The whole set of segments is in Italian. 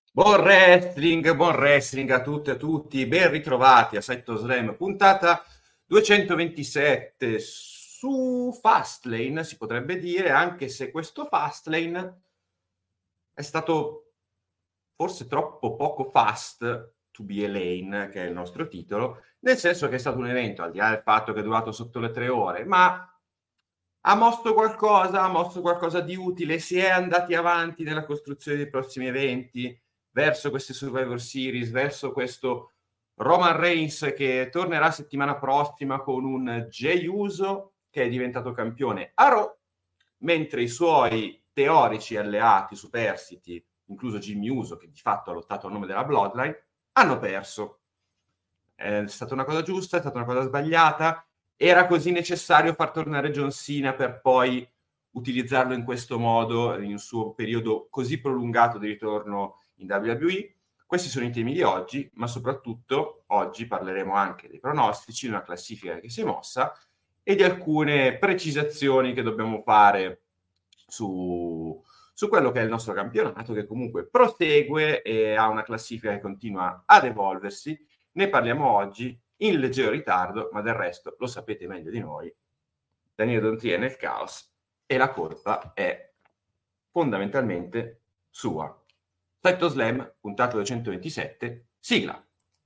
Buon wrestling a tutte e a tutti, ben ritrovati a Saito Slam, puntata 227 su Fastlane, si potrebbe dire, anche se questo Fastlane è stato forse troppo poco fast to be a lane, che è il nostro titolo, nel senso che è stato un evento, al di là del fatto che è durato sotto le 3 ore, ma ha mosso qualcosa di utile, si è andati avanti nella costruzione dei prossimi eventi, verso queste Survivor Series, verso questo Roman Reigns che tornerà settimana prossima con un Jey Uso che è diventato campione a Raw, mentre i suoi teorici alleati superstiti, incluso Jimmy Uso, che di fatto ha lottato a nome della Bloodline, hanno perso. È stata una cosa giusta, è stata una cosa sbagliata. Era così necessario far tornare John Cena per poi utilizzarlo in questo modo in un suo periodo così prolungato di ritorno in WWE? Questi sono i temi di oggi, ma soprattutto oggi parleremo anche dei pronostici, di una classifica che si è mossa e di alcune precisazioni che dobbiamo fare su quello che è il nostro campionato, che comunque prosegue e ha una classifica che continua ad evolversi. Ne parliamo oggi in leggero ritardo, ma del resto lo sapete meglio di noi. Daniele Donti è nel caos e la colpa è fondamentalmente sua. Saito Slam, puntata 227, sigla.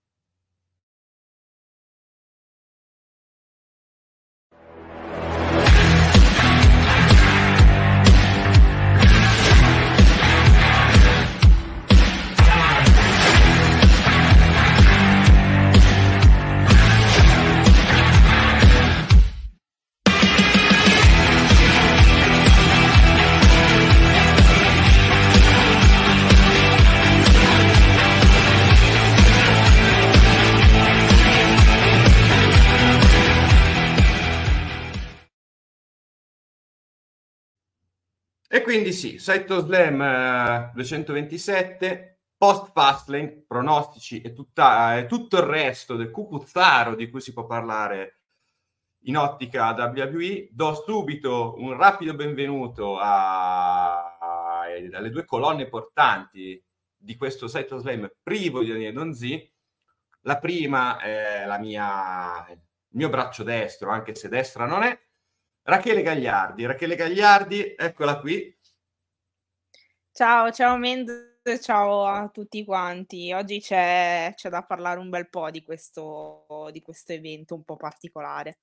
E quindi sì, Saito Slam 227, post Fastlane, pronostici e tutto il resto del cucuzzaro di cui si può parlare in ottica WWE. Do subito un rapido benvenuto alle due colonne portanti di questo Saito Slam privo di Daniele Donzi. La prima è il mio braccio destro, anche se destra non è, Rachele Gagliardi. Rachele Gagliardi, eccola qui. Ciao Mendo, ciao a tutti quanti. Oggi c'è da parlare un bel po' di questo evento un po' particolare.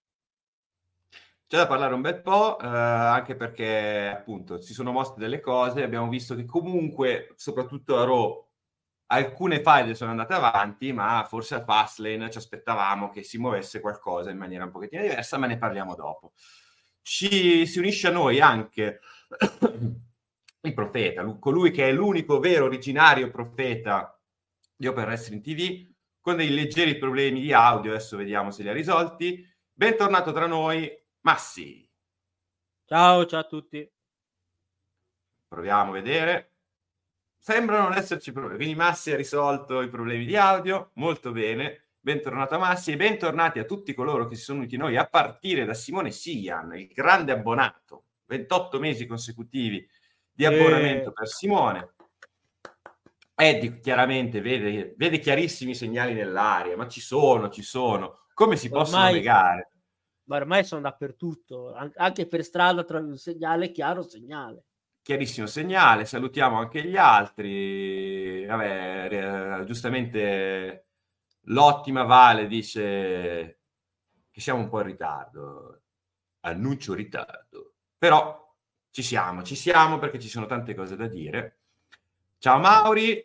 C'è da parlare un bel po', anche perché appunto si sono mosse delle cose, abbiamo visto che comunque, soprattutto a Raw, alcune faide sono andate avanti, ma forse a Fastlane ci aspettavamo che si muovesse qualcosa in maniera un pochettino diversa, ma ne parliamo dopo. Si unisce a noi anche il profeta, colui che è l'unico vero originario profeta di Open Wrestling TV, con dei leggeri problemi di audio, adesso vediamo se li ha risolti. Bentornato tra noi, Massi. Ciao a tutti. Proviamo a vedere. Sembra non esserci problemi, quindi Massi ha risolto i problemi di audio, molto bene. Bentornato a Massi e bentornati a tutti coloro che si sono uniti noi a partire da Simone Sian, il grande abbonato, 28 mesi consecutivi di abbonamento per Simone. Eddie chiaramente vede chiarissimi segnali nell'aria, ma ci sono. Come si possono negare? Ma ormai sono dappertutto, anche per strada, tra un segnale chiaro, segnale. Chiarissimo segnale, salutiamo anche gli altri. Vabbè, giustamente l'ottima Vale dice che siamo un po' in ritardo. Annuncio ritardo. Però ci siamo perché ci sono tante cose da dire. Ciao Mauri.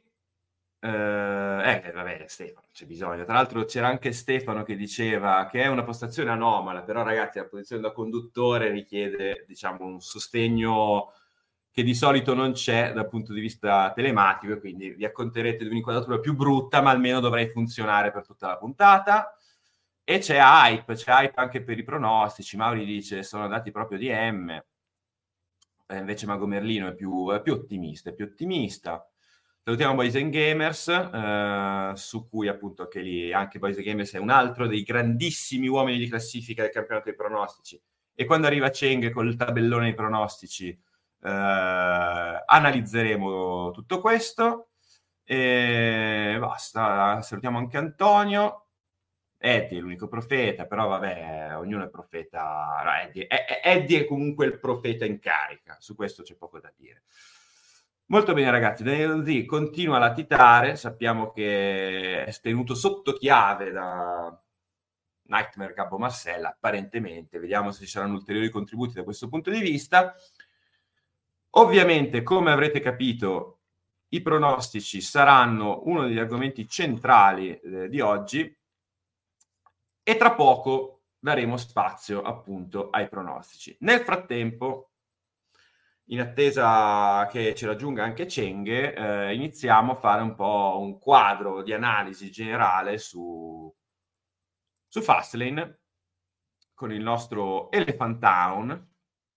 Vabbè, Stefano, c'è bisogno. Tra l'altro c'era anche Stefano che diceva che è una postazione anomala, però ragazzi la posizione da conduttore richiede, diciamo, un sostegno che di solito non c'è dal punto di vista telematico e quindi vi acconterete di un'inquadratura più brutta, ma almeno dovrei funzionare per tutta la puntata. E c'è hype anche per i pronostici. Mauri dice sono andati proprio di M, invece Mago Merlino è più ottimista. Salutiamo Boys and Gamers, su cui appunto anche lì, anche Boys and Gamers è un altro dei grandissimi uomini di classifica del campionato dei pronostici. E quando arriva Cheng con il tabellone dei pronostici, analizzeremo tutto questo. E basta, salutiamo anche Antonio. Eddie è l'unico profeta, però vabbè, ognuno è profeta. No, Eddie è comunque il profeta in carica, su questo c'è poco da dire. Molto bene ragazzi, Daniel Z continua a latitare, sappiamo che è tenuto sotto chiave da Nightmare Gabbo Marcella, apparentemente, vediamo se ci saranno ulteriori contributi da questo punto di vista. Ovviamente, come avrete capito, i pronostici saranno uno degli argomenti centrali di oggi, e tra poco daremo spazio appunto ai pronostici. Nel frattempo, in attesa che ci raggiunga anche Cenghe, iniziamo a fare un po' un quadro di analisi generale su Fastlane con il nostro Elephantone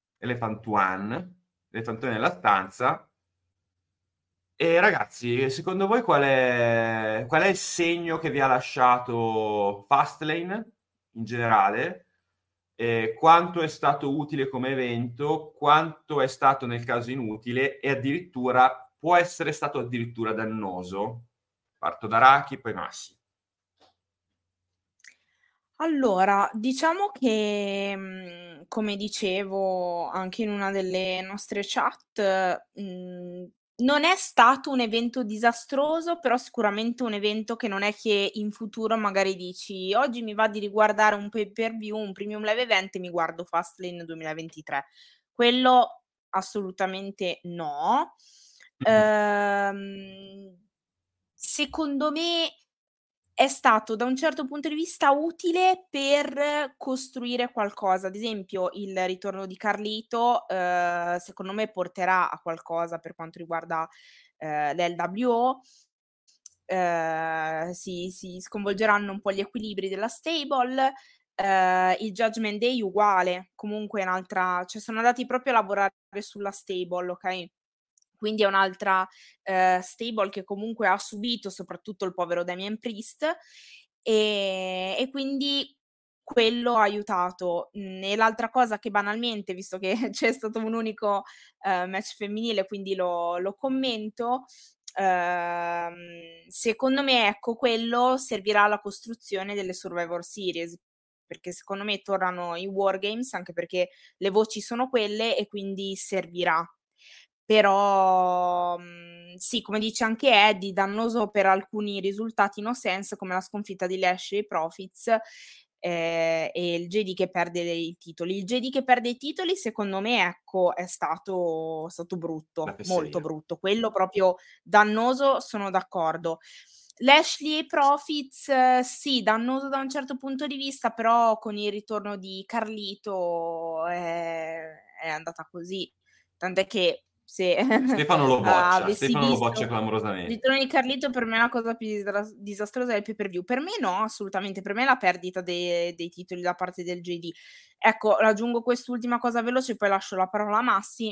nella stanza. E ragazzi, secondo voi qual è il segno che vi ha lasciato Fastlane in generale? Quanto è stato utile come evento, quanto è stato nel caso inutile e addirittura può essere stato addirittura dannoso? Parto da Raki, poi Massi. Allora, diciamo che, come dicevo anche in una delle nostre chat, non è stato un evento disastroso, però sicuramente un evento che non è che in futuro magari dici: "Oggi mi va di riguardare un pay-per-view, un premium live event e mi guardo Fastlane 2023." Quello assolutamente no. Secondo me è stato da un certo punto di vista utile per costruire qualcosa. Ad esempio il ritorno di Carlito, secondo me porterà a qualcosa per quanto riguarda, l'LWO. Si sconvolgeranno un po' gli equilibri della stable. Il Judgment Day uguale, comunque è un'altra, cioè sono andati proprio a lavorare sulla stable, okay? Quindi è un'altra, stable che comunque ha subito soprattutto il povero Damian Priest, e quindi quello ha aiutato. E l'altra cosa che banalmente, visto che c'è stato un unico, match femminile, quindi lo commento, secondo me, ecco, quello servirà alla costruzione delle Survivor Series, perché secondo me tornano i War Games, anche perché le voci sono quelle e quindi servirà. Però, sì, come dice anche Eddie, dannoso per alcuni risultati no sense, come la sconfitta di Lashley ai Profits, e il JD che perde i titoli. Il JD che perde i titoli secondo me, ecco, è stato brutto, molto brutto. Quello proprio dannoso, sono d'accordo. Lashley ai Profits, sì, dannoso da un certo punto di vista, però con il ritorno di Carlito è andata così. Tant'è che se Stefano lo avessi boccia visto il clamorosamente. ritorno di Carlito, per me la cosa più disastrosa è il pay-per-view. Per me no, assolutamente, per me è la perdita dei titoli da parte del JD. Ecco, aggiungo quest'ultima cosa veloce, poi lascio la parola a Massi.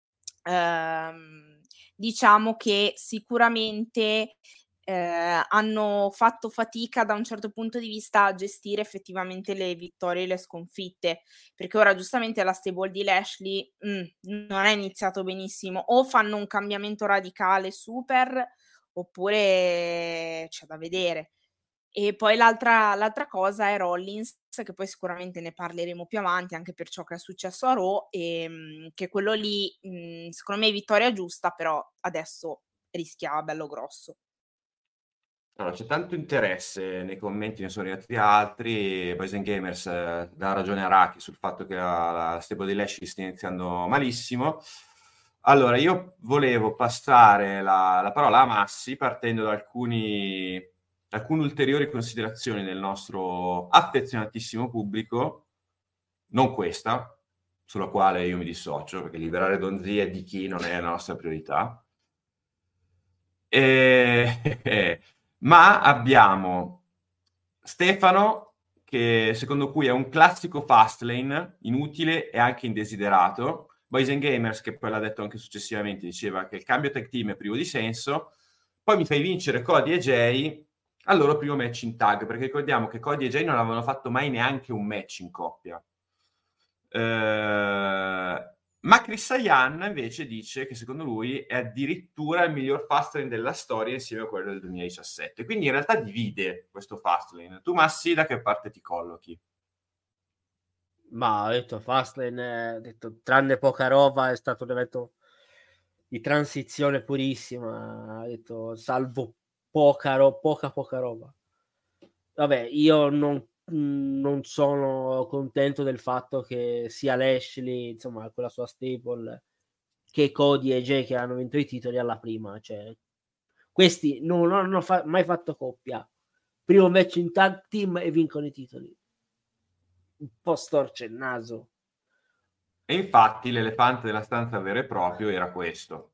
Diciamo che sicuramente, hanno fatto fatica da un certo punto di vista a gestire effettivamente le vittorie e le sconfitte, perché ora giustamente la stable di Lashley, non è iniziato benissimo. O fanno un cambiamento radicale super, oppure c'è da vedere. E poi l'altra cosa è Rollins, che poi sicuramente ne parleremo più avanti, anche per ciò che è successo a Raw, che quello lì, secondo me vittoria giusta, però adesso rischia bello grosso. Allora, c'è tanto interesse nei commenti, ne sono arrivati altri. Boys and Gamers dà ragione a Raki sul fatto che la stable di Lashley stia iniziando malissimo. Allora, io volevo passare la parola a Massi partendo da alcune ulteriori considerazioni del nostro affezionatissimo pubblico, non questa, sulla quale io mi dissocio, perché liberare Donzi e di chi non è la nostra priorità. Ma abbiamo Stefano, che secondo cui è un classico Fastlane, inutile e anche indesiderato. Boys and Gamers, che poi l'ha detto anche successivamente, diceva che il cambio tag team è privo di senso. Poi mi fai vincere Cody e Jay al loro primo match in tag, perché ricordiamo che Cody e Jay non avevano fatto mai neanche un match in coppia. Ma Chris Sayan invece dice che secondo lui è addirittura il miglior Fastlane della storia insieme a quello del 2017. Quindi in realtà divide questo Fastlane. Tu, Massi, da che parte ti collochi? Ma ho detto Fastlane, ho detto, tranne poca roba, è stato un evento di transizione purissima. Ho detto, salvo poca roba. Vabbè, io non sono contento del fatto che sia Lashley, insomma, con la sua stable, che Cody e Jay che hanno vinto i titoli alla prima. Cioè, questi non hanno mai fatto coppia. Primo match in tag team e vincono i titoli. Un po' storce il naso. E infatti l'elefante della stanza vero e proprio era questo.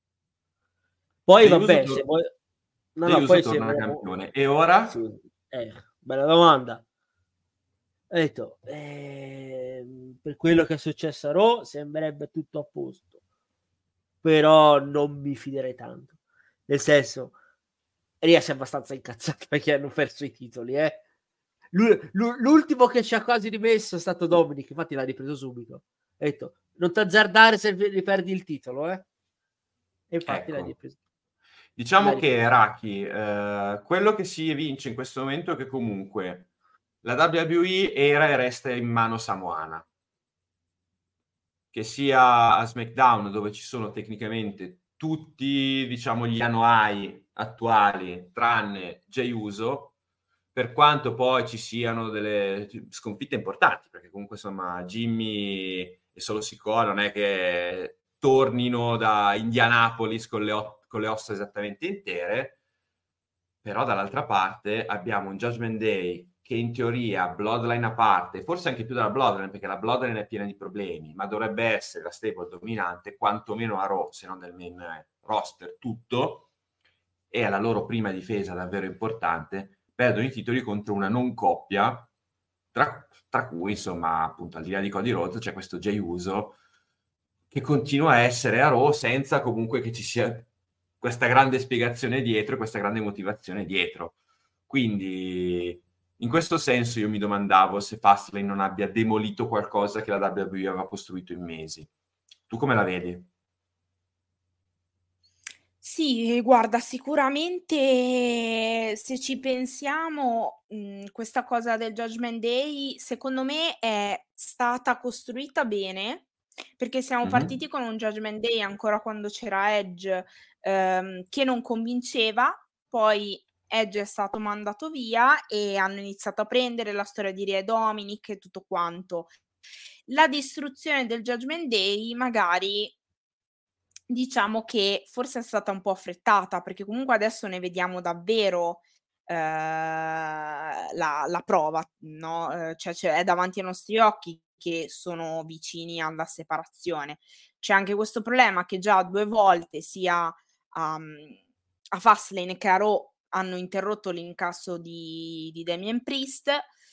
Poi Jey Uso, vabbè, se vuoi... No, Jey no, Uso poi se torna vogliamo... campione. E ora? Sì, bella domanda. Ho detto, per quello che è successo a Raw sembrerebbe tutto a posto, però non mi fiderei tanto. Nel senso, Rhea si è abbastanza incazzata perché hanno perso i titoli, eh. L'ultimo che ci ha quasi rimesso è stato Dominic, infatti l'ha ripreso subito. Ho detto, non t'azzardare se riperdi il titolo, eh. E infatti l'ha Ecco. ripreso. Diciamo che Raki, quello che si evince in questo momento è che comunque la WWE era e resta in mano samoana. Che sia a SmackDown, dove ci sono tecnicamente tutti, diciamo, gli Anoa'i attuali, tranne Jey Uso, per quanto poi ci siano delle sconfitte importanti, perché comunque insomma Jimmy e Solo Sikoa non è che tornino da Indianapolis con le ossa esattamente intere, però dall'altra parte abbiamo un Judgment Day che in teoria, Bloodline a parte, forse anche più della Bloodline, perché la Bloodline è piena di problemi, ma dovrebbe essere la stable dominante, quantomeno a Raw, se non del main roster, tutto, e alla loro prima difesa davvero importante, perdono i titoli contro una non coppia, tra cui, insomma, appunto, al di là di Cody Rhodes, c'è questo Jey Uso, che continua a essere a Raw senza comunque che ci sia questa grande spiegazione dietro, questa grande motivazione dietro. Quindi in questo senso io mi domandavo se Fastlane non abbia demolito qualcosa che la WWE aveva costruito in mesi. Tu come la vedi? Sì, guarda, sicuramente se ci pensiamo, questa cosa del Judgment Day, secondo me è stata costruita bene, perché siamo partiti con un Judgment Day ancora quando c'era Edge, che non convinceva, poi Edge è stato mandato via e hanno iniziato a prendere la storia di Rhea Dominic e tutto quanto. La distruzione del Judgment Day magari diciamo che forse è stata un po' affrettata, perché comunque adesso ne vediamo davvero, la prova, no, cioè è davanti ai nostri occhi che sono vicini alla separazione. C'è anche questo problema che già 2 volte sia a Fastlane che a Raw hanno interrotto l'incasso di Damien Priest,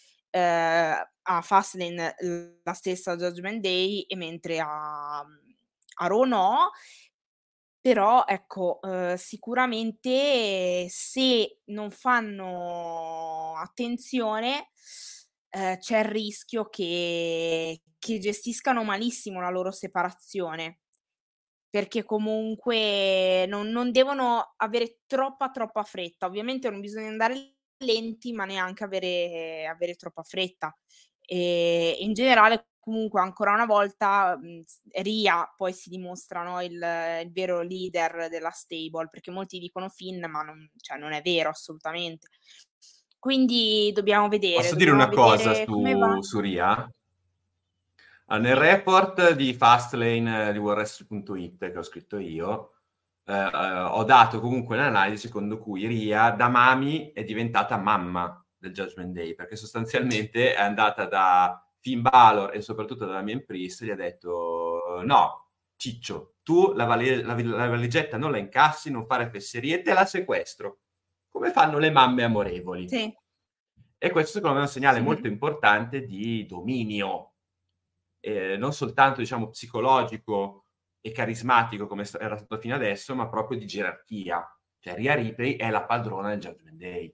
a Fastlane la stessa Judgment Day e mentre a Raw no. Però ecco, sicuramente se non fanno attenzione, c'è il rischio che gestiscano malissimo la loro separazione, perché comunque non devono avere troppa fretta. Ovviamente non bisogna andare lenti, ma neanche avere troppa fretta. In generale comunque ancora una volta, Rhea poi si dimostra, no, il vero leader della stable, perché molti dicono Finn, ma non è vero assolutamente. Quindi Posso dire una dobbiamo cosa vedere come va. su Ria? Nel Sì. report di Fastlane di WarWrestling.it che ho scritto io, ho dato comunque un'analisi secondo cui Ria da mami è diventata mamma del Judgment Day, perché sostanzialmente è andata da Finn Balor e soprattutto da Damien Priest e gli ha detto no, Ciccio, tu la valigetta non la incassi, non fare fesserie, te la sequestro, come fanno le mamme amorevoli. Sì. E questo secondo me è un segnale molto Sì. importante di dominio, non soltanto diciamo psicologico e carismatico come era stato fino adesso, ma proprio di gerarchia. Cioè Rhea Ripley è la padrona del Judgment Day.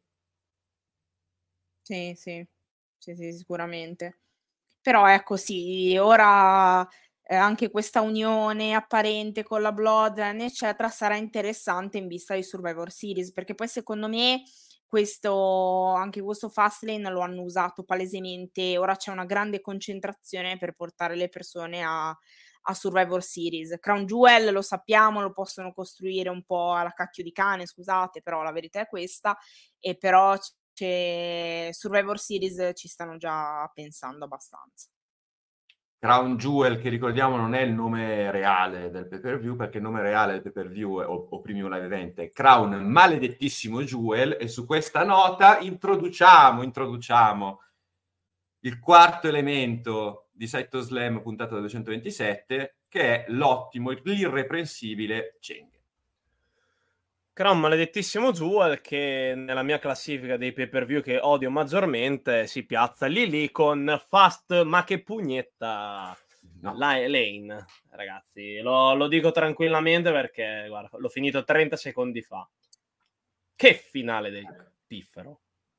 Sì, sì. Sì, sì, sicuramente. Però ecco sì, ora anche questa unione apparente con la Bloodline, eccetera, sarà interessante in vista di Survivor Series, perché poi secondo me anche questo Fastlane lo hanno usato palesemente. Ora c'è una grande concentrazione per portare le persone a Survivor Series. Crown Jewel lo sappiamo, lo possono costruire un po' alla cacchio di cane, scusate, però la verità è questa, e però Survivor Series ci stanno già pensando abbastanza. Crown Jewel, che ricordiamo non è il nome reale del pay-per-view, perché il nome reale del pay-per-view o Premium Live Event è Crown Maledettissimo Jewel, e su questa nota introduciamo il quarto elemento di Saito Slam puntata 227, che è l'ottimo, l'irreprensibile Cheng. Crown Maledettissimo Jewel, che nella mia classifica dei pay-per-view che odio maggiormente si piazza lì con Fast ma che pugnetta Lane, ragazzi, lo dico tranquillamente perché guarda, l'ho finito 30 secondi fa. Che finale del piffero.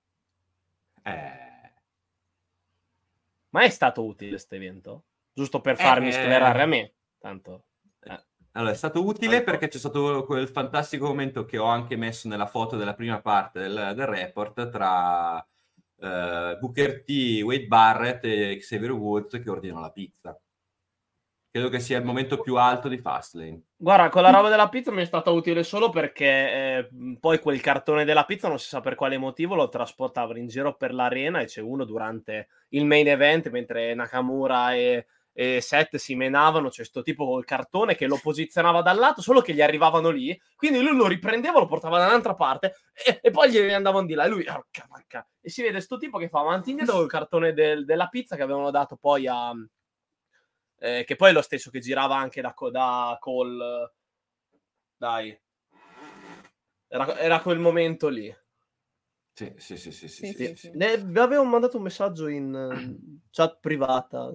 Ma è stato utile questo evento? Giusto per farmi sclerare a me, tanto. Allora, è stato utile perché c'è stato quel fantastico momento che ho anche messo nella foto della prima parte del report tra Booker T, Wade Barrett e Xavier Woods che ordinano la pizza. Credo che sia il momento più alto di Fastlane. Guarda, con la roba della pizza mi è stata utile solo perché poi quel cartone della pizza, non si sa per quale motivo, lo trasportavano in giro per l'arena, e c'è uno durante il main event, mentre Nakamura e Seth si menavano, c'è sto tipo col cartone che lo posizionava dal lato, solo che gli arrivavano lì, quindi lui lo riprendeva, lo portava da un'altra parte e poi gli andavano di là, e lui e si vede sto tipo che fa avanti e indietro il cartone della pizza che avevano dato poi a che poi è lo stesso che girava anche da Cole, dai, era quel momento lì. Sì. Vi avevo mandato un messaggio in chat privata.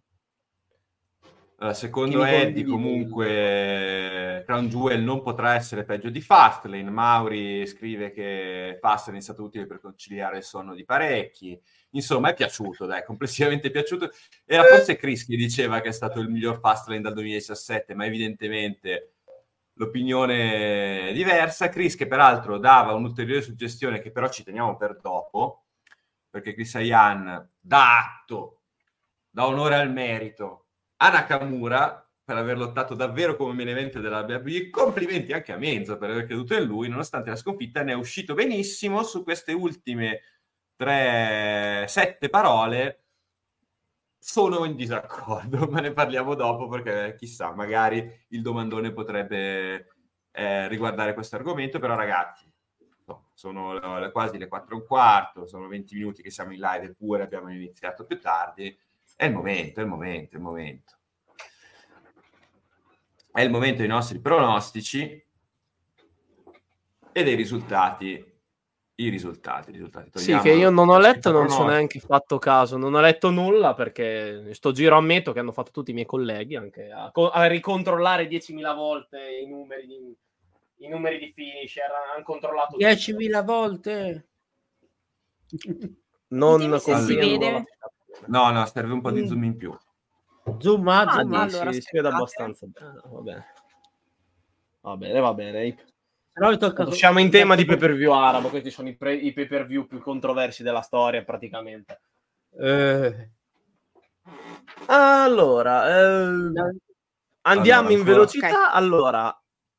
Secondo Eddie comunque Crown Jewel non potrà essere peggio di Fastlane. Mauri scrive che Fastlane è stato utile per conciliare il sonno di parecchi. Insomma, è piaciuto, dai, complessivamente piaciuto. Era forse Chris che diceva che è stato il miglior Fastlane dal 2017, ma evidentemente l'opinione è diversa. Chris, che peraltro dava un'ulteriore suggestione che però ci teniamo per dopo, perché Chris Ayan dà atto, dà onore al merito a Nakamura per aver lottato davvero come main event della WWE. Complimenti anche a Menzo per aver creduto in lui, nonostante la sconfitta ne è uscito benissimo. Su queste ultime 7 parole sono in disaccordo, ma ne parliamo dopo perché chissà, magari il domandone potrebbe riguardare questo argomento. Però ragazzi, sono quasi le 4:15, sono 20 minuti che siamo in live, eppure abbiamo iniziato più tardi. È il momento. È il momento dei nostri pronostici e dei risultati. I risultati. Sì, che io non ho letto, non ci ho neanche fatto caso, non ho letto nulla perché sto giro ammetto che hanno fatto tutti i miei colleghi anche a ricontrollare 10.000 volte i numeri di finisher, hanno controllato 10.000 volte. Non se si vede. No, serve un po' di zoom in più. Zoom. Allora, si vede abbastanza bene. Va bene. Però siamo in tema di pay-per-view arabo, questi sono i pay-per-view più controversi della storia praticamente. Allora, andiamo in velocità. Okay.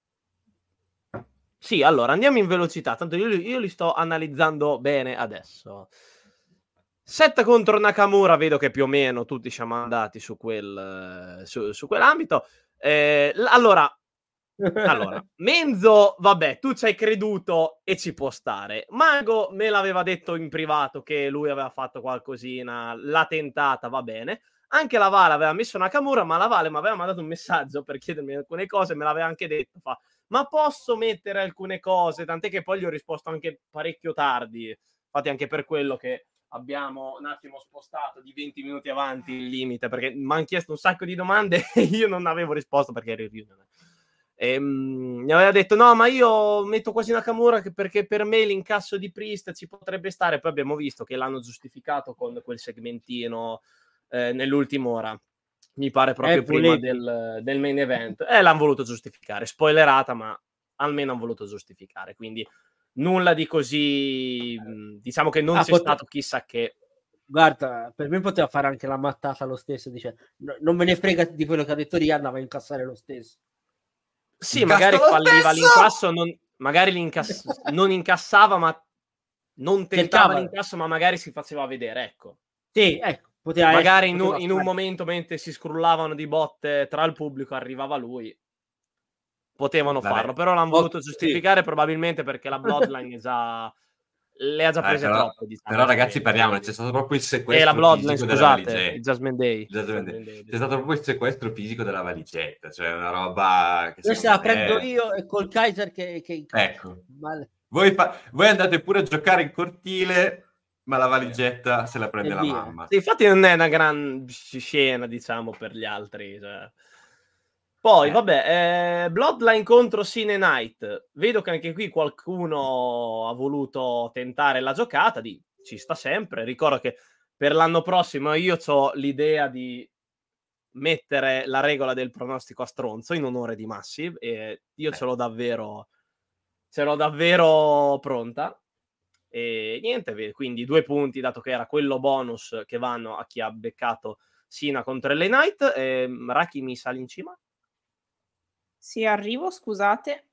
Allora, andiamo in velocità, tanto io li sto analizzando bene adesso. Seth contro Nakamura, vedo che più o meno tutti siamo andati su quell'ambito. Allora, Menzo, vabbè, tu ci hai creduto e ci può stare. Mago me l'aveva detto in privato che lui aveva fatto qualcosina, l'ha tentata, va bene. Anche la Vale aveva messo Nakamura, ma la Vale mi aveva mandato un messaggio per chiedermi alcune cose, me l'aveva anche detto, ma posso mettere alcune cose? Tant'è che poi gli ho risposto anche parecchio tardi, infatti anche per quello che abbiamo un attimo spostato di 20 minuti avanti il limite, perché mi hanno chiesto un sacco di domande e io non avevo risposto perché ero in riunione. Mi aveva detto no, ma io metto quasi Nakamura perché per me l'incasso di Priest ci potrebbe stare. Poi abbiamo visto che l'hanno giustificato con quel segmentino nell'ultima ora. mi pare proprio prima del main event. L'hanno voluto giustificare, spoilerata, ma almeno hanno voluto giustificare, quindi nulla di così, diciamo che non c'è stato chissà che. Guarda, per me poteva fare anche la mattata lo stesso, dice non me ne frega di quello che ha detto Rhea, andava a incassare lo stesso. Sì, magari falliva l'incasso, magari non incassava, ma non tentava l'incasso, ma magari si faceva vedere, ecco. Sì, ecco, poteva magari in un momento mentre si scrollavano di botte tra il pubblico arrivava lui. Potevano farlo, però l'hanno voluto giustificare probabilmente perché la Bloodline le ha già prese troppe. Diciamo, però ragazzi, parliamone, c'è stato proprio il sequestro la Bloodline, fisico scusate, della valigetta. Il Jasmine Day. C'è stato proprio il sequestro fisico della valigetta, cioè una roba che questa la prendo io e col Kaiser che ecco. Voi andate pure a giocare in cortile, ma la valigetta se la prende la mamma. Sì, infatti non è una gran scena, diciamo, per gli altri, cioè. Poi, vabbè, Bloodline contro Cine Knight. Vedo che anche qui qualcuno ha voluto tentare la giocata, ci sta sempre. Ricordo che per l'anno prossimo io ho l'idea di mettere la regola del pronostico a stronzo in onore di Massive e io ce l'ho davvero pronta. E niente, quindi 2 punti, dato che era quello bonus che vanno a chi ha beccato Cena contro LA Knight. Raki mi sale in cima? Sì, arrivo, scusate.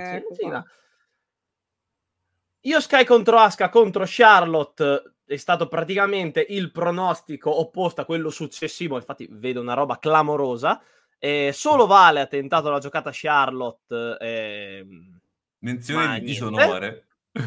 Io Sky contro Asuka contro Charlotte è stato praticamente il pronostico opposto a quello successivo, infatti vedo una roba clamorosa. Solo Vale ha tentato la giocata Charlotte. Menzione di disonore.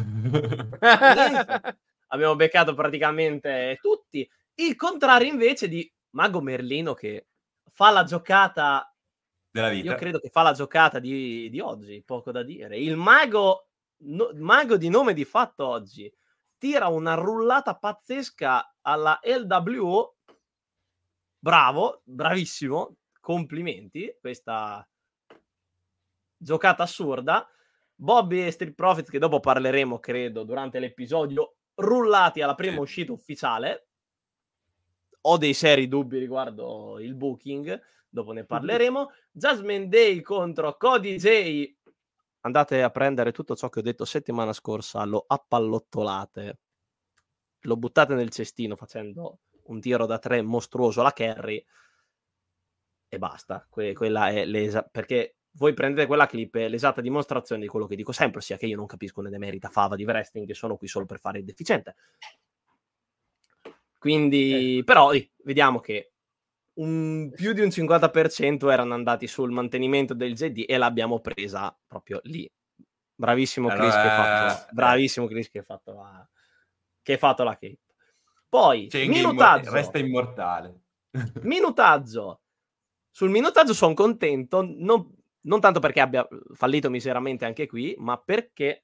Abbiamo beccato praticamente tutti. Il contrario invece di Mago Merlino che fa la giocata della vita. Io credo che fa la giocata di oggi, poco da dire. Il mago di nome di fatto oggi tira una rullata pazzesca alla LWO. Bravo, bravissimo, complimenti, questa giocata assurda. Bobby e Street Profits, che dopo parleremo, credo, durante l'episodio, rullati alla prima uscita ufficiale. Ho dei seri dubbi riguardo il booking, dopo ne parleremo. Jasmine Day contro Cody J. Andate a prendere tutto ciò che ho detto settimana scorsa, lo appallottolate, lo buttate nel cestino facendo un tiro da 3 mostruoso alla Kerry e basta. Quella è perché voi prendete quella clip, è l'esatta dimostrazione di quello che dico sempre, ossia che io non capisco né merita fava di wrestling, che sono qui solo per fare il deficiente. Quindi, però, vediamo che più di un 50% erano andati sul mantenimento del JD e l'abbiamo presa proprio lì. Bravissimo Chris che ha fatto la cape. Poi, minutaggio. Resta immortale. Minutaggio. Sul minutaggio sono contento, non tanto perché abbia fallito miseramente anche qui, ma perché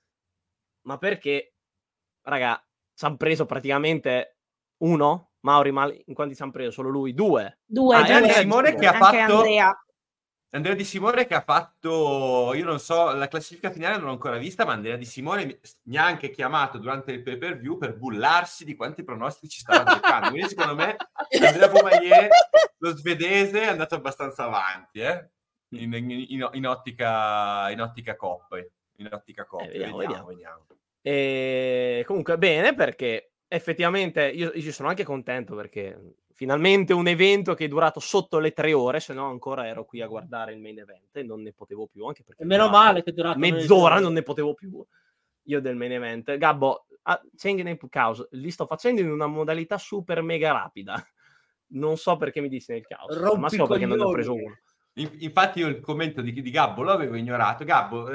raga, ci hanno preso praticamente uno? Mauri, in quanti ci hanno preso? Solo lui? Due. Andrea Simone che ha fatto Andrea Di Simone che ha fatto, io non so, la classifica finale non l'ho ancora vista, ma Andrea Di Simone mi ha anche chiamato durante il pay-per-view per bullarsi di quanti pronostici stava giocando. Quindi secondo me Andrea Boumaier, lo svedese, è andato abbastanza avanti, in ottica coppe. Vediamo. E comunque bene, perché effettivamente io ci sono anche contento, perché finalmente un evento che è durato sotto le 3 ore, se no ancora ero qui a guardare il main event e non ne potevo più, anche perché meno male che è durato mezz'ora, non ne potevo più io del main event. Gabbo, caos, li sto facendo in una modalità super mega rapida, non so perché mi dici nel caos, ma so perché non ne ho preso uno. Infatti io il commento di Gabbo lo avevo ignorato. Gabbo,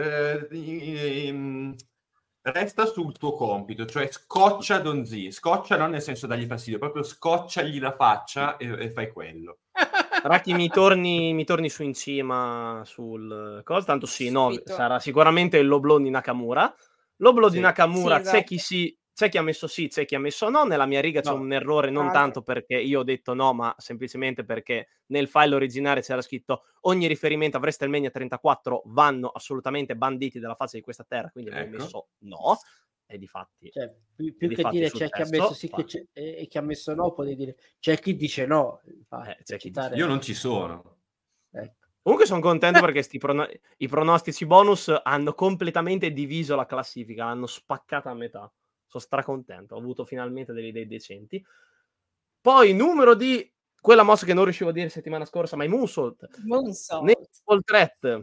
resta sul tuo compito, cioè scoccia Don Z, scoccia non nel senso dagli fastidio, proprio scocciagli la faccia e fai quello. Raki, mi torni su in cima sul cosa, tanto sì, no, sarà sicuramente il low blow di Nakamura. Di Nakamura, esatto. c'è chi ha messo sì, c'è chi ha messo no. Nella mia riga c'è un errore, non tanto perché io ho detto no, ma semplicemente perché nel file originale c'era scritto ogni riferimento a WrestleMania 34 vanno assolutamente banditi dalla faccia di questa terra, quindi avevo messo no. e di fatti cioè, più che dire c'è chi ha messo sì e chi ha messo no, puoi dire c'è chi dice no. Infatti, c'è chi dice, io non ci sono. Ecco. Comunque sono contento perché i pronostici bonus hanno completamente diviso la classifica, l'hanno spaccata a metà. Sono stracontento, ho avuto finalmente delle idee decenti. Poi numero di quella mossa che non riuscivo a dire settimana scorsa, ma i Moonsault. Nel Threat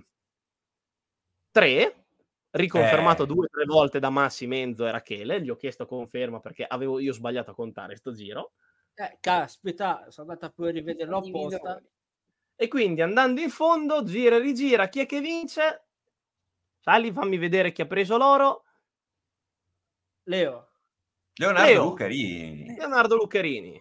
3, riconfermato 2 o 3 volte da Massi, Menzo e Rachele. Gli ho chiesto conferma perché avevo io sbagliato a contare sto giro. Caspita, sono andata pure a rivederlo apposta. E quindi andando in fondo, gira e rigira, chi è che vince? Sali, fammi vedere chi ha preso l'oro. Leonardo Luccarini. Leonardo Luccarini.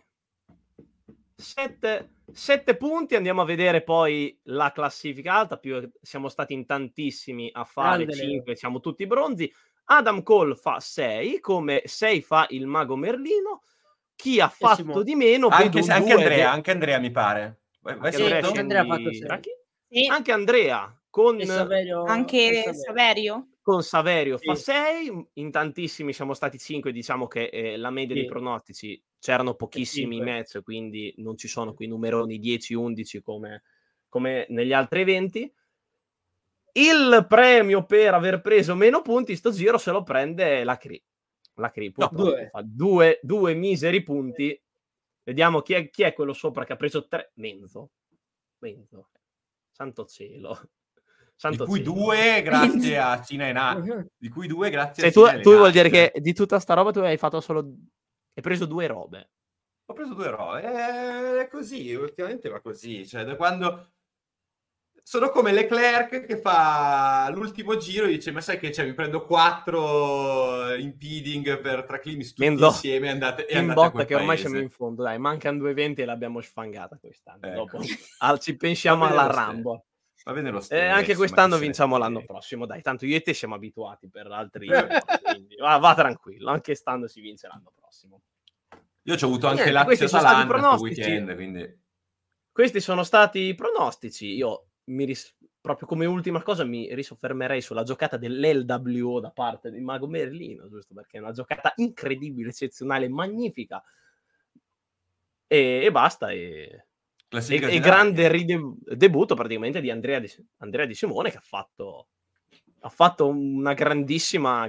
7 punti, andiamo a vedere poi la classifica alta, più siamo stati in tantissimi a fare 5, siamo tutti bronzi. Adam Cole fa 6, come 6 fa il Mago Merlino. Chi ha fatto di meno? Anche Andrea mi pare. Anche Andrea con Saverio. Con Saverio fa 6, in tantissimi siamo stati 5, diciamo che la media dei pronostici c'erano pochissimi match, quindi non ci sono quei numeroni 10-11 come negli altri eventi. Il premio per aver preso meno punti sto giro se lo prende la Cree. La Cree purtroppo fa due miseri punti. Vediamo chi è quello sopra che ha preso 3. Menzo. Santo cielo. Di cui 2 grazie a Cina e Na. Di cui 2 grazie a Cina e tu vuol dire che di tutta sta roba tu hai fatto solo... Hai preso 2 robe. Ho preso 2 robe. È così, ultimamente va così. Cioè, da quando... Sono come Leclerc che fa l'ultimo giro e dice ma sai che mi prendo 4 impeding per tracklimi tutti insieme e andate in botta che ormai siamo in fondo. Dai, mancano 2 eventi e l'abbiamo sfangata quest'anno. Dopo ci pensiamo alla Rambo. Va bene lo stesso, anche quest'anno vinciamo l'anno prossimo, dai, tanto io e te siamo abituati per altri quindi va tranquillo, anche stando si vince l'anno prossimo. Io ci ho avuto anche Lazio-Atalanta questo weekend, quindi... Questi sono stati i pronostici. Io proprio come ultima cosa mi risoffermerei sulla giocata dell'LWO da parte di Mago Merlino, giusto perché è una giocata incredibile, eccezionale, magnifica e basta e grande debutto praticamente di Andrea Di Simone che ha fatto una grandissima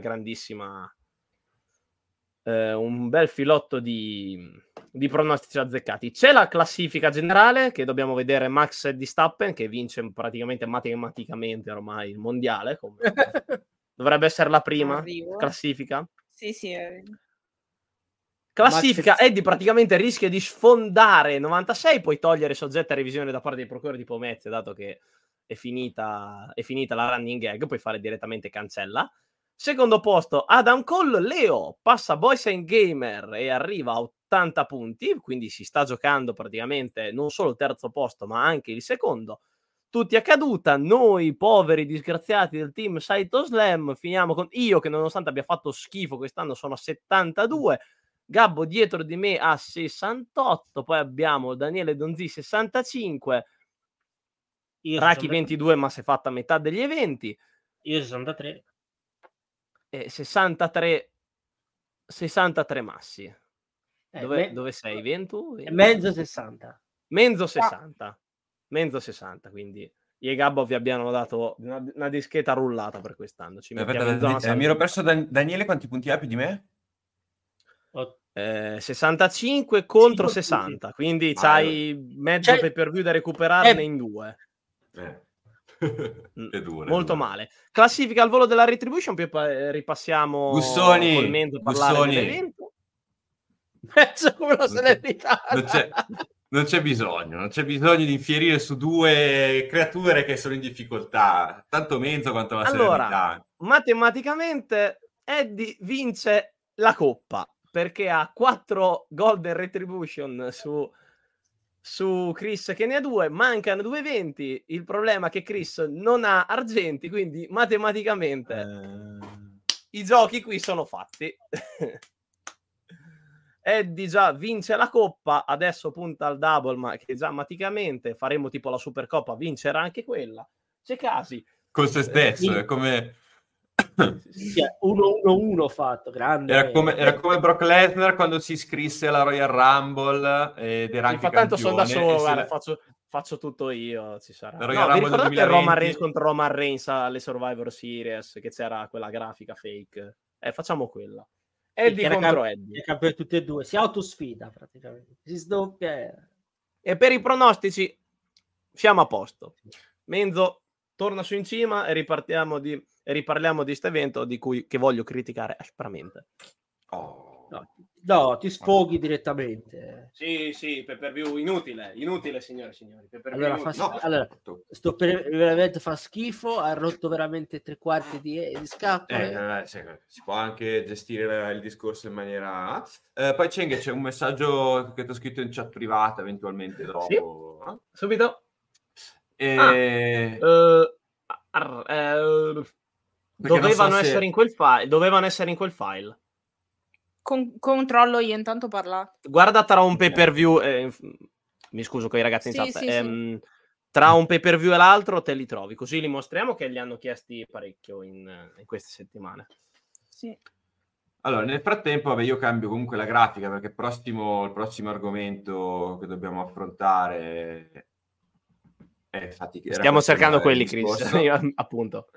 un bel filotto di pronostici azzeccati. C'è la classifica generale che dobbiamo vedere. Max Verstappen che vince praticamente matematicamente ormai il mondiale dovrebbe essere la prima classifica. Sì. Classifica Eddie praticamente rischia di sfondare 96, poi togliere soggetta a revisione da parte dei procuratori di Pomezia, dato che è finita la running gag, puoi fare direttamente cancella. Secondo posto Adam Cole. Leo passa Boys and Gamer e arriva a 80 punti, quindi si sta giocando praticamente non solo il terzo posto ma anche il secondo. Tutti a caduta, noi poveri disgraziati del team Saito Slam finiamo con io che nonostante abbia fatto schifo quest'anno sono a 72, Gabbo dietro di me a 68, poi abbiamo Daniele Donzi 65, Raki 22 ma si è fatta metà degli eventi, io 63 e 63 Massi. Dove sei? Ventu? Mezzo 60. Mezzo 60. Mezzo 60, quindi io e Gabbo vi abbiamo dato una discreta rullata per quest'anno. Mi ero perso Daniele, quanti punti ha più di me? 65 contro 60, quindi c'hai mezzo pay per view da recuperarne in 2. Molto male. Classifica al volo della Retribution, poi ripassiamo Gussoni, col Menzo a parlare dell'evento. Come una celebrità. Non c'è bisogno di infierire su 2 creature che sono in difficoltà, tanto Menzo quanto la celebrità. Matematicamente Eddie vince la coppa perché ha 4 Golden Retribution su Chris che ne ha 2, mancano 2 eventi, il problema è che Chris non ha argenti, quindi matematicamente i giochi qui sono fatti. Eddie già vince la coppa, adesso punta al double, ma che già matematicamente faremo tipo la Supercoppa, vincerà anche quella. C'è casi. Con se stesso, è come... Sì, 1-1-1 fatto, grande. Era come Brock Lesnar quando si iscrisse alla Royal Rumble ed era anche tanto sono da campione. solo, guarda, faccio tutto io, ci sarà. La Royal No, vi Rumble del ricordate il Roman 2020? Reigns contro Roman Reigns alle Survivor Series, che c'era quella grafica fake? Facciamo quella. Eddie contro Eddie. È campione tutti e due, si autosfida praticamente, si sdoppia. E per i pronostici siamo a posto. Menzo torna su in cima e riparliamo di questo evento che voglio criticare aspramente. No, ti sfoghi direttamente. Sì, pay-per-view inutile, signore e signori. Allora, sto per veramente fa schifo, ha rotto veramente 3/4 di scatole. Si può anche gestire il discorso in maniera... poi c'è un messaggio che ti ho scritto in chat privata eventualmente dopo. Sì? Subito? Dovevano essere in quel file. Controllo io, intanto parlate. Guarda, tra un pay-per-view mi scuso con i ragazzi in chat, sì. Tra un pay-per-view e l'altro te li trovi, così li mostriamo che li hanno chiesti parecchio in queste settimane. Sì. Allora, nel frattempo, io cambio comunque la grafica perché il prossimo argomento che dobbiamo affrontare è stiamo cercando quelli, Chris, appunto.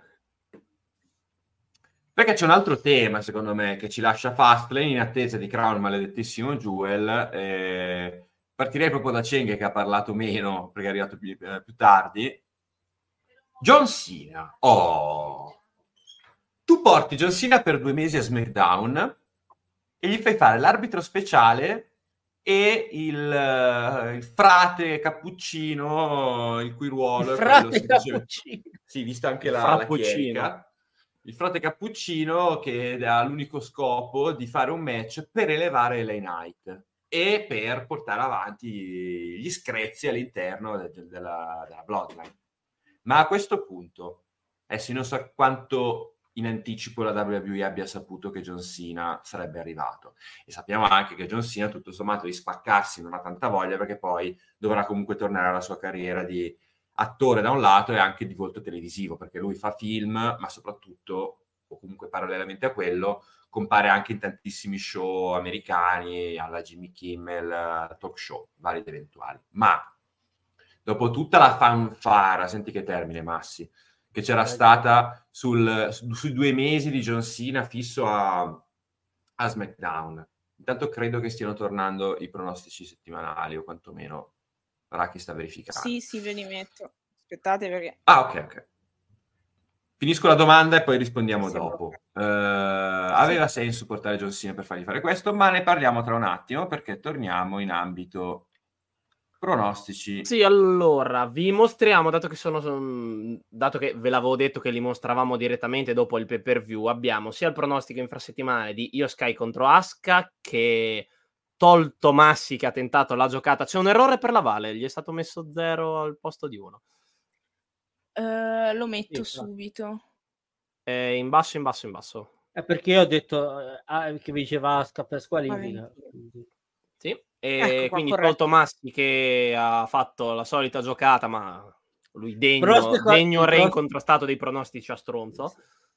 Perché c'è un altro tema, secondo me, che ci lascia Fastlane in attesa di Crown maledettissimo Jewel. Partirei proprio da Cheng, che ha parlato meno, perché è arrivato più tardi. John Cena. Tu porti John Cena per 2 mesi a SmackDown e gli fai fare l'arbitro speciale e il frate cappuccino, il cui ruolo... Il frate cappuccino. Sì, vista anche la chierica. Il frate cappuccino che ha l'unico scopo di fare un match per elevare LA Knight e per portare avanti gli screzi all'interno della Bloodline. Ma a questo punto, non so quanto in anticipo la WWE abbia saputo che John Cena sarebbe arrivato, e sappiamo anche che John Cena tutto sommato di spaccarsi non ha tanta voglia, perché poi dovrà comunque tornare alla sua carriera di attore da un lato e anche di volto televisivo, perché lui fa film, ma soprattutto, o comunque parallelamente a quello, compare anche in tantissimi show americani, alla Jimmy Kimmel, talk show, vari ed eventuali. Ma dopo tutta la fanfara, senti che termine, Massi, che c'era stata sui 2 mesi di John Cena fisso a SmackDown, intanto credo che stiano tornando i pronostici settimanali, o quantomeno Raki sta verificando. Sì, ve li metto. Aspettate perché... Ok. Finisco la domanda e poi rispondiamo dopo. Aveva senso portare John Cena per fargli fare questo, ma ne parliamo tra un attimo, perché torniamo in ambito pronostici. Sì, allora, vi mostriamo, dato che ve l'avevo detto che li mostravamo direttamente dopo il pay-per-view, abbiamo sia il pronostico infrasettimanale di Io Sky contro Asuka, che... tolto Massi che ha tentato la giocata, c'è un errore per la Vale, gli è stato messo 0 al posto di 1. Lo metto subito. In basso. Perché io ho detto che diceva Asuka per squalifica. Sì, e quindi tolto Massi che ha fatto la solita giocata, ma lui degno re incontrastato dei pronostici a stronzo.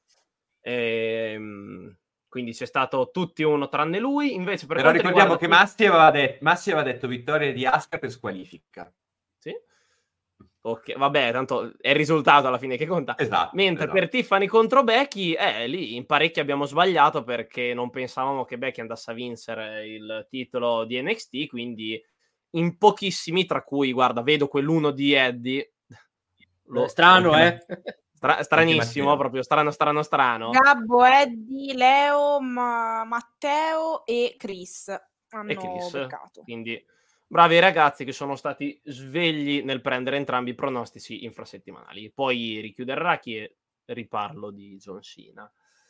Quindi c'è stato tutti uno tranne lui. Invece però ricordiamo che Massi aveva detto vittoria di Asuka per squalifica. Sì. Ok, vabbè, tanto è il risultato alla fine che conta. Esatto. Mentre per Tiffany contro Becky, lì in parecchi abbiamo sbagliato, perché non pensavamo che Becky andasse a vincere il titolo di NXT, quindi in pochissimi, tra cui, guarda, vedo quell'uno di Eddie. Strano, stranissimo, proprio strano. Gabbo, Eddie, Leo, Matteo e Chris hanno beccato. Quindi bravi ragazzi che sono stati svegli nel prendere entrambi i pronostici infrasettimanali. Poi richiuderà Raki e riparlo di John Cena.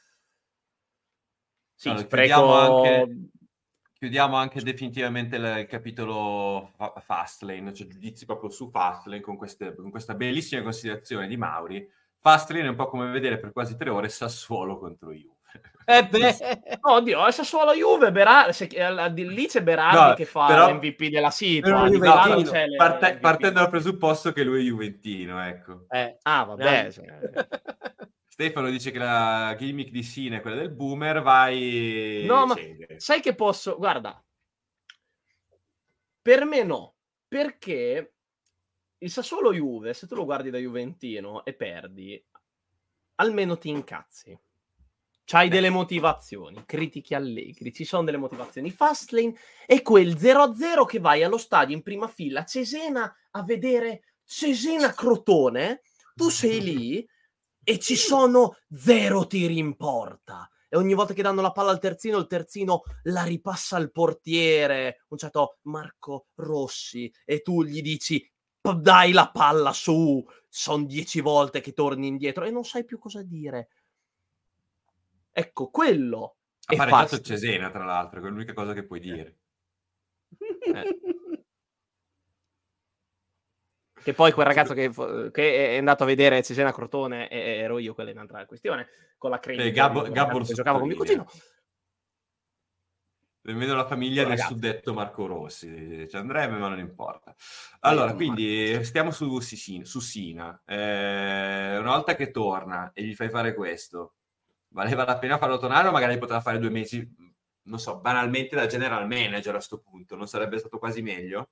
Sì, allora, chiudiamo anche definitivamente il capitolo Fastlane, cioè giudizi proprio su Fastlane con questa bellissima considerazione di Mauri. Fastlane è un po' come vedere per quasi 3 ore Sassuolo contro Juve. Oddio, è Sassuolo Juve, lì c'è Berardi che fa l'MVP della situazione. Partendo dal presupposto che lui è juventino, ecco. Vabbè. Stefano dice che la gimmick di Cena è quella del boomer, vai... No, ma Cenghe. sai che posso... Guarda, per me no, perché il Sassuolo Juve, se tu lo guardi da juventino e perdi, almeno ti incazzi. C'hai delle motivazioni, critichi allegri, ci sono delle motivazioni. Fastlane è quel 0-0 che vai allo stadio in prima fila a Cesena a vedere Cesena Crotone, tu sei lì e ci sono 0 tiri in porta. E ogni volta che danno la palla al terzino, il terzino la ripassa al portiere, un certo Marco Rossi, e tu gli dici dai la palla su, sono 10 volte che torni indietro e non sai più cosa dire. Ecco, quello Ha è pareggiato il Fastlane. Cesena, tra l'altro, che è l'unica cosa che puoi dire. Che poi quel ragazzo che è andato a vedere Cesena Crotone ero io, quella è un'altra questione, con la credito Gabbor che giocavo con mio cugino. Vedo la famiglia del suddetto Marco Rossi, ci andrebbe ma non importa. Allora, quindi stiamo su Sina. Una volta che torna e gli fai fare questo, valeva la pena farlo tornare o magari poteva fare 2 mesi, non so, banalmente da general manager a sto punto? Non sarebbe stato quasi meglio?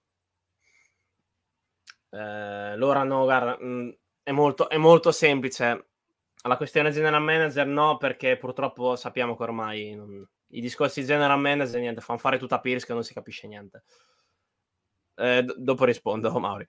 Loro no, guarda, è molto semplice. La questione general manager no, perché purtroppo sappiamo che ormai i discorsi general manager niente, fanno fare tutta Pierce che non si capisce niente. Dopo rispondo, Mauri.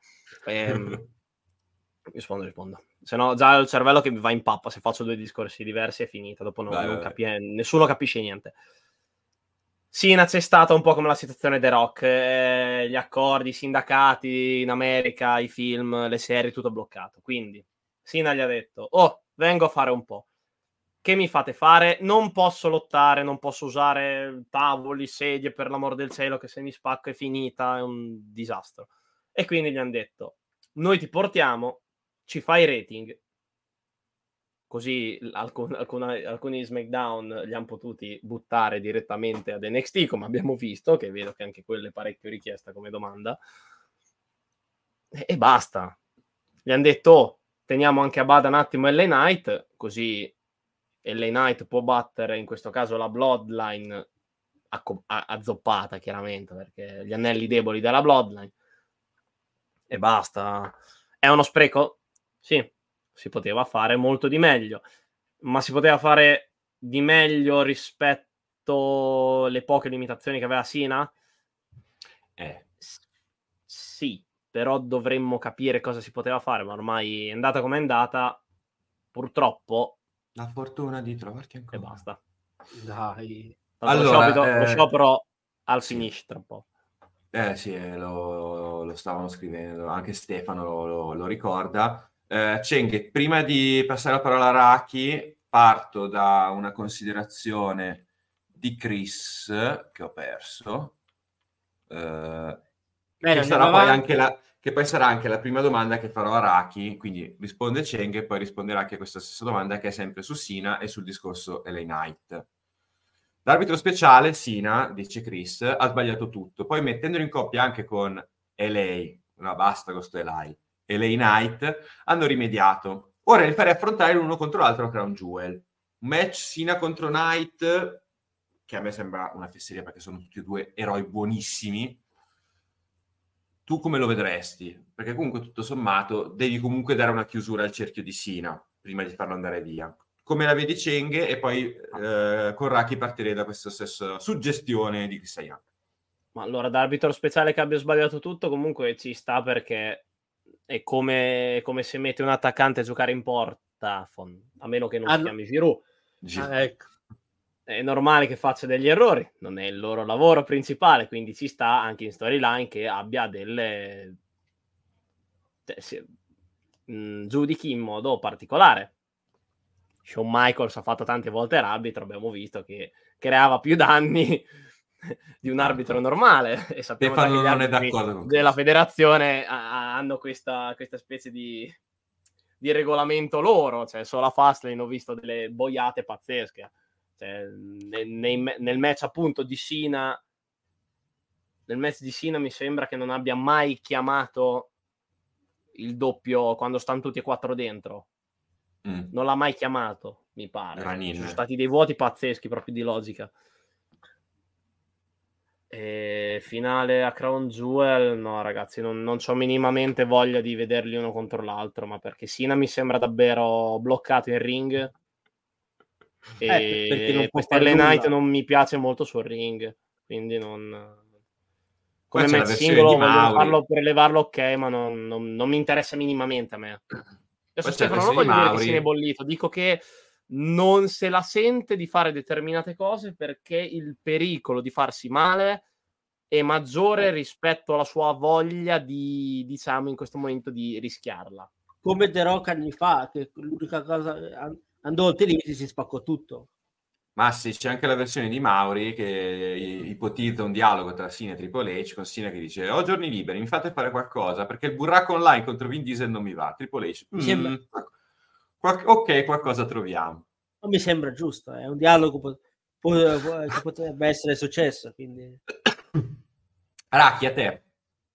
Rispondo. Se no già il cervello che mi va in pappa se faccio 2 discorsi diversi è finita. Dopo nessuno capisce niente. Sina c'è stata un po' come la situazione The Rock, gli accordi, i sindacati in America, i film, le serie, tutto bloccato. Quindi Sina gli ha detto, vengo a fare un po'. Che mi fate fare? Non posso lottare, non posso usare tavoli, sedie, per l'amor del cielo, che se mi spacco è finita, è un disastro. E quindi gli hanno detto, noi ti portiamo, ci fai rating, così alcuni SmackDown li hanno potuti buttare direttamente ad NXT, come abbiamo visto, che vedo che anche quella è parecchio richiesta come domanda, e basta. Gli hanno detto, teniamo anche a bada un attimo LA Knight, così LA Knight può battere in questo caso la Bloodline azzoppata, chiaramente, perché gli anelli deboli della Bloodline, e basta. È uno spreco? Sì, si poteva fare molto di meglio, ma si poteva fare di meglio rispetto alle poche limitazioni che aveva Sina? Sì, però dovremmo capire cosa si poteva fare, ma ormai è andata come è andata, purtroppo. La fortuna di trovarti ancora. E basta. Dai. Allora, lo sciopero al sì. finish tra un po'. Sì, lo stavano scrivendo, anche Stefano lo ricorda. Cenghe, prima di passare la parola a Raki, parto da una considerazione di Chris che ho perso, che sarà poi anche che poi sarà anche la prima domanda che farò a Raki, quindi risponde Cenghe e poi risponderà anche a questa stessa domanda che è sempre su Sina e sul discorso LA Knight. L'arbitro speciale, Sina, dice Chris, ha sbagliato tutto. Poi mettendolo in coppia anche con LA, no basta questo LA Knight, hanno rimediato. Ora li farei affrontare l'uno contro l'altro a Crown Jewel. Un match Sina contro Knight, che a me sembra una fesseria perché sono tutti e 2 eroi buonissimi. Tu come lo vedresti? Perché comunque tutto sommato devi comunque dare una chiusura al cerchio di Sina prima di farlo andare via. Come la vedi Cenghe? E poi con Raki partirei da questa stessa suggestione di Cristian. Ma allora, da arbitro speciale che abbia sbagliato tutto, comunque ci sta, perché è come se mette un attaccante a giocare in porta, a meno che non si chiami Giroud. Ecco. È normale che faccia degli errori, non è il loro lavoro principale, quindi ci sta anche in storyline che abbia delle giudichi in modo particolare. Shawn Michaels ha fatto tante volte l'arbitro, abbiamo visto che creava più danni di un arbitro normale, e sappiamo già che gli arbitri della federazione hanno questa specie di regolamento loro, cioè solo a Fastlane ho visto delle boiate pazzesche, cioè, nel match appunto di Cena, mi sembra che non abbia mai chiamato il doppio quando stanno tutti e 4 dentro. Non l'ha mai chiamato, mi pare. Ranin. Ci sono stati dei vuoti pazzeschi proprio di logica. E finale a Crown Jewel, no ragazzi, non c'ho minimamente voglia di vederli uno contro l'altro, ma perché Cena mi sembra davvero bloccato in ring perché non e può questa fare LA Knight nulla. non mi piace molto sul ring, quindi non... Poi Come c'è la match versione singolo di vogliono Mauri. farlo per levarlo, ok, ma non mi interessa minimamente a me. Adesso Poi c'è la Stefano, non versione di voglio dire che Mauri. se ne è bollito, dico che non se la sente di fare determinate cose perché il pericolo di farsi male è maggiore rispetto alla sua voglia di, diciamo, in questo momento di rischiarla. Come The Rock anni fa, che l'unica cosa andò oltre i limiti, si spaccò tutto. Ma sì, c'è anche la versione di Mauri che ipotizza un dialogo tra Cena e Triple H, con Cena che dice: ho giorni liberi, mi fate fare qualcosa perché il burraco online contro Vin Diesel non mi va. Triple H, Mi sembra... ok, qualcosa troviamo. Non mi sembra giusto, è un dialogo che potrebbe essere successo, quindi... Racchi, a te.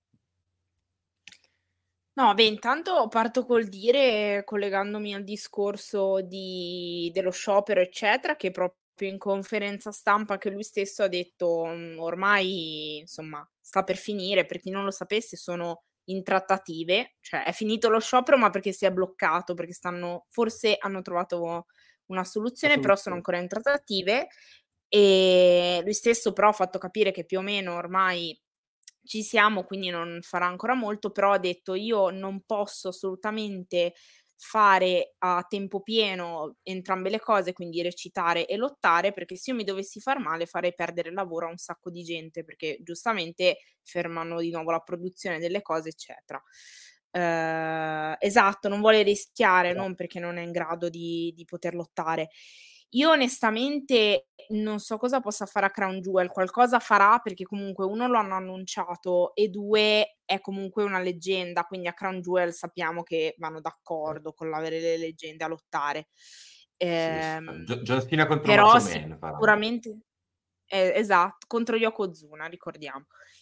No, beh, intanto parto col dire, collegandomi al discorso dello sciopero, eccetera, che proprio in conferenza stampa che lui stesso ha detto ormai, insomma, sta per finire. Per chi non lo sapesse, sono in trattative, cioè è finito lo sciopero, ma perché si è bloccato, perché forse hanno trovato una soluzione, però sono ancora in trattative. E lui stesso però ha fatto capire che più o meno ormai ci siamo, quindi non farà ancora molto, però ha detto: io non posso assolutamente fare a tempo pieno entrambe le cose, quindi recitare e lottare, perché se io mi dovessi far male farei perdere il lavoro a un sacco di gente, perché giustamente fermano di nuovo la produzione delle cose, eccetera. Esatto, non vuole rischiare, non perché non è in grado di poter lottare. Io onestamente non so cosa possa fare a Crown Jewel, qualcosa farà perché comunque 1 lo hanno annunciato e 2 è comunque una leggenda, quindi a Crown Jewel sappiamo che vanno d'accordo con l'avere le leggende a lottare. John Cena contro Però Macho Man, sicuramente esatto, contro Yokozuna, ricordiamo.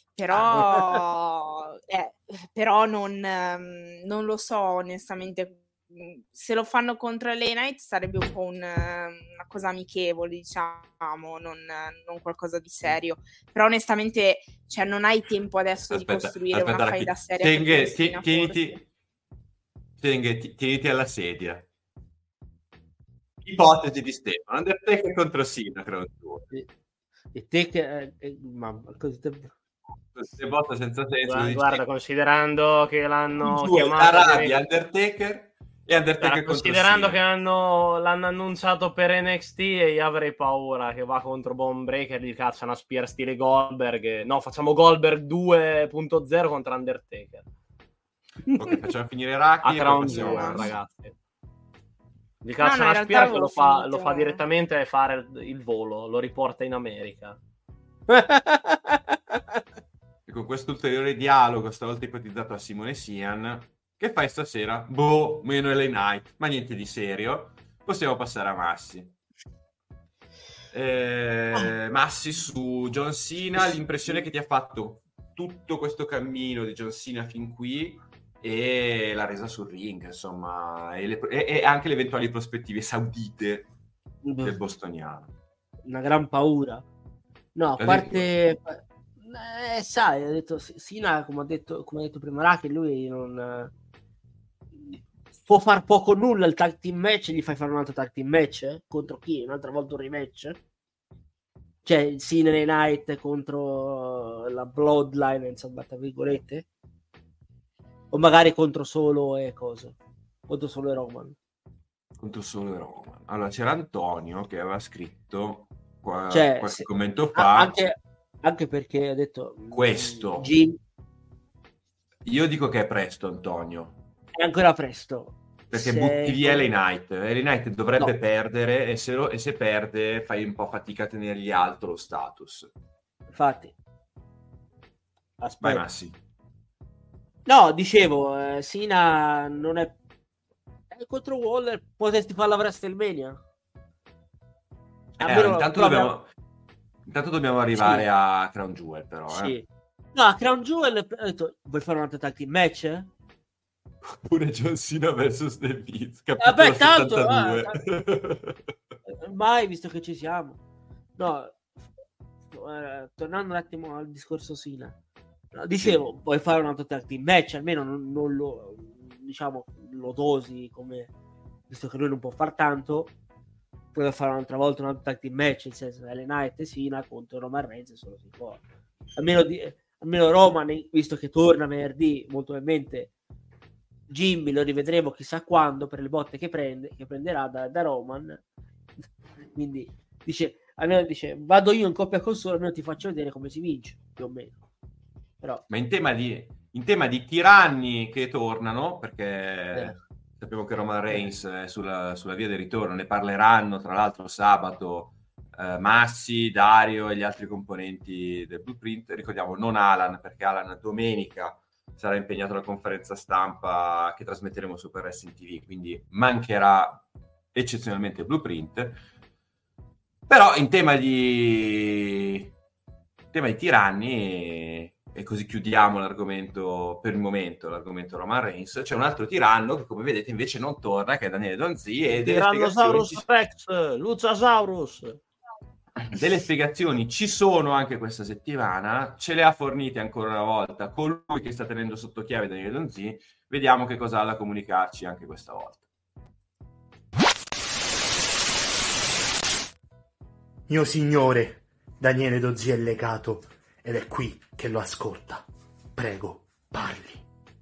Però però non lo so onestamente. Se lo fanno contro LA Knight sarebbe un po' una cosa amichevole, diciamo, non qualcosa di serio. Però onestamente, cioè, non hai tempo adesso di costruire una faida seria. Tieniti alla sedia. Ipotesi di Stefano: Undertaker contro Cena, credo tu. E te che... mamma, così le botte senza senso. Guarda, considerando che l'hanno chiamato Arabia, Undertaker e Undertaker considerando che l'hanno annunciato per NXT, e io avrei paura che va contro Bone Breaker, gli caccia una spear stile Goldberg. No, facciamo Goldberg 2.0 contro Undertaker. Ok, facciamo finire Raki a Crown Jewel, ragazzi. Gli caccia una spear che lo fa direttamente a fare il volo, lo riporta in America. E con questo ulteriore dialogo, stavolta ipotizzato a Simone Sian: che fai stasera? Boh, meno LA Knight, ma niente di serio. Possiamo passare a Massi. Massi su John Cena, l'impressione che ti ha fatto tutto questo cammino di John Cena fin qui e la resa sul ring, insomma, e anche le eventuali prospettive saudite del bostoniano. Una gran paura. No, a parte... sai, ha detto Cena, come ha detto prima Raki, lui non... può far poco o nulla il tag team match, gli fai fare un altro tag team match? Contro chi? Un'altra volta un rematch? Cioè, Cena e Knight contro la Bloodline, insomma, tra virgolette? O magari contro solo cosa? Contro solo Roman? Contro solo Roman. Allora, c'era Antonio che aveva scritto qualche commento fa. Anche perché ha detto... Questo. Jim... Io dico che è presto, Antonio. È ancora presto. Perché butti via LA Knight. LA Knight dovrebbe perdere e se perde fai un po' fatica a tenergli alto lo status. Infatti. Aspetta. Vai, Massi. No, dicevo, Cena non è contro Waller, potresti farla a WrestleMania. Intanto dobbiamo arrivare a Crown Jewel, però. Sì. No, a Crown Jewel ho detto, vuoi fare un altro tag team match? Oppure John Cena vs The Miz, capitolo Vabbè, tanto, 72. Ormai, visto che ci siamo. No, tornando un attimo al discorso Cena. No, dicevo, puoi fare un altro tag team match, almeno non lo, diciamo, lo dosi, come, visto che lui non può far tanto, puoi fare un'altra volta un altro tag team match, nel senso LA Knight e Cena contro Roman Reigns, solo si può. Almeno Roman, visto che torna venerdì, molto probabilmente Jimmy lo rivedremo chissà quando per le botte che prenderà da Roman. Quindi almeno dice vado io in coppia con solo, almeno ti faccio vedere come si vince, più o meno. Però Ma in tema di tiranni che tornano, perché sappiamo che Roman Reigns è sulla via del ritorno, ne parleranno tra l'altro sabato Massi, Dario e gli altri componenti del Blueprint. Ricordiamo non Alan, perché Alan domenica sarà impegnato alla conferenza stampa che trasmetteremo su Wrestling TV, quindi mancherà eccezionalmente Blueprint. Però in tema di tiranni, e così chiudiamo l'argomento per il momento, l'argomento Roman Reigns, c'è un altro tiranno che come vedete invece non torna, che è Daniele Donzi, e Tyrannosaurus Rex, Luchasaurus. Delle spiegazioni ci sono anche questa settimana, ce le ha fornite ancora una volta colui che sta tenendo sotto chiave Daniele Donzi. Vediamo che cosa ha da comunicarci anche questa volta. Mio signore, Daniele Donzi è legato ed è qui che lo ascolta. Prego, parli.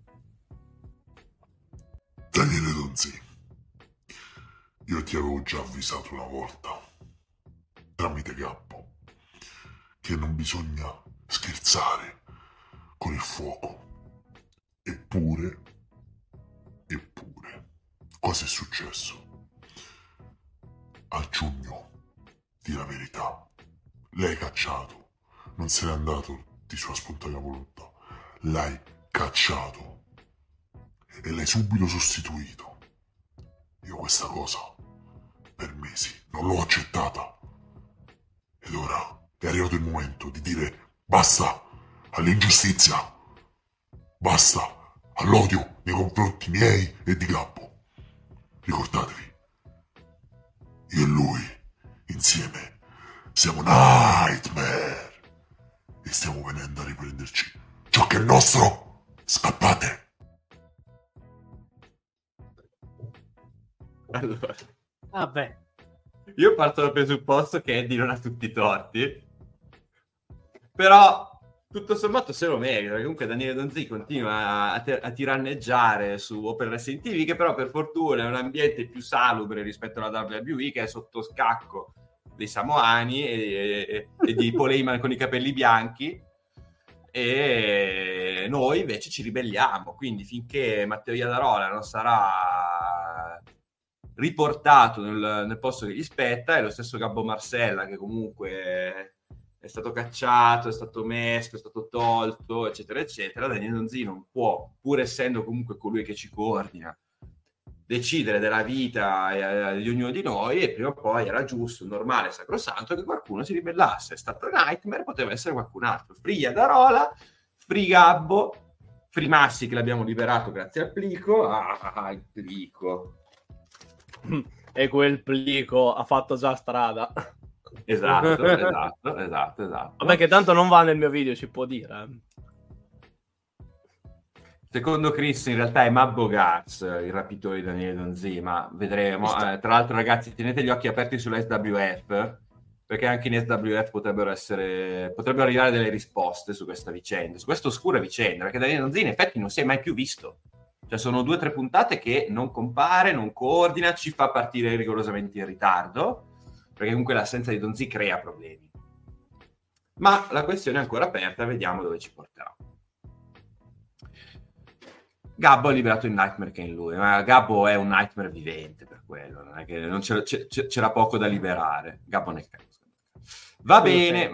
Daniele Donzi, io ti avevo già avvisato una volta, tramite Gabbo, che non bisogna scherzare con il fuoco. Eppure, cosa è successo? A giugno, di la verità, l'hai cacciato, non se n'è andato di sua spontanea volontà, l'hai cacciato e l'hai subito sostituito. Io questa cosa per mesi non l'ho accettata ed ora è arrivato il momento di dire basta all'ingiustizia, basta all'odio nei confronti miei e di Gabbo. Ricordatevi, io e lui insieme siamo Nightmare e stiamo venendo a riprenderci ciò che è nostro. Scappate. Allora, vabbè, io parto dal presupposto che Eddie non ha tutti i torti, però tutto sommato se lo merita, perché comunque Daniele Donzi continua a tiranneggiare su Open Wrestling TV, che però per fortuna è un ambiente più salubre rispetto alla WWE, che è sotto scacco dei samoani e di Paul Heyman con i capelli bianchi, e noi invece ci ribelliamo. Quindi finché Matteo Iadarola non sarà riportato nel posto che gli spetta, e lo stesso Gabbo Marcella, che comunque è stato cacciato, è stato messo, è stato tolto, eccetera eccetera, Daniele Donzi non può, pur essendo comunque colui che ci coordina, decidere della vita di ognuno di noi, e prima o poi era giusto, normale, sacrosanto che qualcuno si ribellasse. È stato Nightmare, poteva essere qualcun altro. Free Iadarola, Free Gabbo, Free Massi, che l'abbiamo liberato grazie al plico. Il plico. E quel plico ha fatto già strada. Esatto. Vabbè, che tanto non va nel mio video, si può dire. Secondo Chris in realtà è Mabbo Gaz il rapitore di Daniele Donzi, ma vedremo. Tra l'altro ragazzi, tenete gli occhi aperti sull'SWF, perché anche in SWF potrebbero arrivare delle risposte su questa vicenda, su questa oscura vicenda, perché Daniele Donzi in effetti non si è mai più visto. Cioè sono 2 o 3 puntate che non compare, non coordina, ci fa partire rigorosamente in ritardo, perché comunque l'assenza di Donzi crea problemi. Ma la questione è ancora aperta, vediamo dove ci porterà. Gabbo ha liberato il Nightmare che è in lui, ma Gabbo è un Nightmare vivente, per quello, non è che non c'era poco da liberare. Gabbo nel caso. Va bene.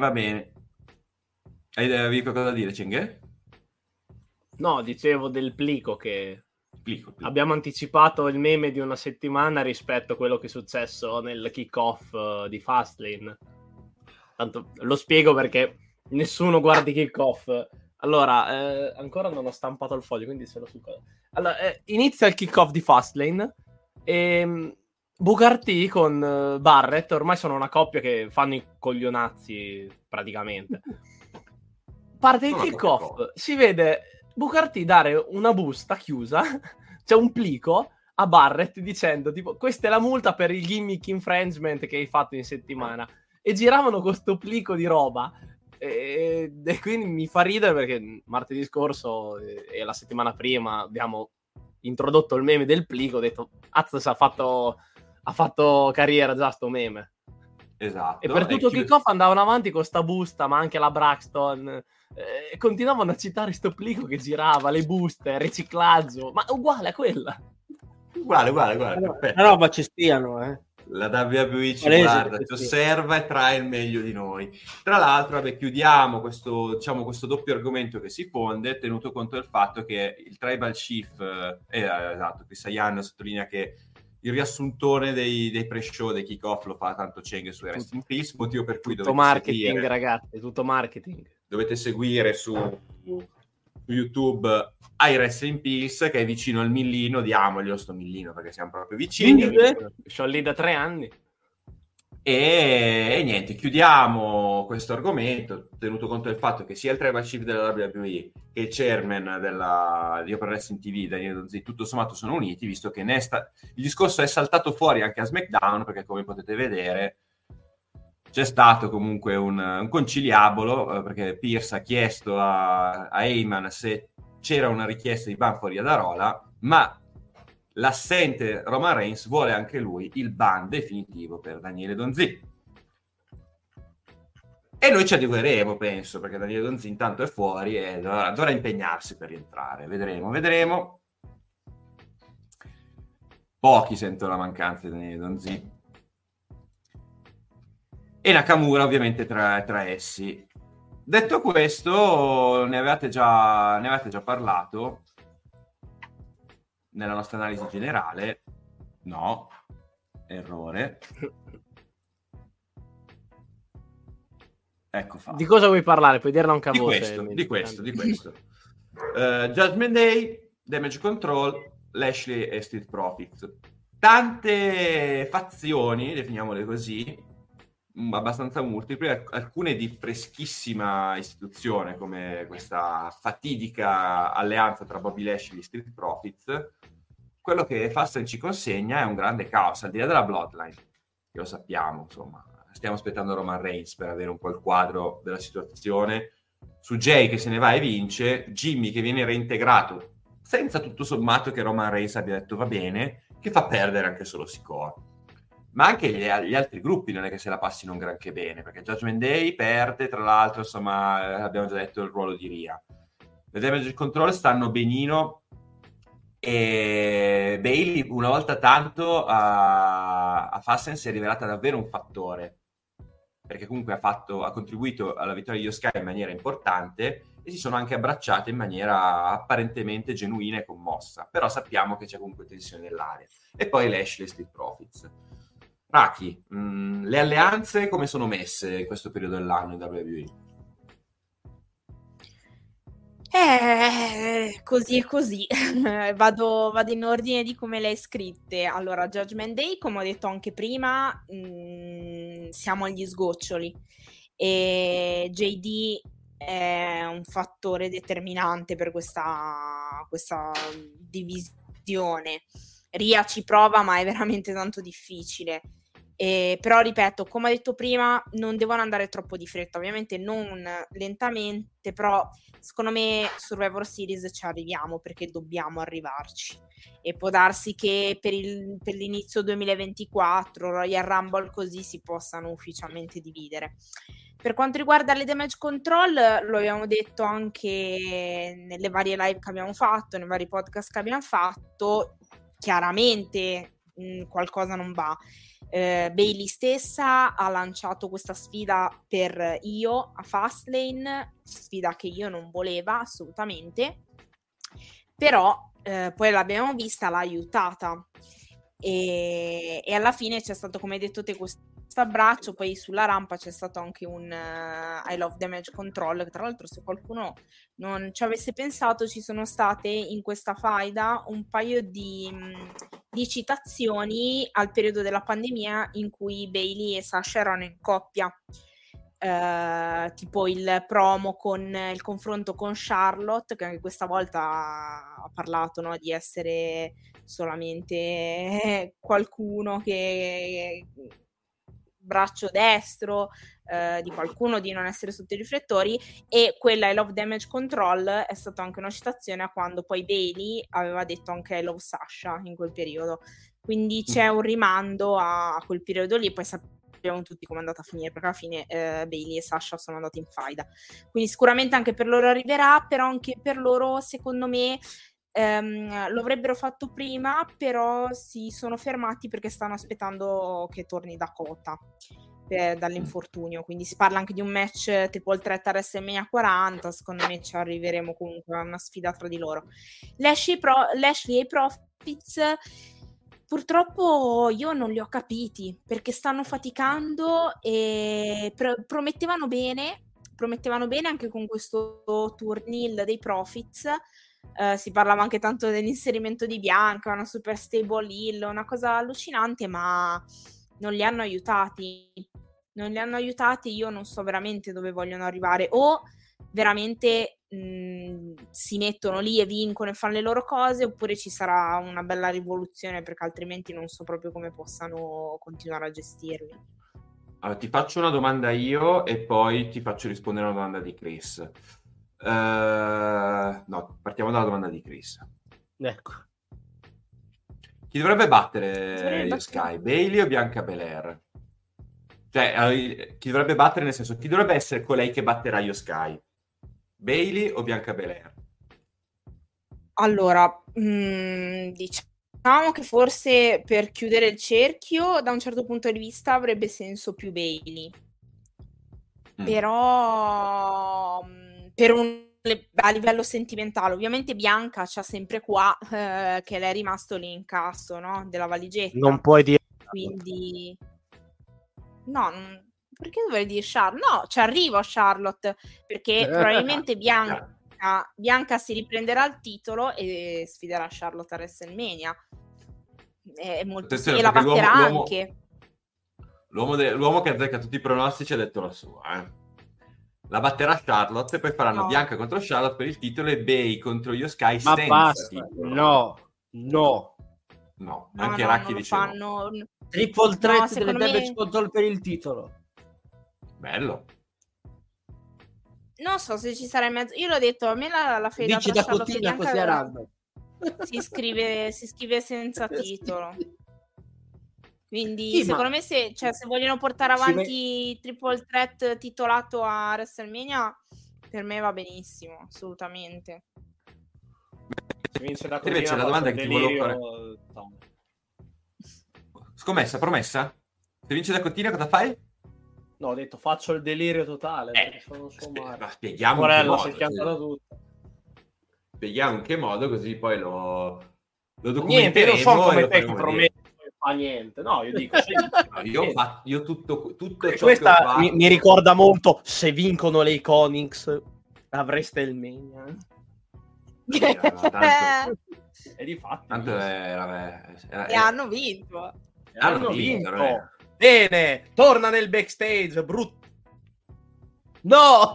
Avevi qualcosa da dire, Cenghe? No, dicevo del plico che Plico. abbiamo anticipato il meme di una settimana rispetto a quello che è successo nel kick-off di Fastlane. Tanto lo spiego perché nessuno guardi kick-off. Allora, ancora non ho stampato il foglio, quindi se lo sul... Allora, inizia il kick-off di Fastlane e Booker T con Barrett ormai sono una coppia che fanno i coglionazzi praticamente. Parte il kick-off, si vede Booker T dare una busta chiusa, c'è un plico a Barrett dicendo tipo questa è la multa per il gimmick infringement che hai fatto in settimana, e giravano con sto plico di roba e quindi mi fa ridere perché martedì scorso e la settimana prima abbiamo introdotto il meme del plico, ho detto Azz ha fatto carriera già sto meme. Esatto. E per tutto il kick-off andavano avanti con sta busta, ma anche la Braxton, continuavano a citare sto plico che girava, le buste, il riciclaggio, ma uguale a quella. Uguale, la roba ci stiano, La WWE ci guarda, ci osserva e trae il meglio di noi. Tra l'altro, chiudiamo questo doppio argomento che si fonde, tenuto conto del fatto che il Tribal Chief, esatto, Chris Ayan sottolinea che il riassuntone dei pre-show, dei kick-off lo fa tanto Cheng su Rest in Peace, motivo per cui tutto marketing, ragazzi, tutto marketing. Dovete seguire su YouTube ai Rest in Peace, che è vicino al millino, diamoglielo sto millino perché siamo proprio vicini. Sono lì da 3 anni. E niente, chiudiamo questo argomento, tenuto conto del fatto che sia il Tribal Chief della WWE che il chairman di Open Wrestling TV, Daniele Donzi, tutto sommato sono uniti, visto che il discorso è saltato fuori anche a SmackDown, perché come potete vedere c'è stato comunque un conciliabolo, perché Pierce ha chiesto a Heyman se c'era una richiesta di ban fuori da Rola, ma l'assente Roman Reigns vuole anche lui il ban definitivo per Daniele Donzi. E noi ci adegueremo, penso, perché Daniele Donzi intanto è fuori e dovrà impegnarsi per rientrare. Vedremo. Pochi sentono la mancanza di Daniele Donzi. E Nakamura ovviamente tra essi. Detto questo, ne avevate già parlato nella nostra analisi generale. No, errore. Ecco fatto. Di cosa vuoi parlare? Puoi dirla un cavolo. Di questo. Judgment Day, Damage Control, Lashley e Street Profits. Tante fazioni, definiamole così, abbastanza multiple, alcune di freschissima istituzione, come questa fatidica alleanza tra Bobby Lashley e Street Profits. Quello che Fastlane ci consegna è un grande caos, al di là della Bloodline, che lo sappiamo, insomma. Stiamo aspettando Roman Reigns per avere un po' il quadro della situazione. Su Jay che se ne va e vince, Jimmy che viene reintegrato senza tutto sommato che Roman Reigns abbia detto va bene, che fa perdere anche solo Sikoa. Ma anche gli altri gruppi non è che se la passino un granché bene, perché Judgment Day perde, tra l'altro, insomma, abbiamo già detto il ruolo di Rhea. Le Damage Control stanno benino e Bayley una volta tanto a Fastlane si è rivelata davvero un fattore, perché comunque ha contribuito alla vittoria di Io Sky in maniera importante e si sono anche abbracciate in maniera apparentemente genuina e commossa, però sappiamo che c'è comunque tensione nell'area. E poi Lashley e Street Profits. Raki, le alleanze come sono messe in questo periodo dell'anno in WWE? Così e così. Vado in ordine di come le hai scritte. Allora, Judgment Day, come ho detto anche prima, siamo agli sgoccioli e JD è un fattore determinante per questa divisione. Rhea ci prova, ma è veramente tanto difficile. Però ripeto, come ho detto prima, non devono andare troppo di fretta, ovviamente non lentamente, però secondo me Survivor Series ci arriviamo perché dobbiamo arrivarci, e può darsi che per l'inizio 2024 Royal Rumble così si possano ufficialmente dividere. Per quanto riguarda le Damage Control, lo abbiamo detto anche nelle varie live che abbiamo fatto, nei vari podcast che abbiamo fatto, chiaramente qualcosa non va. Bayley stessa ha lanciato questa sfida per Io a Fastlane, sfida che io non voleva assolutamente, però poi l'abbiamo vista, l'ha aiutata e alla fine c'è stato, come hai detto te, questo abbraccio. Poi sulla rampa c'è stato anche un I Love Damage Control, che tra l'altro, se qualcuno non ci avesse pensato, ci sono state in questa faida un paio di citazioni al periodo della pandemia in cui Bayley e Sasha erano in coppia. Tipo il promo con il confronto con Charlotte, che anche questa volta ha parlato, no, di essere solamente qualcuno che braccio destro di qualcuno, di non essere sotto i riflettori. E quella I Love Damage Control è stata anche una citazione a quando poi Bayley aveva detto anche I Love Sasha in quel periodo, quindi c'è un rimando a quel periodo lì. Poi sappiamo tutti come è andata a finire, perché alla fine Bayley e Sasha sono andati in faida, quindi sicuramente anche per loro arriverà, però anche per loro secondo me lo avrebbero fatto prima, però si sono fermati perché stanno aspettando che torni Dakota dall'infortunio, quindi si parla anche di un match triple threat a WrestleMania 40. Secondo me ci arriveremo comunque a una sfida tra di loro. Lashley e i Profits purtroppo io non li ho capiti, perché stanno faticando e promettevano bene anche con questo turnil dei Profits. Si parlava anche tanto dell'inserimento di Bianca, una super stable heel, una cosa allucinante, ma non li hanno aiutati. Io non so veramente dove vogliono arrivare, o veramente si mettono lì e vincono e fanno le loro cose, oppure ci sarà una bella rivoluzione, perché altrimenti non so proprio come possano continuare a gestirli. Allora, ti faccio una domanda io e poi ti faccio rispondere a una domanda di Chris. No, partiamo dalla domanda di Chris. Ecco. Chi dovrebbe battere Io Sky? Bayley o Bianca Belair? Cioè, chi dovrebbe battere, nel senso, chi dovrebbe essere colei che batterà Io Sky? Bayley o Bianca Belair? Allora, diciamo che forse per chiudere il cerchio, da un certo punto di vista, avrebbe senso più Bayley. Però a livello sentimentale, ovviamente Bianca c'ha sempre qua che lei è rimasto l'incasso, no? Della valigetta. Non puoi dire. Quindi no, perché dovrei dire Charlotte? No, ci arrivo a Charlotte, perché probabilmente Bianca si riprenderà il titolo e sfiderà Charlotte a WrestleMania. È molto e la batterà anche. L'uomo che azzecca tutti i pronostici ha detto la sua, La batterà Charlotte e poi faranno Bianca contro Charlotte per il titolo e Bay contro Io Sky senza basta. titolo. No, anche Racchi diceva fanno... Triple threat delle damage control per il titolo. Bello. Non so se ci sarà in mezzo. Io l'ho detto, a me la fede dici da Cottina così a random. Si scrive senza titolo. Quindi secondo me se vogliono portare avanti Triple Threat titolato a WrestleMania, per me va benissimo, assolutamente. Se vince la Invece la domanda che ti volevo fare. Scommessa, promessa? Se vince da Cottina cosa fai? No, ho detto faccio il delirio totale. Perché sono spieghiamo in che modo. Spieghiamo in che modo, così poi lo documenteremo. Niente, io non so come te che prometti fa niente. No, io dico io tutto ciò questa che ho fatto... mi ricorda molto se vincono le Iconics avreste il Mania. E di fatto tanto e hanno vinto. Hanno vinto. Bene, torna nel backstage, brutto. No,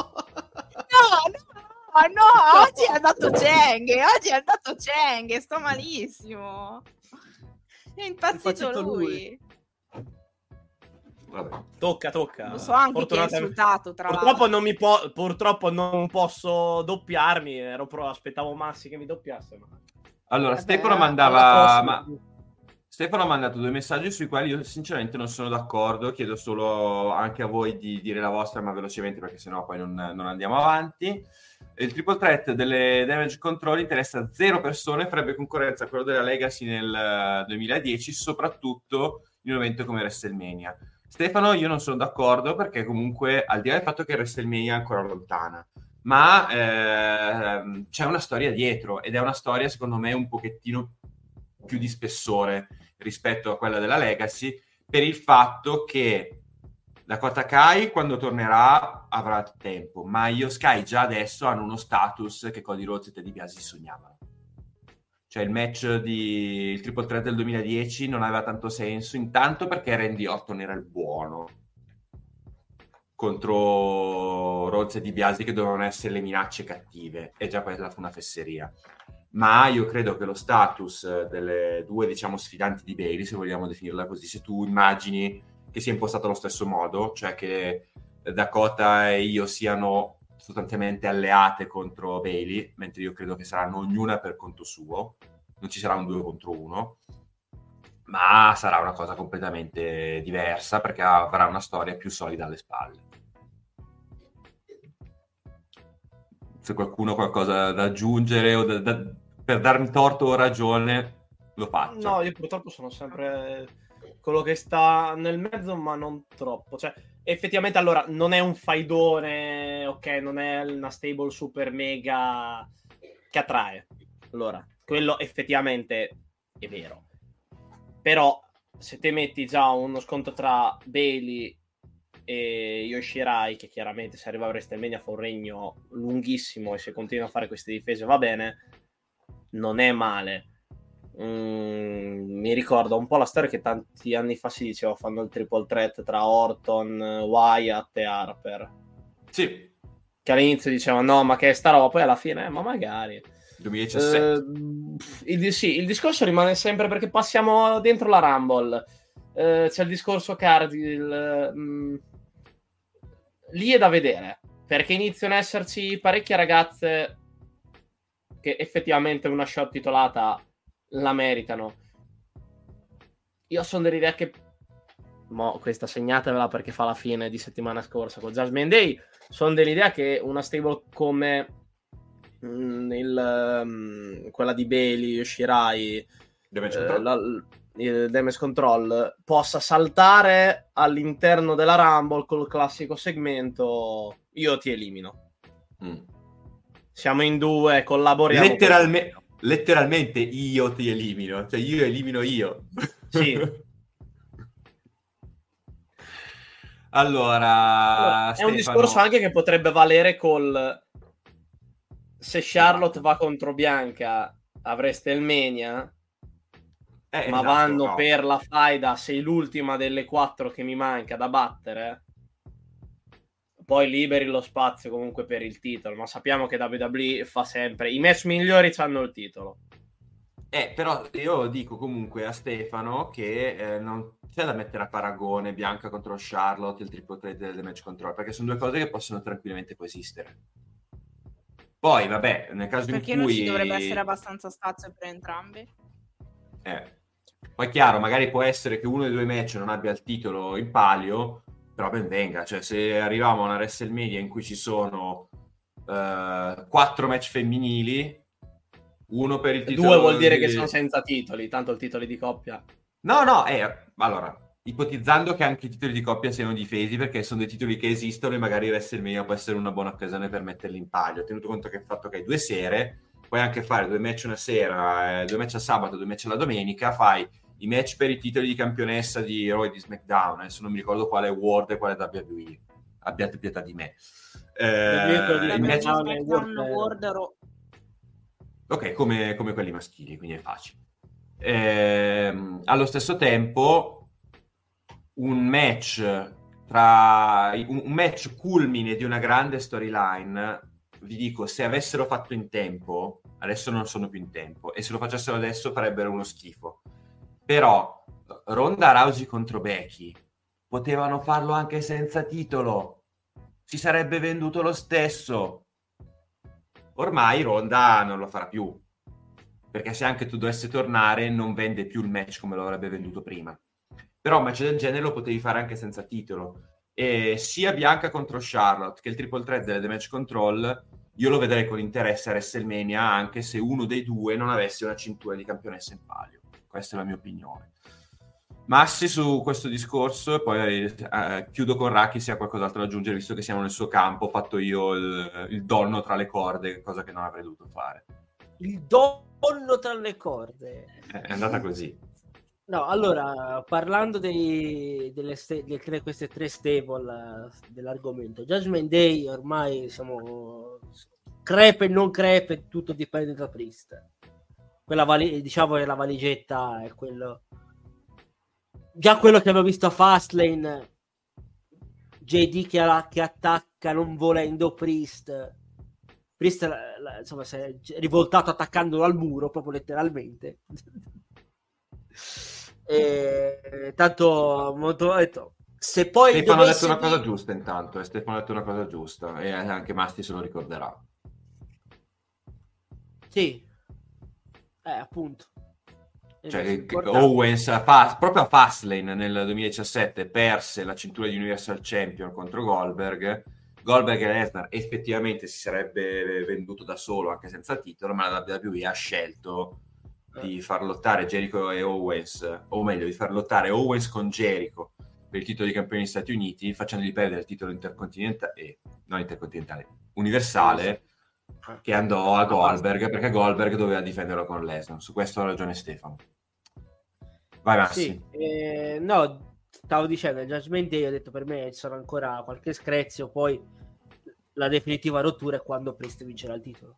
oggi è andato Cheng, sto malissimo. È impazzito lui. Vabbè. Tocca. Lo so anche che è insultato, tra l'altro. Purtroppo non posso doppiarmi, aspettavo Massi che mi doppiasse. Ma... Allora, Stefano ha mandato 2 messaggi sui quali io sinceramente non sono d'accordo. Chiedo solo anche a voi di dire la vostra, ma velocemente, perché sennò poi non andiamo avanti. Il triple threat delle damage control interessa 0 persone, farebbe concorrenza a quello della Legacy nel 2010, soprattutto in un evento come WrestleMania. Stefano, io non sono d'accordo, perché comunque, al di là del fatto che WrestleMania è ancora lontana, ma c'è una storia dietro, ed è una storia secondo me un pochettino più di spessore rispetto a quella della Legacy, per il fatto che Dakota Kai quando tornerà avrà tempo, ma Io Sky già adesso hanno uno status che Cody Rhodes e Teddy DiBiase sognavano. Cioè il match il Triple Threat del 2010 non aveva tanto senso, intanto perché Randy Orton era il buono contro Rhodes e DiBiase che dovevano essere le minacce cattive, e già quella fu una fesseria. Ma io credo che lo status delle due, diciamo, sfidanti di Bayley, se vogliamo definirla così, se tu immagini che sia impostato allo stesso modo, cioè che Dakota e Io siano sostanzialmente alleate contro Bayley, mentre io credo che saranno ognuna per conto suo, non ci sarà un 2 contro 1, ma sarà una cosa completamente diversa perché avrà una storia più solida alle spalle. Se qualcuno ha qualcosa da aggiungere o per darmi torto o ragione, lo faccio. No, io purtroppo sono sempre quello che sta nel mezzo, ma non troppo. Cioè, effettivamente, allora, non è un faidone, ok, non è una stable super mega che attrae. Allora, quello effettivamente è vero. Però, se te metti già uno scontro tra Bayley e Yoshirai, che chiaramente se arriva a WrestleMania fa un regno lunghissimo, e se continua a fare queste difese va bene, non è male. Mi ricorda un po' la storia che tanti anni fa si diceva fanno il triple threat tra Orton, Wyatt e Harper. Sì. Che all'inizio dicevano no, ma che è sta roba, poi alla fine ma magari 2017. Il discorso rimane sempre, perché passiamo dentro la Rumble. C'è il discorso Cardill, lì è da vedere, perché iniziano ad esserci parecchie ragazze che effettivamente una shot titolata la meritano. Io sono dell'idea che questa segnatevela perché fa la fine di settimana scorsa con Judgment Day. Sono dell'idea che una stable come quella di Bayley, Yoshirai, il Damage Control possa saltare all'interno della Rumble col classico segmento io ti elimino. Siamo in due, collaboriamo. Letteralmente io ti elimino, cioè io elimino io. Sì. Allora, è un discorso anche che potrebbe valere se Charlotte va contro Bianca a WrestleMania, ma esatto, vanno per la faida, sei l'ultima delle 4 che mi manca da battere, poi liberi lo spazio comunque per il titolo, ma sappiamo che WWE fa sempre i match migliori, c'hanno il titolo. Però io dico comunque a Stefano che non c'è da mettere a paragone Bianca contro Charlotte, il triple threat del Damage Control, perché sono due cose che possono tranquillamente coesistere. Poi vabbè, nel caso perché in cui non ci dovrebbe essere abbastanza spazio per entrambe. Poi chiaro, magari può essere che uno dei due match non abbia il titolo in palio, però ben venga, cioè se arriviamo a una WrestleMania in cui ci sono 4 match femminili, uno per il titolo, 2 vuol dire che sono senza titoli, tanto il titolo di coppia allora, ipotizzando che anche i titoli di coppia siano difesi, perché sono dei titoli che esistono e magari WrestleMania può essere una buona occasione per metterli in palio, tenuto conto che il fatto che hai 2 sere, puoi anche fare 2 match una sera, 2 match a sabato, 2 match la domenica, fai i match per i titoli di campionessa di Raw e di SmackDown, adesso non mi ricordo quale World e quale WWE, abbiate pietà di me. Il match World Raw. Ok, come quelli maschili, quindi è facile. Allo stesso tempo un match culmine di una grande storyline, vi dico, se avessero fatto in tempo, adesso non sono più in tempo, e se lo facessero adesso farebbero uno schifo. Però Ronda Rousey contro Becky potevano farlo anche senza titolo, si sarebbe venduto lo stesso. Ormai Ronda non lo farà più, perché se anche tu dovessi tornare non vende più il match come lo avrebbe venduto prima. Però un match del genere lo potevi fare anche senza titolo, e sia Bianca contro Charlotte che il triple threat delle Damage Control io lo vedrei con interesse a WrestleMania, anche se uno dei due non avesse una cintura di campionessa in palio. Questa è la mia opinione. Massi su questo discorso, e poi chiudo con Raki se ha qualcos'altro da aggiungere, visto che siamo nel suo campo. Ho fatto io il donno tra le corde, cosa che non avrei dovuto fare. Il donno tra le corde È andata così. No, allora, parlando queste tre stable dell'argomento, Judgment Day ormai siamo crepe e non crepe, tutto dipende da Priest. Quella diciamo che la valigetta è quello. Già quello che abbiamo visto a Fastlane, JD che attacca non volendo Priest. Priest insomma si è rivoltato attaccandolo al muro, proprio letteralmente. Tanto molto detto, se poi Stefano ha detto una cosa giusta intanto, Stefano ha detto una cosa giusta e anche Masti se lo ricorderà. Sì, appunto. Cioè, Owens proprio a Fastlane nel 2017 perse la cintura di Universal Champion contro Goldberg e Lesnar effettivamente si sarebbe venduto da solo anche senza titolo, ma la WWE ha scelto di far lottare Jericho e Owens, o meglio di far lottare Owens con Jericho per il titolo di campione degli Stati Uniti, facendogli perdere il titolo non intercontinentale, universale, che andò a Goldberg, perché Goldberg doveva difenderlo con Lesnar. Su questo ha ragione Stefano. Vai Massi. Sì, no, stavo dicendo, il Judgment Day, ho detto per me ci sarà ancora qualche screzio, poi la definitiva rottura è quando Priest vincerà il titolo.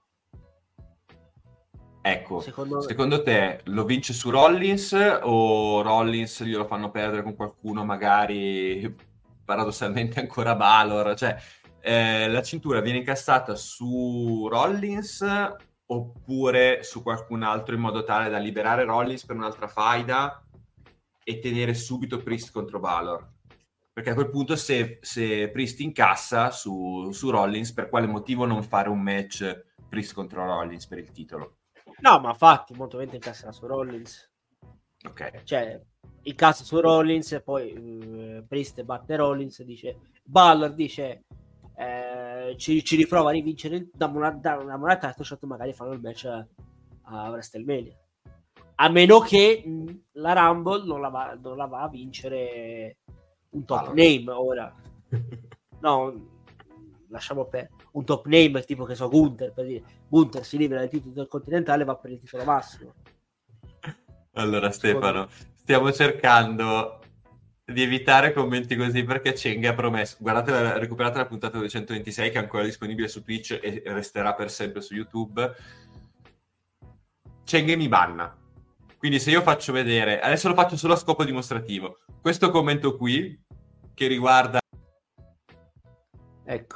Ecco, secondo te lo vince su Rollins o Rollins glielo fanno perdere con qualcuno magari paradossalmente ancora Balor? Cioè, la cintura viene incassata su Rollins oppure su qualcun altro in modo tale da liberare Rollins per un'altra faida e tenere subito Priest contro Balor? Perché a quel punto se Priest incassa su Rollins, per quale motivo non fare un match Priest contro Rollins per il titolo? No, ma infatti molto ovviamente incasserà su Rollins. Ok. Cioè, incassa su Rollins e poi Priest batte Rollins, Balor dice ci riprova a rivincere da una moneta e magari fanno il match a WrestleMania. A meno che la Rumble non la va a vincere un top name ora. No, lasciamo per un top name tipo che so Gunther, per dire Gunther si libera del titolo del continentale, va per il titolo massimo. Allora Stefano, stiamo cercando di evitare commenti così perché Cheng ha promesso, guardate, recuperate la puntata 226 che è ancora disponibile su Twitch e resterà per sempre su YouTube. Cheng mi banna, quindi se io faccio vedere, adesso lo faccio solo a scopo dimostrativo, questo commento qui che riguarda ecco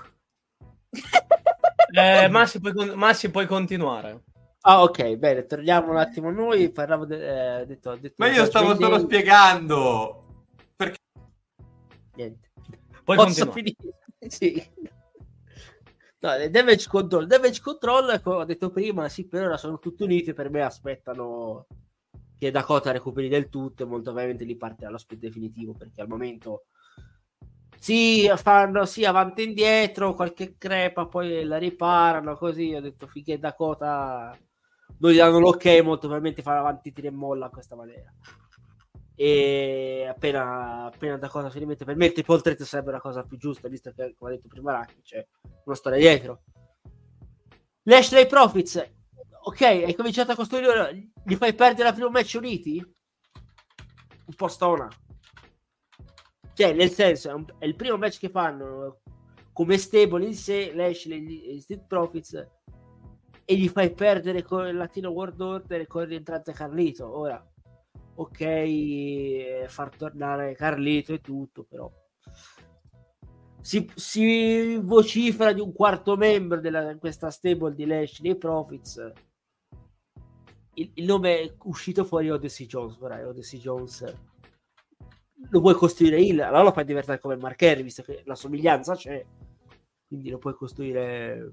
Massi puoi continuare. Ah, ok, bene, torniamo un attimo a noi. Parlavo detto ma io stavo solo spiegando perché niente. Poi posso finire? Sì. No, il damage control, come ho detto prima, sì, per ora sono tutti uniti. Per me aspettano che Dakota recuperi del tutto e molto ovviamente lì parte allo split definitivo, perché al momento fanno avanti e indietro, qualche crepa, poi la riparano, così. Ho detto finché Dakota non gli danno l'ok, molto probabilmente farà avanti tira e molla a questa maniera. E appena Dakota si rimette, per me il triple threat sarebbe la cosa più giusta, visto che, come ha detto prima Raki, c'è una storia dietro. Lashley Profits, ok, hai cominciato a costruire, gli fai perdere al primo match uniti? Un po' stona. Cioè, nel senso, è il primo match che fanno come stable in sé, Lashley e Street Profits, e gli fai perdere con il Latino World Order e con il rientrante Carlito. Ora, ok, far tornare Carlito e tutto, però si vocifera di un quarto membro di questa stable di Lashley e Profits. Il nome è uscito fuori Odyssey Jones, Odyssey Jones lo puoi costruire allora lo fai diventare come Mark Henry, visto che la somiglianza c'è, quindi lo puoi costruire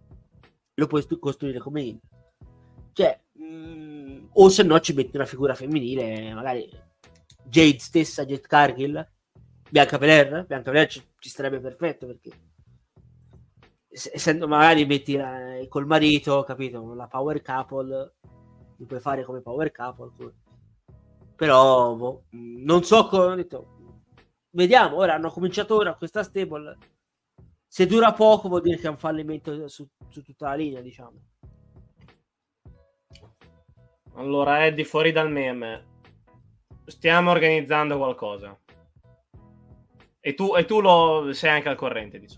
come il, cioè o se no ci metti una figura femminile, magari Jade stessa, Jade Cargill, Bianca Belair ci starebbe perfetto, perché essendo magari metti col marito, capito, la power couple, li puoi fare come power couple, però non so come ho detto, vediamo. Ora hanno cominciato questa stable, se dura poco vuol dire che è un fallimento su tutta la linea, diciamo. Allora Eddie, fuori dal meme, Stiamo organizzando qualcosa. E tu lo sei anche al corrente di ciò.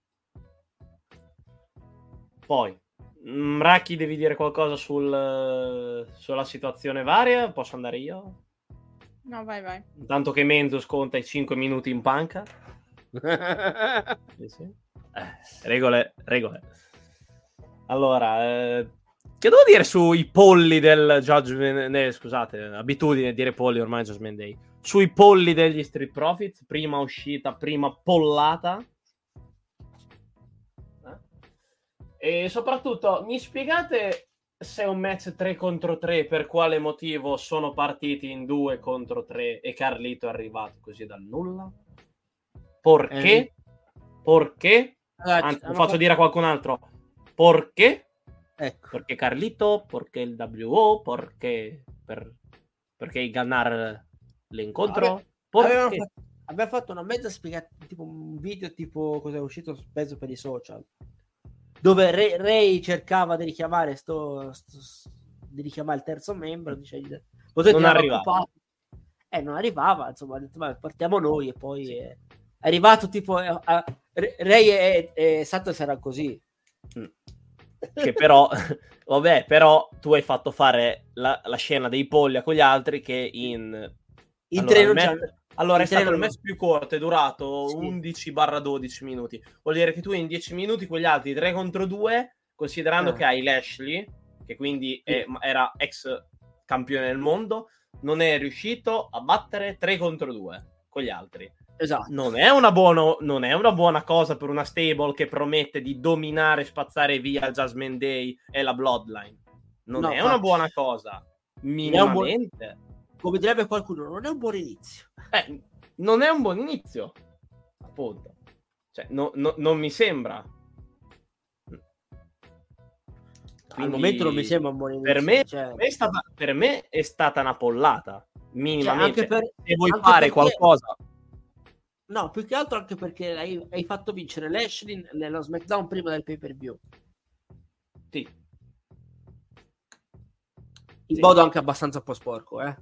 Poi, Racchi, devi dire qualcosa sulla situazione varia? Posso andare io? No, vai. Intanto che Menzo sconta i 5 minuti in panca. Sì. Regole. Allora, che devo dire sui polli del Judgment... scusate, abitudine dire polli ormai Judgment Day. Sui polli degli Street Profits, prima uscita, prima pollata. E soprattutto, mi spiegate se è un match 3 contro 3, per quale motivo sono partiti in 2 contro 3 e Carlito è arrivato così dal nulla? Perché? Anzi, lo faccio dire a qualcun altro. Perché? Ecco. Perché Carlito, perché il WO, perché il Gannar l'incontro. Abbiamo fatto una mezza spiegazione, tipo un video tipo cosa è uscito spesso per i social, dove Ray cercava di richiamare di richiamare il terzo membro, dicendo non arrivava. Non arrivava, insomma, ha detto, partiamo noi, e poi è arrivato tipo Ray e Santos era così. Che però vabbè, però tu hai fatto fare la scena dei polli a quegli altri che allora è stato il match più corto, è durato 11-12 minuti. Vuol dire che tu in 10 minuti quegli altri 3 contro 2, considerando che hai Lashley, che quindi era ex campione del mondo, non è riuscito a battere 3 contro 2 con gli altri. Esatto. Non è una buona cosa per una stable che promette di dominare e spazzare via il Judgment Day e la Bloodline. Una buona cosa. Minimamente. Come direbbe qualcuno, non è un buon inizio. Non è un buon inizio. Appunto. Cioè, non mi sembra. Quindi, al momento non mi sembra un buon inizio. Per me è stata una pollata. Minimamente. Se vuoi anche fare qualcosa... No, più che altro anche perché hai fatto vincere Lashley nello SmackDown prima del pay-per-view. Sì. In modo anche abbastanza un po' sporco, No.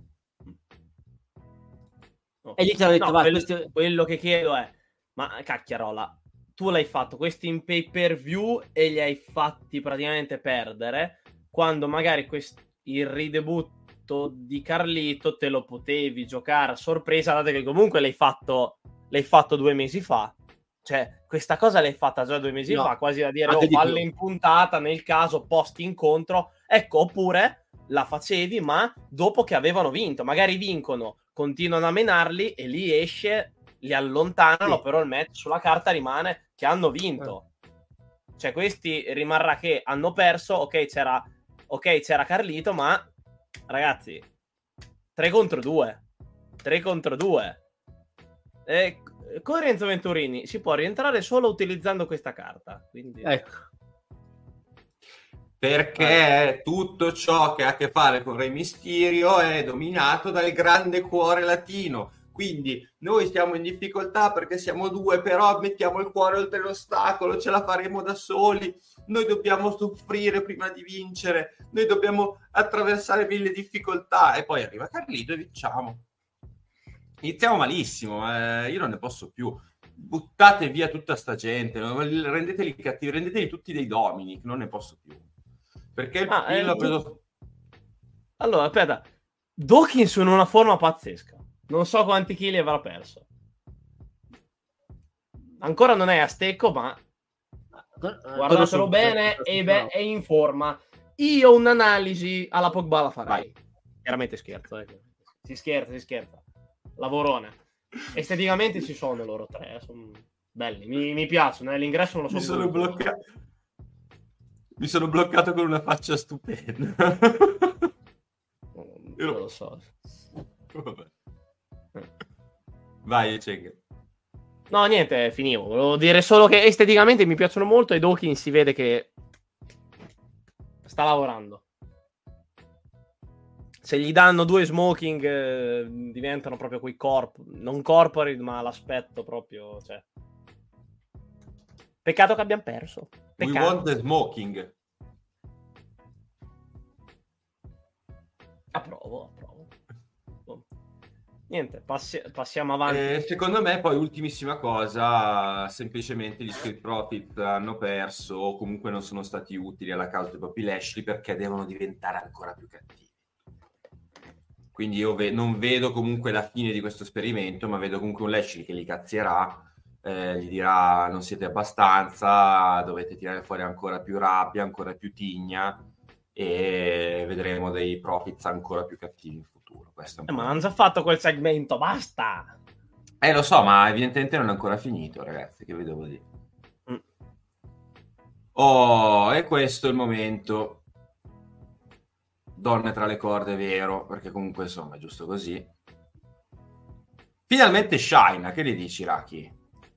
E gli ti hanno detto, quello che chiedo è, ma cacchiarola, tu l'hai fatto questi in pay-per-view e li hai fatti praticamente perdere, quando magari il ridebutto di Carlito te lo potevi giocare a sorpresa, dato che comunque l'hai fatto 2 mesi fa. Cioè, questa cosa l'hai fatta già 2 mesi fa, quasi da dire, falle in puntata nel caso post incontro, ecco, oppure la facevi ma dopo che avevano vinto, magari vincono, continuano a menarli e lì esce, li allontanano, però il match sulla carta rimane che hanno vinto. Cioè, questi rimarrà che hanno perso, ok c'era Carlito, ma ragazzi, 3 contro 2 con Renzo Venturini si può rientrare solo utilizzando questa carta, quindi... Ecco. Perché tutto ciò che ha a che fare con Re Mysterio è dominato dal grande cuore latino. Quindi noi siamo in difficoltà perché siamo 2, però mettiamo il cuore oltre l'ostacolo, ce la faremo da soli. Noi dobbiamo soffrire prima di vincere, noi dobbiamo attraversare 1000 difficoltà. E poi arriva Carlito e vinciamo. Iniziamo malissimo, io non ne posso più. Buttate via tutta sta gente, rendeteli cattivi, rendeteli tutti dei Dominic, non ne posso più. Perché il ha preso... Allora, aspetta, Dawkins in una forma pazzesca. Non so quanti chili avrà perso. Ancora non è a stecco, ma guardatelo bene, è in forma. Io un'analisi alla Pogba la farei. Chiaramente scherzo, si scherza. Lavorone. Esteticamente ci sono loro 3, sono belli, mi piacciono, l'ingresso non lo so. Mi sono bloccato con una faccia stupenda. Io non lo so. Vabbè. Vai, Ceng. No, niente, finivo. Volevo dire solo che esteticamente mi piacciono molto e Dawkins si vede che sta lavorando. Se gli danno 2 smoking diventano proprio quei non corporate, ma l'aspetto proprio, cioè. Peccato che abbiamo perso. We want the smoking. Approvo. Niente, passiamo avanti. Secondo me poi ultimissima cosa, semplicemente gli Street Profits hanno perso o comunque non sono stati utili alla causa di Bobby Lashley perché devono diventare ancora più cattivi. Quindi io non vedo comunque la fine di questo esperimento, ma vedo comunque un Lashley che li cazzierà, gli dirà non siete abbastanza, dovete tirare fuori ancora più rabbia, ancora più tigna, e vedremo dei Profits ancora più cattivi in futuro. Questo è un po'. Ma hanno già fatto quel segmento, basta! Lo so, ma evidentemente non è ancora finito, ragazzi, che vi devo dire. Oh, e questo è il momento. Donne tra le corde, vero, perché comunque insomma è giusto così. Finalmente Shayna, che ne dici, Raki?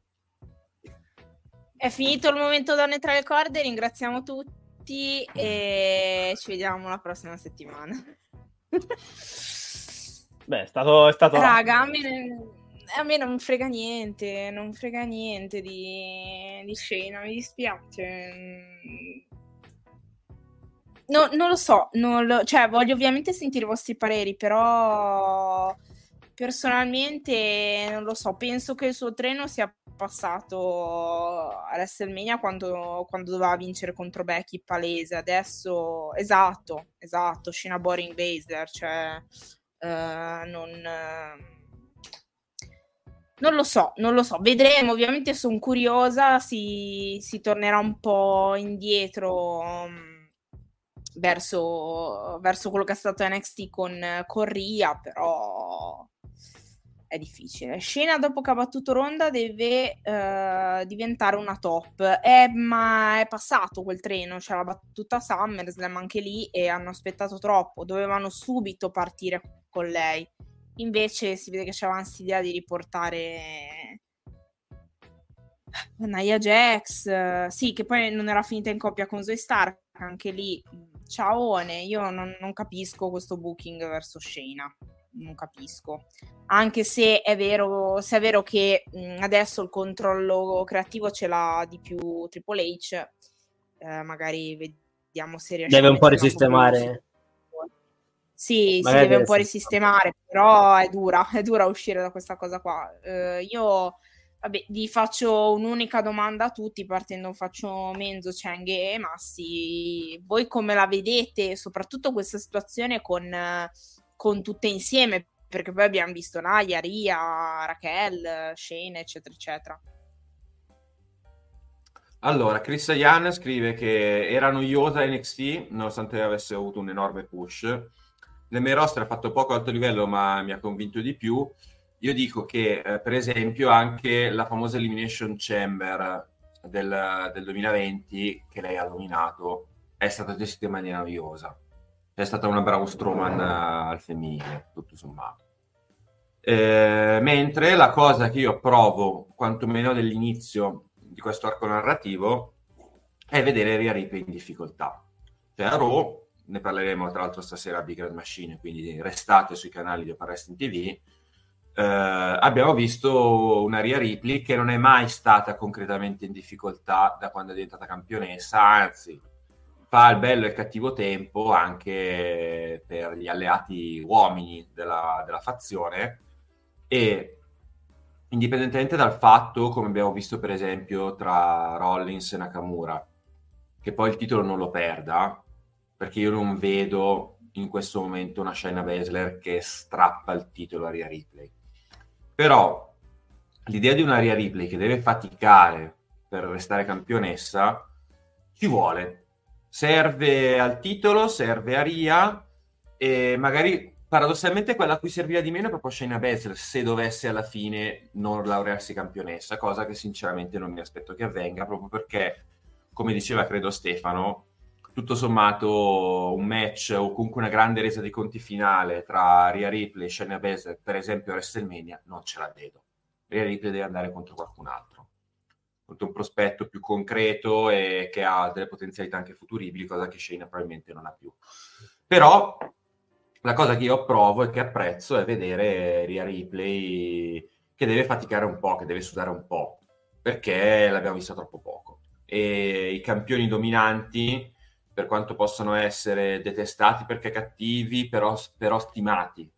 È finito il momento donne tra le corde, ringraziamo tutti e ci vediamo la prossima settimana. Beh, è stato... Raga, a me non frega niente di Shayna, mi dispiace. No, non lo so, cioè voglio ovviamente sentire i vostri pareri, però personalmente non lo so, penso che il suo treno sia passato a WrestleMania quando doveva vincere contro Becky palese. Adesso esatto, Shayna Boring Baszler, cioè non lo so, vedremo, ovviamente sono curiosa, si tornerà un po' indietro verso quello che è stato NXT con Rhea, però è difficile. Shayna, dopo che ha battuto Ronda, deve diventare una top, ma è passato quel treno, cioè l'ha battuta SummerSlam anche lì e hanno aspettato troppo, dovevano subito partire con lei. Invece si vede che c'aveva l'idea di riportare Nia Jax, sì, che poi non era finita in coppia con Zoe Stark, anche lì ciaone. Io non capisco questo booking verso Shayna, non capisco, anche se è vero che adesso il controllo creativo ce l'ha di più Triple H, magari vediamo se riesce deve a un po' mettere risistemare. Sì, magari si deve un po' risistemare, però è dura uscire da questa cosa qua. Io vi faccio un'unica domanda a tutti, faccio Menzo, Cheng e Massi. Voi come la vedete, soprattutto questa situazione con tutte insieme? Perché poi abbiamo visto Naya, Rhea, Raquel, Shayna, eccetera, eccetera. Allora, Chris Ian scrive che era noiosa NXT, nonostante avesse avuto un enorme push. Nel main roster ha fatto poco alto livello, ma mi ha convinto di più. Io dico che, per esempio, anche la famosa Elimination Chamber del 2020, che lei ha dominato, è stata gestita in maniera noiosa. È stata una Braun Strowman al femminile, tutto sommato. Mentre la cosa che io approvo, quantomeno dell'inizio di questo arco narrativo, è vedere Rhea Ripley in difficoltà. Cioè a Raw, ne parleremo tra l'altro stasera a Big Red Machine, quindi restate sui canali di Open Wrestling TV. Abbiamo visto una Rhea Ripley che non è mai stata concretamente in difficoltà da quando è diventata campionessa, anzi fa il bello e il cattivo tempo anche per gli alleati uomini della fazione, e indipendentemente dal fatto, come abbiamo visto per esempio tra Rollins e Nakamura, che poi il titolo non lo perda, perché io non vedo in questo momento una Shayna Baszler che strappa il titolo a Rhea Ripley. Però l'idea di una Rhea Ripley che deve faticare per restare campionessa ci vuole. Serve al titolo, serve a Rhea, e magari paradossalmente quella a cui serviva di meno è proprio Shayna Baszler, se dovesse alla fine non laurearsi campionessa, cosa che sinceramente non mi aspetto che avvenga, proprio perché, come diceva credo Stefano, tutto sommato un match o comunque una grande resa dei conti finale tra Rhea Ripley e Shayna Baszler, per esempio a WrestleMania, non ce la vedo. Rhea Ripley deve andare contro qualcun altro, contro un prospetto più concreto e che ha delle potenzialità anche futuribili, cosa che Shayna probabilmente non ha più. Però la cosa che io approvo e che apprezzo è vedere Rhea Ripley che deve faticare un po', che deve sudare un po', perché l'abbiamo vista troppo poco. E i campioni dominanti, per quanto possono essere detestati perché cattivi, però stimati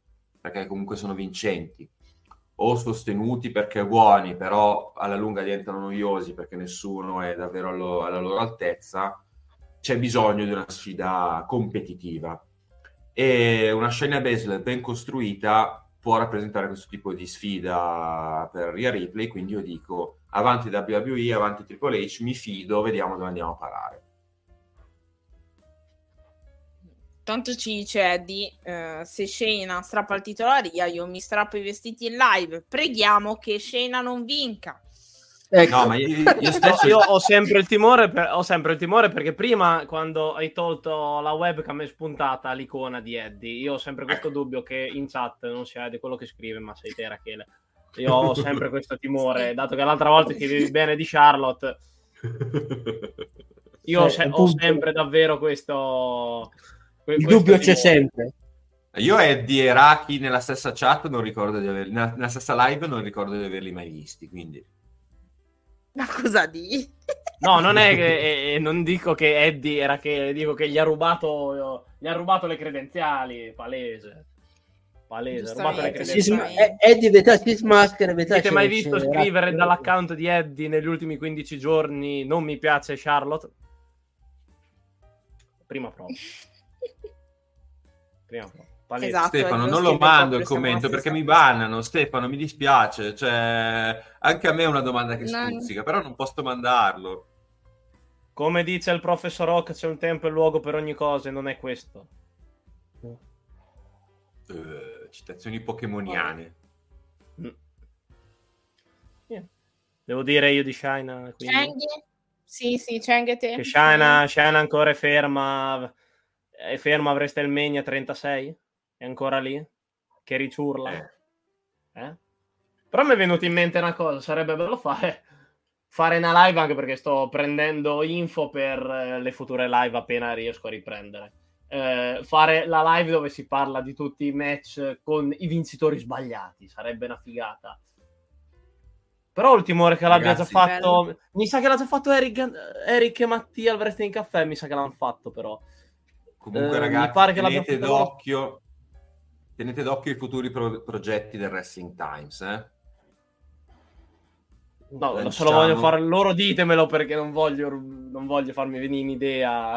perché comunque sono vincenti, o sostenuti perché buoni, però alla lunga diventano noiosi perché nessuno è davvero alla loro altezza, c'è bisogno di una sfida competitiva. E una Shayna Baszler ben costruita può rappresentare questo tipo di sfida per Rhea Ripley, quindi io dico avanti WWE, avanti Triple H, mi fido, vediamo dove andiamo a parare. Tanto ci dice Eddie, se Shayna strappa il titolo a Rhea, io mi strappo i vestiti in live, preghiamo che Shayna non vinca. Ecco. No, ma io stesso Io ho sempre il timore perché prima, quando hai tolto la webcam, è spuntata l'icona di Eddie. Io ho sempre questo dubbio che in chat non sia di quello che scrive, ma sei te, Rachele. Io ho sempre questo timore, Sì. dato che l'altra volta scrivevi bene di Charlotte. Io ho sempre davvero questo... Il dubbio c'è timore. sempre. Io Eddie e Raki nella stessa chat non ricordo di averli, nella stessa live non ricordo di averli mai visti, quindi... Ma cosa di? No, non è che non dico che Eddie era che dico che gli ha rubato le credenziali, palese, ha rubato le credenziali. Eddie metà si smaschera, metà Avete mai c'è- visto c'è- scrivere dall'account di Eddie negli ultimi 15 giorni non mi piace Charlotte? Prima prova. Palese. Esatto. Stefano, Eddie non lo lo scrive mando proprio, il siamo commento la perché stessa mi cosa. bannano. Stefano, mi dispiace, cioè anche a me è una domanda che No. stuzzica, però non posso mandarlo. Come dice il professor Rock, c'è un tempo e un luogo per ogni cosa, e non è questo. Citazioni pokemoniane. Devo dire io di Shayna, quindi... Cheng? Sì, Cheng e te. Che Shayna ancora è ferma a WrestleMania 36? È ancora lì? Che riciurla? Però mi è venuta in mente una cosa, sarebbe bello fare una live, anche perché sto prendendo info per le future live appena riesco a riprendere. Fare la live dove si parla di tutti i match con i vincitori sbagliati, sarebbe una figata. Però ho il timore che l'abbia già Ragazzi, fatto. bello. Mi sa che l'ha già fatto Eric e Mattia al Wrestling Caffè. Mi sa che l'hanno fatto, però. Comunque, Mi ragazzi, pare che l'abbia tenete fatto d'occhio i futuri progetti del Wrestling Times, No, se lo voglio fare loro, ditemelo, perché non voglio farmi venire un'idea.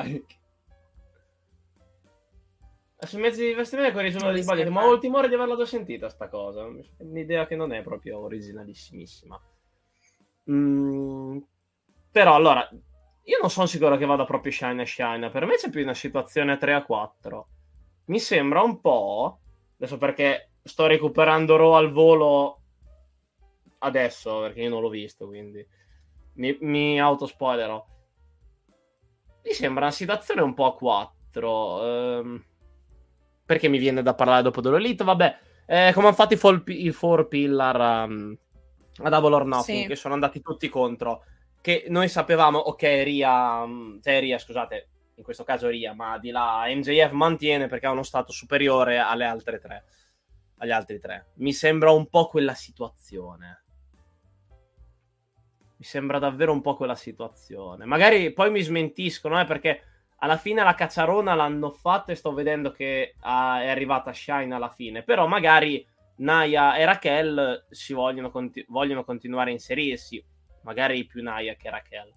Sui mezzi di vestimenta con risultati sbagliati, ma ho il timore di averla già sentita sta cosa. È un'idea che non è proprio originalissimissima. Però allora, io non sono sicuro che vada proprio Shayna. Per me c'è più una situazione 3-4. Mi sembra un po', adesso perché sto recuperando Raw al volo adesso, perché io non l'ho visto, quindi mi autospoilerò. Mi sembra una situazione un po' a 4. Perché mi viene da parlare dopo dell'Elite? Vabbè, come hanno fatto i 4 Pillar a Double or Nothing, Sì. che sono andati tutti contro. Che noi sapevamo, ok, Rhea, scusate, in questo caso Rhea, ma di là MJF mantiene perché ha uno stato superiore agli altri tre. Mi sembra un po' quella situazione. Mi sembra davvero un po' quella situazione. Magari poi mi smentiscono, perché alla fine la cacciarona l'hanno fatta e sto vedendo che è arrivata Shayna alla fine. Però magari Nia e Raquel si vogliono continuare a inserirsi. Magari più Nia che Raquel.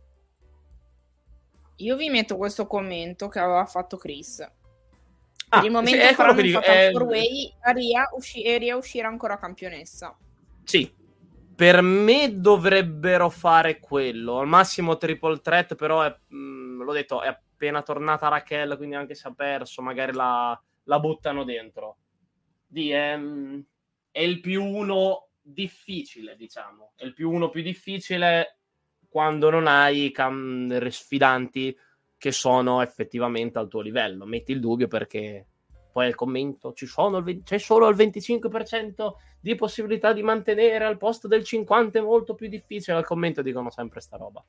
Io vi metto questo commento che aveva fatto Chris. Per il momento è quello faranno che un dico, fatal 4-way a Rhea uscire ancora campionessa. Sì, per me dovrebbero fare quello. Al massimo triple threat, però l'ho detto, è appena tornata Raquel, quindi anche se ha perso magari la buttano dentro. È il più uno difficile, diciamo. È il più uno più difficile quando non hai sfidanti che sono effettivamente al tuo livello. Metti il dubbio perché poi al commento c'è solo il 25% di possibilità di mantenere al posto del 50%, è molto più difficile. Al commento dicono sempre sta roba.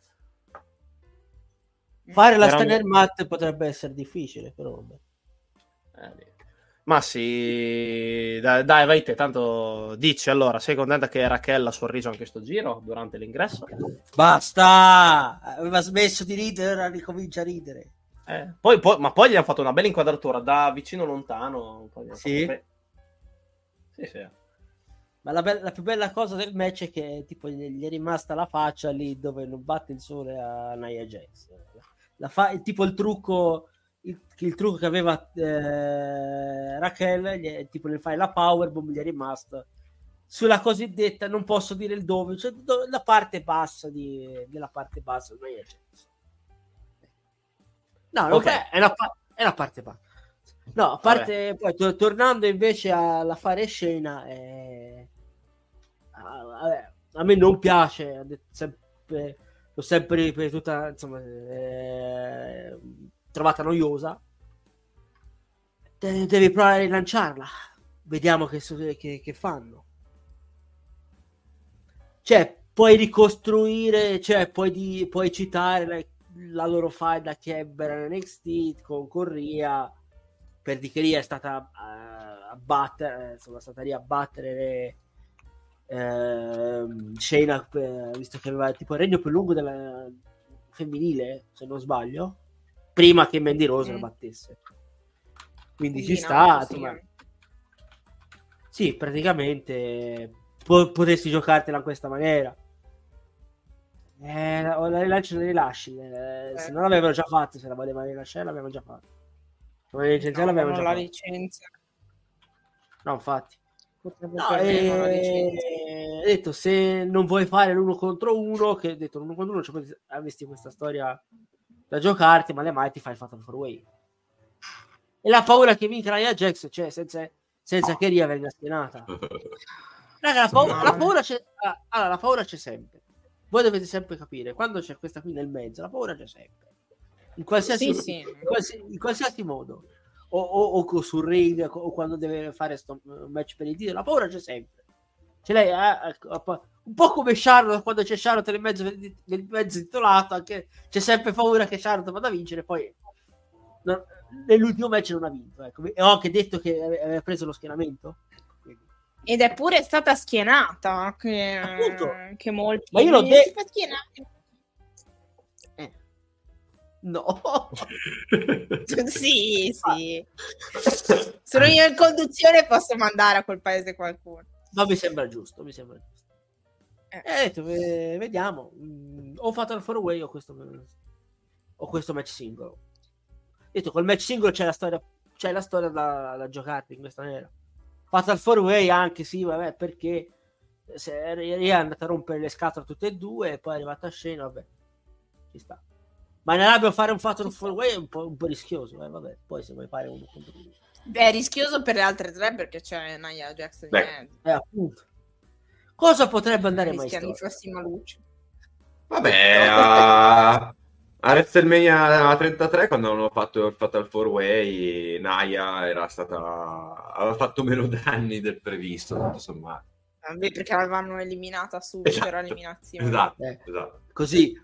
Fare la Steiner Matt potrebbe essere difficile, però vabbè. Ma sì, dai, vai te, tanto dici. Allora, sei contenta che Raquel ha sorriso anche sto giro durante l'ingresso? Basta! Aveva smesso di ridere, ora ricomincia a ridere. Ma poi gli hanno fatto una bella inquadratura da vicino lontano. Sì. Sì. Ma la più bella cosa del match è che tipo gli è rimasta la faccia lì dove non batte il sole a Nia Jax. Tipo il trucco che aveva Raquel, tipo nel fare la powerbomb gli è rimasta sulla cosiddetta, non posso dire il dove, cioè la parte bassa della parte bassa di Nia Jax. No, Ok. è la parte bassa. No, a parte poi tornando invece alla fare scena, a me non piace, l'ho sempre ripetuta, insomma, trovata noiosa. Devi provare a rilanciarla, vediamo che fanno. Cioè, puoi ricostruire, cioè, puoi citare la loro fight da che ebbero in NXT con Ria, per di che Ria è stata a battere, insomma, è stata lì a battere Shayna, visto che aveva tipo il regno più lungo della femminile, se non sbaglio, prima che Mandy Rose la battesse. Quindi ci sta, insomma. Sì, praticamente potresti giocartela in questa maniera. La rilancio non rilasci, se non l'avevano già fatto, se la volevano rilasciare l'avevano già fatto. La licenza. No, infatti. Ha detto, se non vuoi fare l'uno contro uno, che ha detto l'uno contro uno, cioè, avresti questa storia da giocarti, ma le mai ti fai il Fatal 4-Way. E la paura che vinca Nia Jax, cioè senza che Ria venga schienata. Raga, la paura c'è. Allora, la paura c'è sempre. Voi dovete sempre capire, quando c'è questa qui nel mezzo, la paura c'è sempre. In qualsiasi, in qualsiasi modo. O sul ring, o quando deve fare sto match per il titolo, la paura c'è sempre. Cioè lei un po' come Charlotte, quando c'è Charlotte nel mezzo titolato, anche c'è sempre paura che Charlotte vada a vincere, poi nell'ultimo match non ha vinto, ecco. E ho anche detto che aveva preso lo schienamento. Ed è pure stata schienata, che molti... Ma io l'ho detto... No. Sì. Sono io in conduzione, posso mandare a quel paese qualcuno. Ma mi sembra giusto. Vediamo. Ho fatto il 4-Way o questo match singolo. Detto, col match singolo c'è la storia da giocarti in questa maniera. Fatto il 4-Way anche, sì, vabbè, perché se è andata a rompere le scatole tutte e due e poi è arrivata a scena, vabbè, ci sta. Ma in Arabia fare un Fatal 4-Way è un po' rischioso, vabbè, poi se vuoi fare uno contro uno. È rischioso per le altre tre perché c'è Nia Jax di mezzo. Appunto. Cosa potrebbe andare mai storto? Vabbè, a WrestleMania 33, quando hanno fatto il Fatal 4-Way, Nia aveva fatto meno danni del previsto, tutto sommato. Perché l'avevano eliminata subito per eliminazione. Esatto. Così.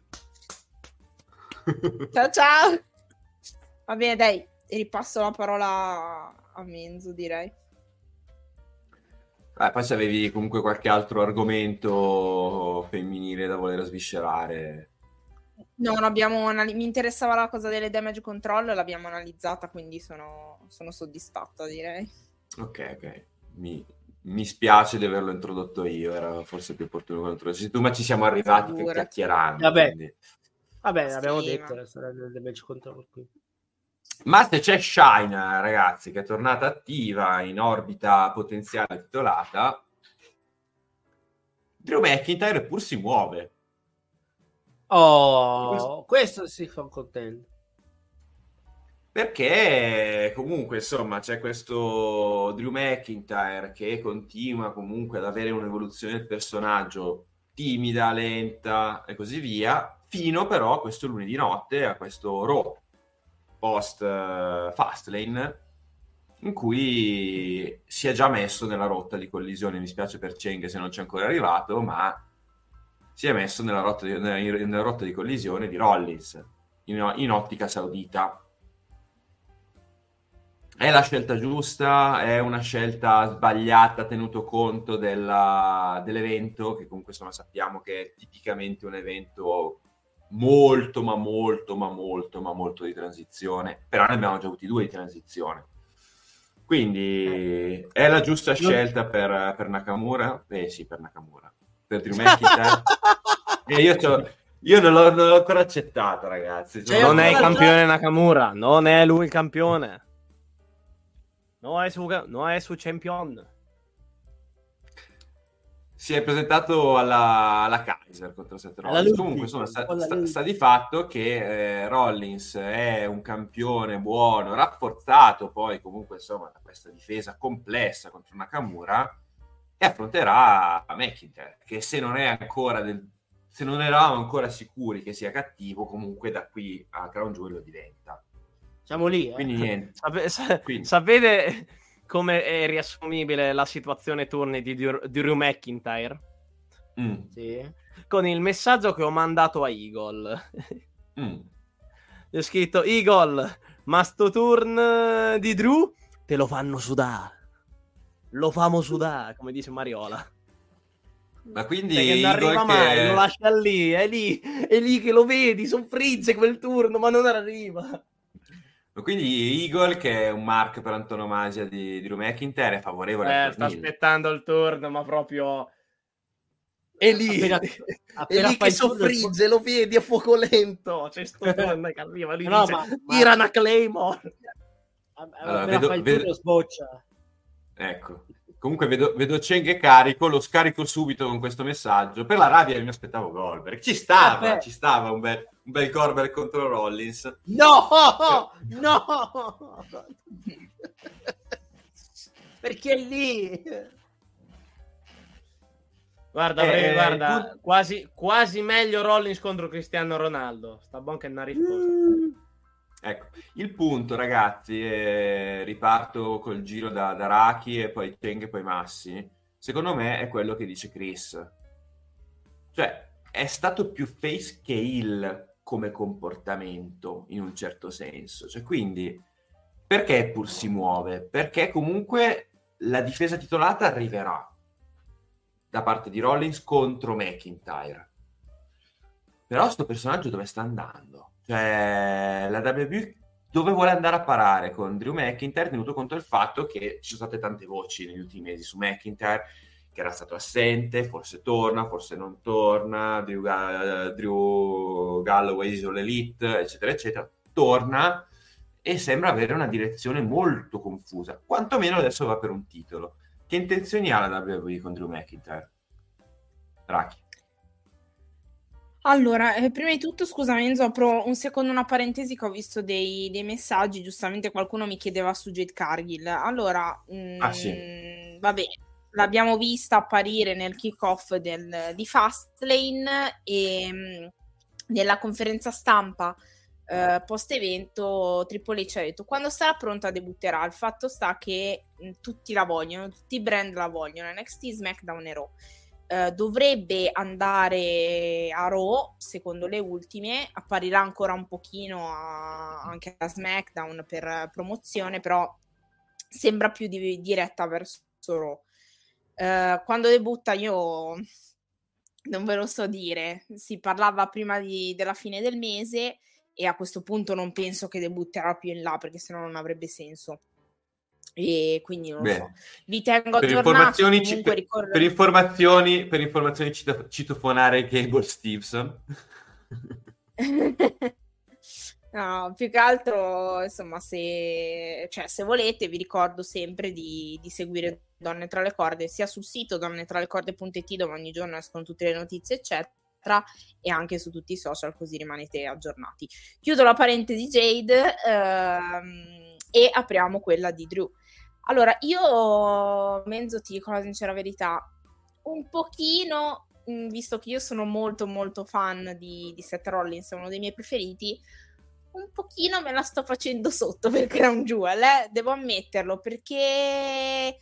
Ciao. Va bene, dai, ripasso la parola a Menzo, direi. Poi se avevi comunque qualche altro argomento femminile da voler sviscerare. No, mi interessava la cosa delle damage control, l'abbiamo analizzata, quindi sono soddisfatta, direi. Ok. Mi spiace di averlo introdotto io, era forse più opportuno che lo introdussi tu, ma ci siamo arrivati che chiacchierando. Vabbè, l'abbiamo detto la storia del damage control qui. Ma se c'è Shine, ragazzi, che è tornata attiva in orbita potenziale titolata, Drew McIntyre pur si muove. Questo sì, sono contento. Perché comunque, insomma, c'è questo Drew McIntyre che continua comunque ad avere un'evoluzione del personaggio timida, lenta e così via, fino però a questo lunedì notte, a questo Raw post Fastlane, in cui si è già messo nella rotta di collisione. Mi spiace per Cheng se non c'è ancora arrivato, ma si è messo nella rotta di collisione di Rollins in ottica saudita. È la scelta giusta? È una scelta sbagliata tenuto conto dell'evento, che comunque sappiamo che è tipicamente un evento molto di transizione, però ne abbiamo già avuti 2 di transizione. Quindi è la giusta scelta per Nakamura? Sì, per Nakamura. Per Drew McIntyre. Io non l'ho ancora accettato, ragazzi. Non è il campione Nakamura, non è lui il campione. No è su champion. Si è presentato alla Kaiser contro Seth Rollins. Comunque insomma, sta di fatto che Rollins è un campione buono, rafforzato poi comunque insomma da questa difesa complessa contro Nakamura, e affronterà McIntyre, che se non eravamo ancora sicuri che sia cattivo, comunque da qui a Crown Jewel lo diventa. Siamo lì, Quindi niente. Sapete come è riassumibile la situazione turni di Drew McIntyre? Sì. Con il messaggio che ho mandato a Eagle. Gli ho scritto: Eagle, ma sto turn di Drew te lo fanno sudare. Lo famo sudare, come dice Mariola. Ma quindi perché non arriva mai, lo lascia lì, è lì che lo vedi, soffrigge quel turno, ma non arriva. Quindi Eagle, che è un mark per antonomasia di Drew McIntyre, è favorevole a sta aspettando il turno, ma proprio è lì, appena è lì che soffrigge, lo vedi a fuoco lento. C'è sto turno che arriva, lui dice Irana Claymore. Allora, vedo sboccia. Ecco. Comunque vedo Cheng che carico, lo scarico subito con questo messaggio. Per la rabbia mi aspettavo Goldberg. Ci stava un bel Goldberg contro Rollins. No! Perché lì? Guarda, quasi meglio Rollins contro Cristiano Ronaldo. Sta buon che è una risposta. Ecco, il punto, ragazzi, riparto col giro da Raki e poi Cheng e poi Massi. Secondo me è quello che dice Chris. Cioè, è stato più face che heel come comportamento, in un certo senso. Cioè, quindi, perché pur si muove? Perché comunque la difesa titolata arriverà da parte di Rollins contro McIntyre. Però sto personaggio dove sta andando? Cioè, la WWE dove vuole andare a parare con Drew McIntyre, tenuto conto del fatto che ci sono state tante voci negli ultimi mesi su McIntyre, che era stato assente, forse torna, forse non torna, Drew Galloway Isole Elite, eccetera, eccetera, torna e sembra avere una direzione molto confusa, quantomeno adesso va per un titolo. Che intenzioni ha la WWE con Drew McIntyre? Raki. Allora, prima di tutto, scusa Enzo, apro un secondo una parentesi che ho visto dei messaggi, giustamente qualcuno mi chiedeva su Jade Cargill. Allora, sì. Vabbè, l'abbiamo vista apparire nel kick-off di Fastlane e nella conferenza stampa post-evento Triple H ha detto quando sarà pronta debutterà. Il fatto sta che tutti la vogliono, tutti i brand la vogliono, NXT, SmackDown e Raw. Dovrebbe andare a Raw, secondo le ultime, apparirà ancora un pochino anche a SmackDown per promozione, però sembra più diretta verso Raw. Quando debutta io non ve lo so dire, si parlava prima della fine del mese e a questo punto non penso che debutterà più in là, perché sennò non avrebbe senso. E quindi non lo so, vi tengo aggiornati. Per informazioni citofonare Gable Stevenson. No, più che altro insomma, se volete vi ricordo sempre di seguire Donne tra le corde sia sul sito donnetralecorde.it, dove ogni giorno escono tutte le notizie eccetera, e anche su tutti i social, così rimanete aggiornati. Chiudo la parentesi Jade e apriamo quella di Drew. Allora, io, Menzo, ti dico la sincera verità, un pochino, visto che io sono molto molto fan di Seth Rollins, è uno dei miei preferiti, un pochino me la sto facendo sotto per Crown Jewel, devo ammetterlo, perché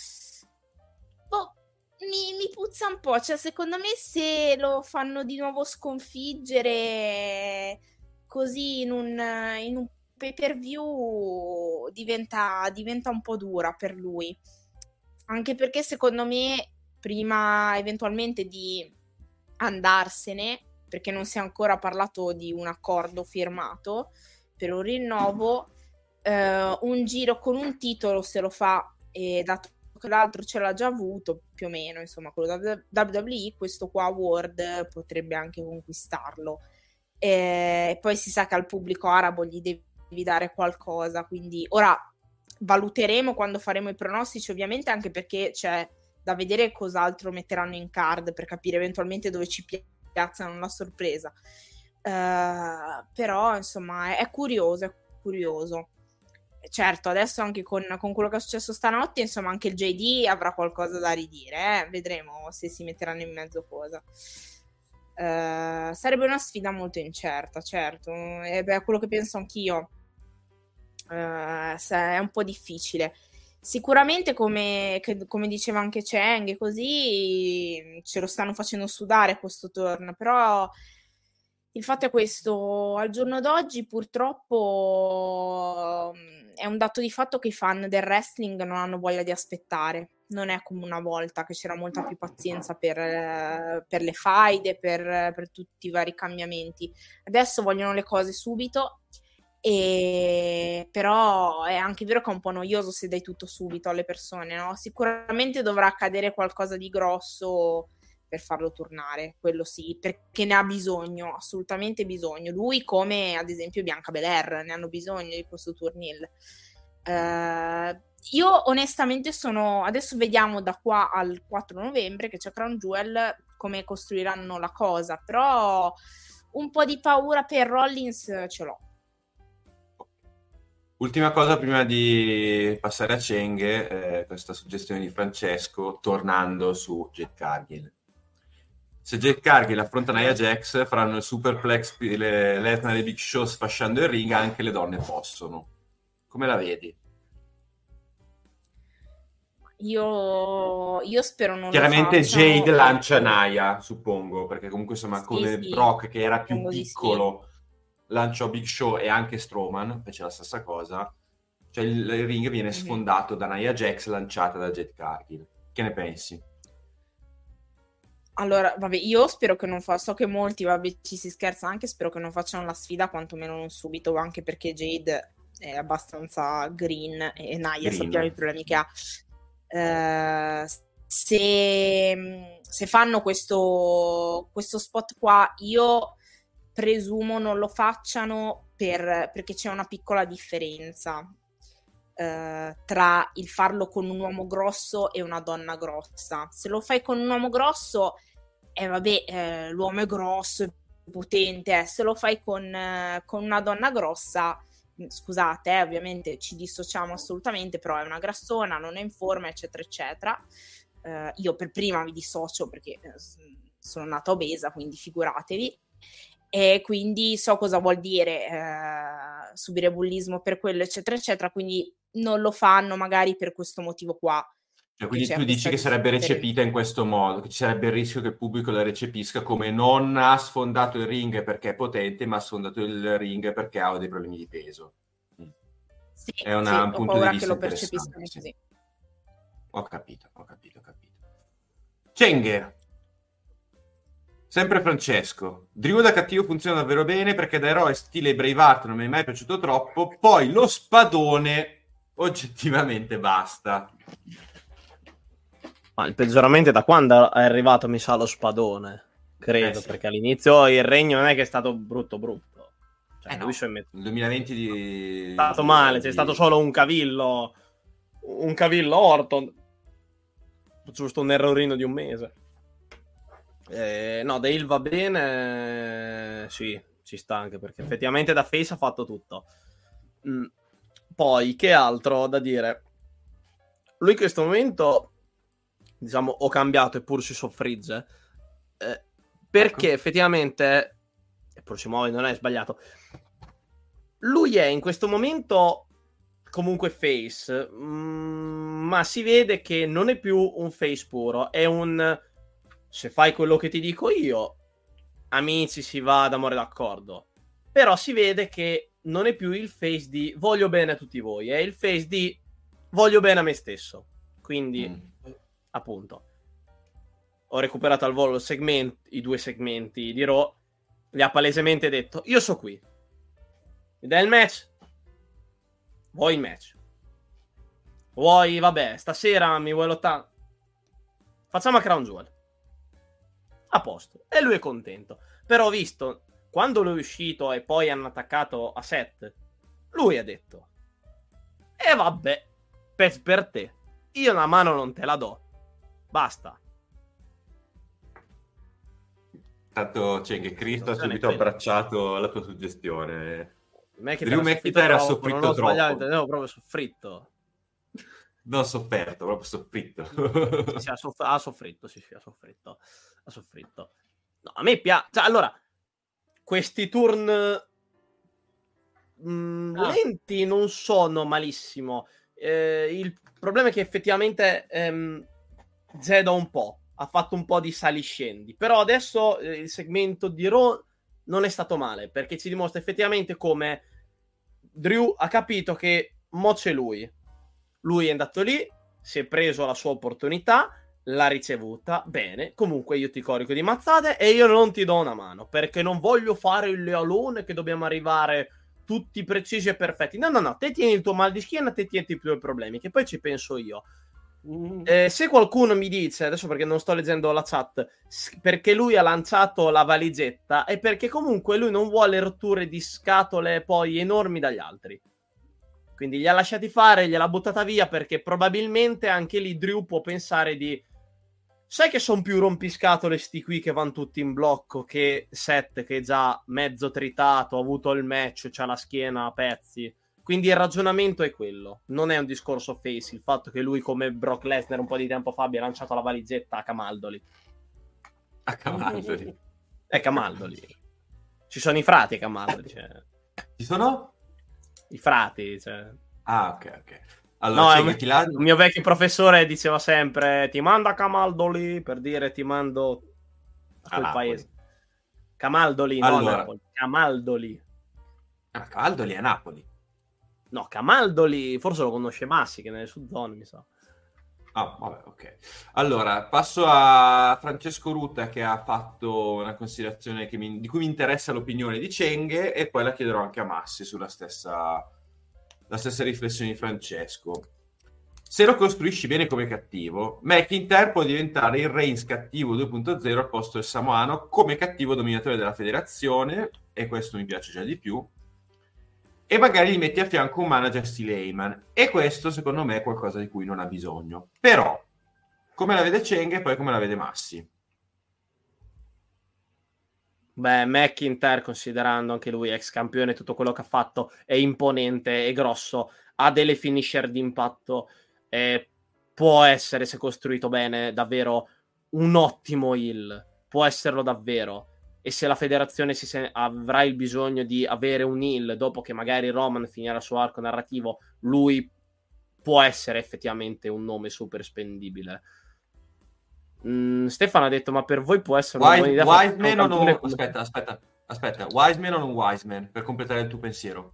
mi puzza un po', cioè secondo me se lo fanno di nuovo sconfiggere così in un pay per view diventa un po' dura per lui, anche perché secondo me prima eventualmente di andarsene, perché non si è ancora parlato di un accordo firmato per un rinnovo, un giro con un titolo se lo fa, e dato che l'altro ce l'ha già avuto più o meno, insomma, quello da WWE, questo qua Ward potrebbe anche conquistarlo. E poi si sa che al pubblico arabo gli devi dare qualcosa, quindi ora valuteremo quando faremo i pronostici, ovviamente, anche perché c'è da vedere cos'altro metteranno in card per capire eventualmente dove ci piazzano la sorpresa. Però insomma è curioso. Certo, adesso anche con quello che è successo stanotte, insomma, anche il JD avrà qualcosa da ridire, vedremo se si metteranno in mezzo cosa. Sarebbe una sfida molto incerta, certo, è quello che penso anch'io. È un po' difficile. Sicuramente, come diceva anche Cheng, così ce lo stanno facendo sudare questo turn, però il fatto è questo: al giorno d'oggi purtroppo è un dato di fatto che i fan del wrestling non hanno voglia di aspettare. Non è come una volta che c'era molta più pazienza per le faide, per tutti i vari cambiamenti. Adesso vogliono le cose subito, però è anche vero che è un po' noioso se dai tutto subito alle persone, no? Sicuramente dovrà accadere qualcosa di grosso per farlo tornare, quello sì, perché ne ha bisogno, assolutamente bisogno. Lui, come ad esempio Bianca Belair, ne hanno bisogno di questo turnil. Io onestamente adesso vediamo da qua al 4 novembre che c'è Crown Jewel come costruiranno la cosa, però un po' di paura per Rollins ce l'ho. Ultima cosa prima di passare a Cheng, questa suggestione di Francesco, tornando su Jade Cargill. Se Jade Cargill affronta Nia Jax, faranno il superplex, Lesnar e Big Show sfasciando il ring, anche le donne possono. Come la vedi? Io spero non Chiaramente lo facciano. Jade lancia Nia, suppongo, perché comunque insomma come Brock, che era più piccolo, lanciò Big Show e anche Strowman fece la stessa cosa. Cioè il ring viene sfondato da Nia Jax, lanciata da Jade Cargill. Che ne pensi? Allora, vabbè, io spero che non so che molti, vabbè, ci si scherza anche, spero che non facciano la sfida, quantomeno non subito, anche perché Jade è abbastanza green e Nia sappiamo i problemi che ha. Se fanno questo spot qua, io presumo non lo facciano perché c'è una piccola differenza tra il farlo con un uomo grosso e una donna grossa. Se lo fai con un uomo grosso, vabbè, l'uomo è grosso, è potente. Se lo fai con una donna grossa, scusate, ovviamente ci dissociamo assolutamente, però è una grassona, non è in forma, eccetera, eccetera. Io per prima mi dissocio perché sono nata obesa, quindi figuratevi. E quindi so cosa vuol dire subire bullismo per quello, eccetera, eccetera, quindi non lo fanno magari per questo motivo qua. Cioè, quindi tu dici che sarebbe recepita in questo modo, che ci sarebbe il rischio che il pubblico la recepisca come non ha sfondato il ring perché è potente, ma ha sfondato il ring perché ha dei problemi di peso. Sì, è un punto di vista che lo percepiscano sì. Così. Ho capito. Cheng. Sempre Francesco. Drew da cattivo funziona davvero bene perché da eroe stile Braveheart non mi è mai piaciuto troppo, poi lo spadone oggettivamente basta. Ma il peggioramento è da quando è arrivato, mi sa, lo spadone, credo, sì. Perché all'inizio il regno non è che è stato brutto. Cioè, No. Il 2020 è stato male, c'è stato solo un cavillo Orton, giusto un errorino di un mese. No, Dale va bene, sì, ci sta anche perché effettivamente da face ha fatto tutto. Poi, che altro da dire? Lui in questo momento, diciamo, ho cambiato eppur si soffrigge, perché effettivamente, eppur si muove, non è sbagliato. Lui è in questo momento comunque face, ma si vede che non è più un face puro, è un se fai quello che ti dico io, amici, si va d'amore d'accordo. Però si vede che non è più il face di voglio bene a tutti voi, è il face di voglio bene a me stesso. Quindi, appunto, ho recuperato al volo i 2 segmenti di Raw, li ha palesemente detto, io so qui. Mi dai il match? vuoi il match? Vuoi, vabbè, stasera mi vuoi lottare? Facciamo a Crown Jewel. A posto. E lui è contento. Però ho visto, quando lui è uscito e poi hanno attaccato a Seth, lui ha detto: e vabbè, per te. Io una mano non te la do. Basta. Tanto c'è che Cristo ha subito abbracciato la tua suggestione. Drew McIntyre ha soffritto troppo. Avevo proprio soffritto. Non sofferto, proprio soffritto. Sì, ha soffritto. Ha soffritto. No, a me piace. Cioè, allora, questi turn lenti non sono malissimo. Il problema è che effettivamente Zed ha fatto un po' di saliscendi. Però adesso il segmento di Raw non è stato male, perché ci dimostra effettivamente come Drew ha capito che mo c'è lui. Lui è andato lì, si è preso la sua opportunità, l'ha ricevuta, bene, comunque io ti corico di mazzate e io non ti do una mano, perché non voglio fare il lealone che dobbiamo arrivare tutti precisi e perfetti. No, te tieni il tuo mal di schiena, te tieni i tuoi problemi, che poi ci penso io. Se qualcuno mi dice, adesso perché non sto leggendo la chat, perché lui ha lanciato la valigetta, è perché comunque lui non vuole rotture di scatole poi enormi dagli altri. Quindi li ha lasciati fare, gliel'ha buttata via, perché probabilmente anche lì Drew può pensare di: sai che sono più rompiscatole sti qui che vanno tutti in blocco che Seth, che è già mezzo tritato, ha avuto il match, c'ha la schiena a pezzi. Quindi il ragionamento è quello. Non è un discorso face il fatto che lui, come Brock Lesnar un po' di tempo fa, abbia lanciato la valigetta a Camaldoli. A Camaldoli? È Camaldoli. Ci sono i frati a Camaldoli. Cioè. Ci sono? I frati, cioè. Ah, ok. Allora, no, il mio vecchio professore diceva sempre: ti mando a Camaldoli, per dire ti mando a quel paese. Camaldoli, allora. No, Napoli. Camaldoli. Ah, Camaldoli è a Napoli. No, Camaldoli forse lo conosce Massi, che nelle sue zone, mi sa. Ah, vabbè, ok. Allora, passo a Francesco Ruta, che ha fatto una considerazione di cui mi interessa l'opinione di Cenghe, e poi la chiederò anche a Massi sulla stessa riflessione di Francesco. Se lo costruisci bene come cattivo, McIntyre può diventare il Reigns cattivo 2.0 al posto del Samoano come cattivo dominatore della federazione, e questo mi piace già di più, e magari gli metti a fianco un manager stile Heyman, e questo secondo me è qualcosa di cui non ha bisogno. Però come la vede Cenghe e poi come la vede Massi? Beh, McIntyre, considerando anche lui ex campione, tutto quello che ha fatto, è imponente, è grosso, ha delle finisher di impatto, può essere, se costruito bene, davvero un ottimo heel, può esserlo davvero. E se la federazione avrà il bisogno di avere un heel dopo che magari Roman finirà il suo arco narrativo, lui può essere effettivamente un nome super spendibile. Stefano ha detto: ma per voi può essere una buona idea? Wiseman o no? Aspetta, Wiseman o non Wiseman, per completare il tuo pensiero?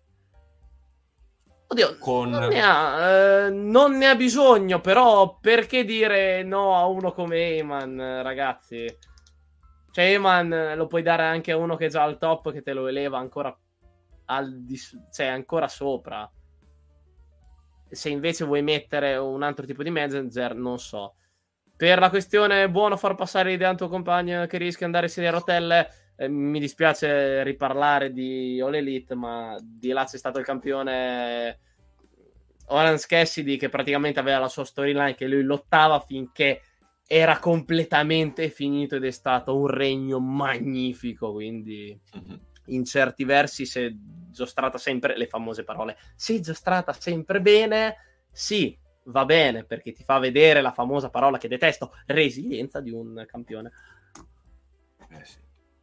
Oddio, non ne ha bisogno, però perché dire no a uno come Heyman, ragazzi? Cioè, Heyman lo puoi dare anche a uno che è già al top, che te lo eleva ancora ancora sopra. Se invece vuoi mettere un altro tipo di manager, non so. Per la questione è buono far passare l'idea a un tuo compagno che rischia di andare serie a rotelle, mi dispiace riparlare di All Elite, ma di là c'è stato il campione Orange Cassidy, che praticamente aveva la sua storyline, che lui lottava finché era completamente finito, ed è stato un regno magnifico. Quindi in certi versi, se giostrata sempre, le famose parole, se giostrata sempre bene, sì, va bene, perché ti fa vedere la famosa parola che detesto, resilienza di un campione. Sì.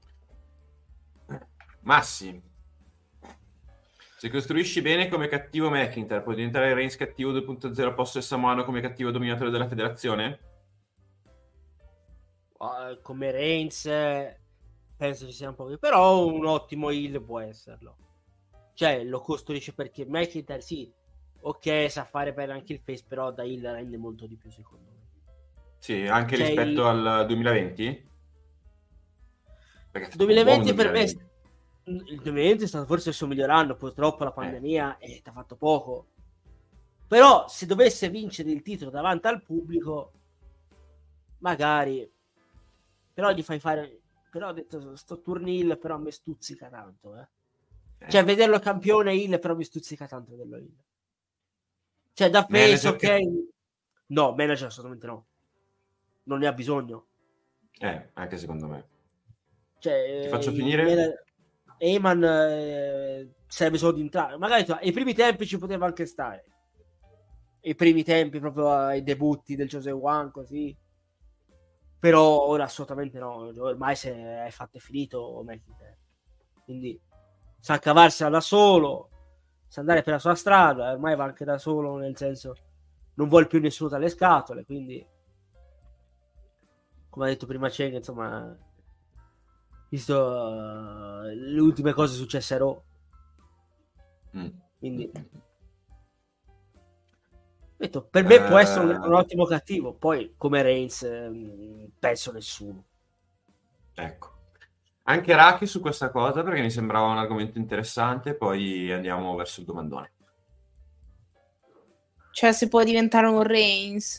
Massi, se costruisci bene come cattivo McIntyre, può diventare Reigns cattivo 2.0 al posto del Samoano come cattivo dominatore della federazione? Come Reigns penso ci sia un po', però un ottimo heel può esserlo. Cioè, lo costruisce, perché McIntyre sì, ok, sa fare bene anche il face, però da heel rende molto di più, secondo me. Sì, anche rispetto al 2020? Perché 2020 per me Il 2020 è stato forse il suo miglior anno, purtroppo la pandemia ti ha fatto poco. Però se dovesse vincere il titolo davanti al pubblico, magari, però gli fai fare, però ho detto sto turn heel, però mi stuzzica tanto, cioè vederlo campione heel, però mi stuzzica tanto vederlo heel. Cioè da face, ok, no, manager assolutamente no, non ne ha bisogno, anche secondo me. cioè ti faccio finire. Heyman serve solo di entrare, magari ai primi tempi ci poteva anche stare, i primi tempi proprio ai debutti del Jose One così, però ora assolutamente no, ormai se è fatto e finito McIntyre, quindi sa cavarsela da solo, sa andare per la sua strada, ormai va anche da solo, nel senso non vuole più nessuno dalle scatole, quindi come ha detto prima Cenga, insomma, visto le ultime cose successe a Raw, quindi detto, per me può essere un ottimo cattivo, poi come Reigns penso nessuno. Ecco, anche Raki su questa cosa, perché mi sembrava un argomento interessante, poi andiamo verso il domandone. Cioè si può diventare un Reigns?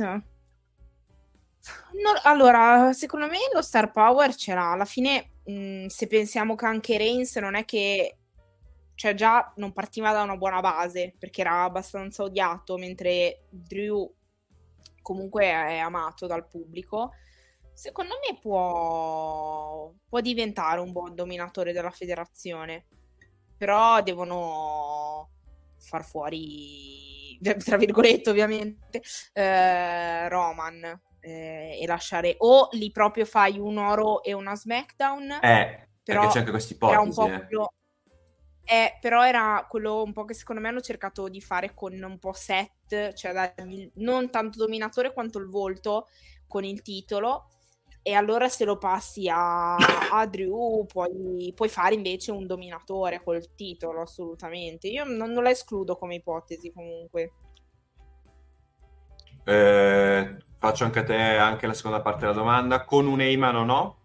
Allora, secondo me lo star power ce l'ha. Alla fine, se pensiamo che anche Reigns non è che, cioè già non partiva da una buona base, perché era abbastanza odiato, mentre Drew comunque è amato dal pubblico. Secondo me può diventare un buon dominatore della federazione, però devono far fuori, tra virgolette ovviamente, Roman, e lasciare, o lì proprio fai un Oro e una SmackDown, però perché c'è anche questa ipotesi, era un po' però era quello un po' che secondo me hanno cercato di fare con un po' set, cioè non tanto dominatore quanto il volto con il titolo, e allora se lo passi a Drew puoi fare invece un dominatore col titolo, assolutamente. Io non la escludo come ipotesi comunque. Faccio anche a te anche la seconda parte della domanda. Con un Heyman o no?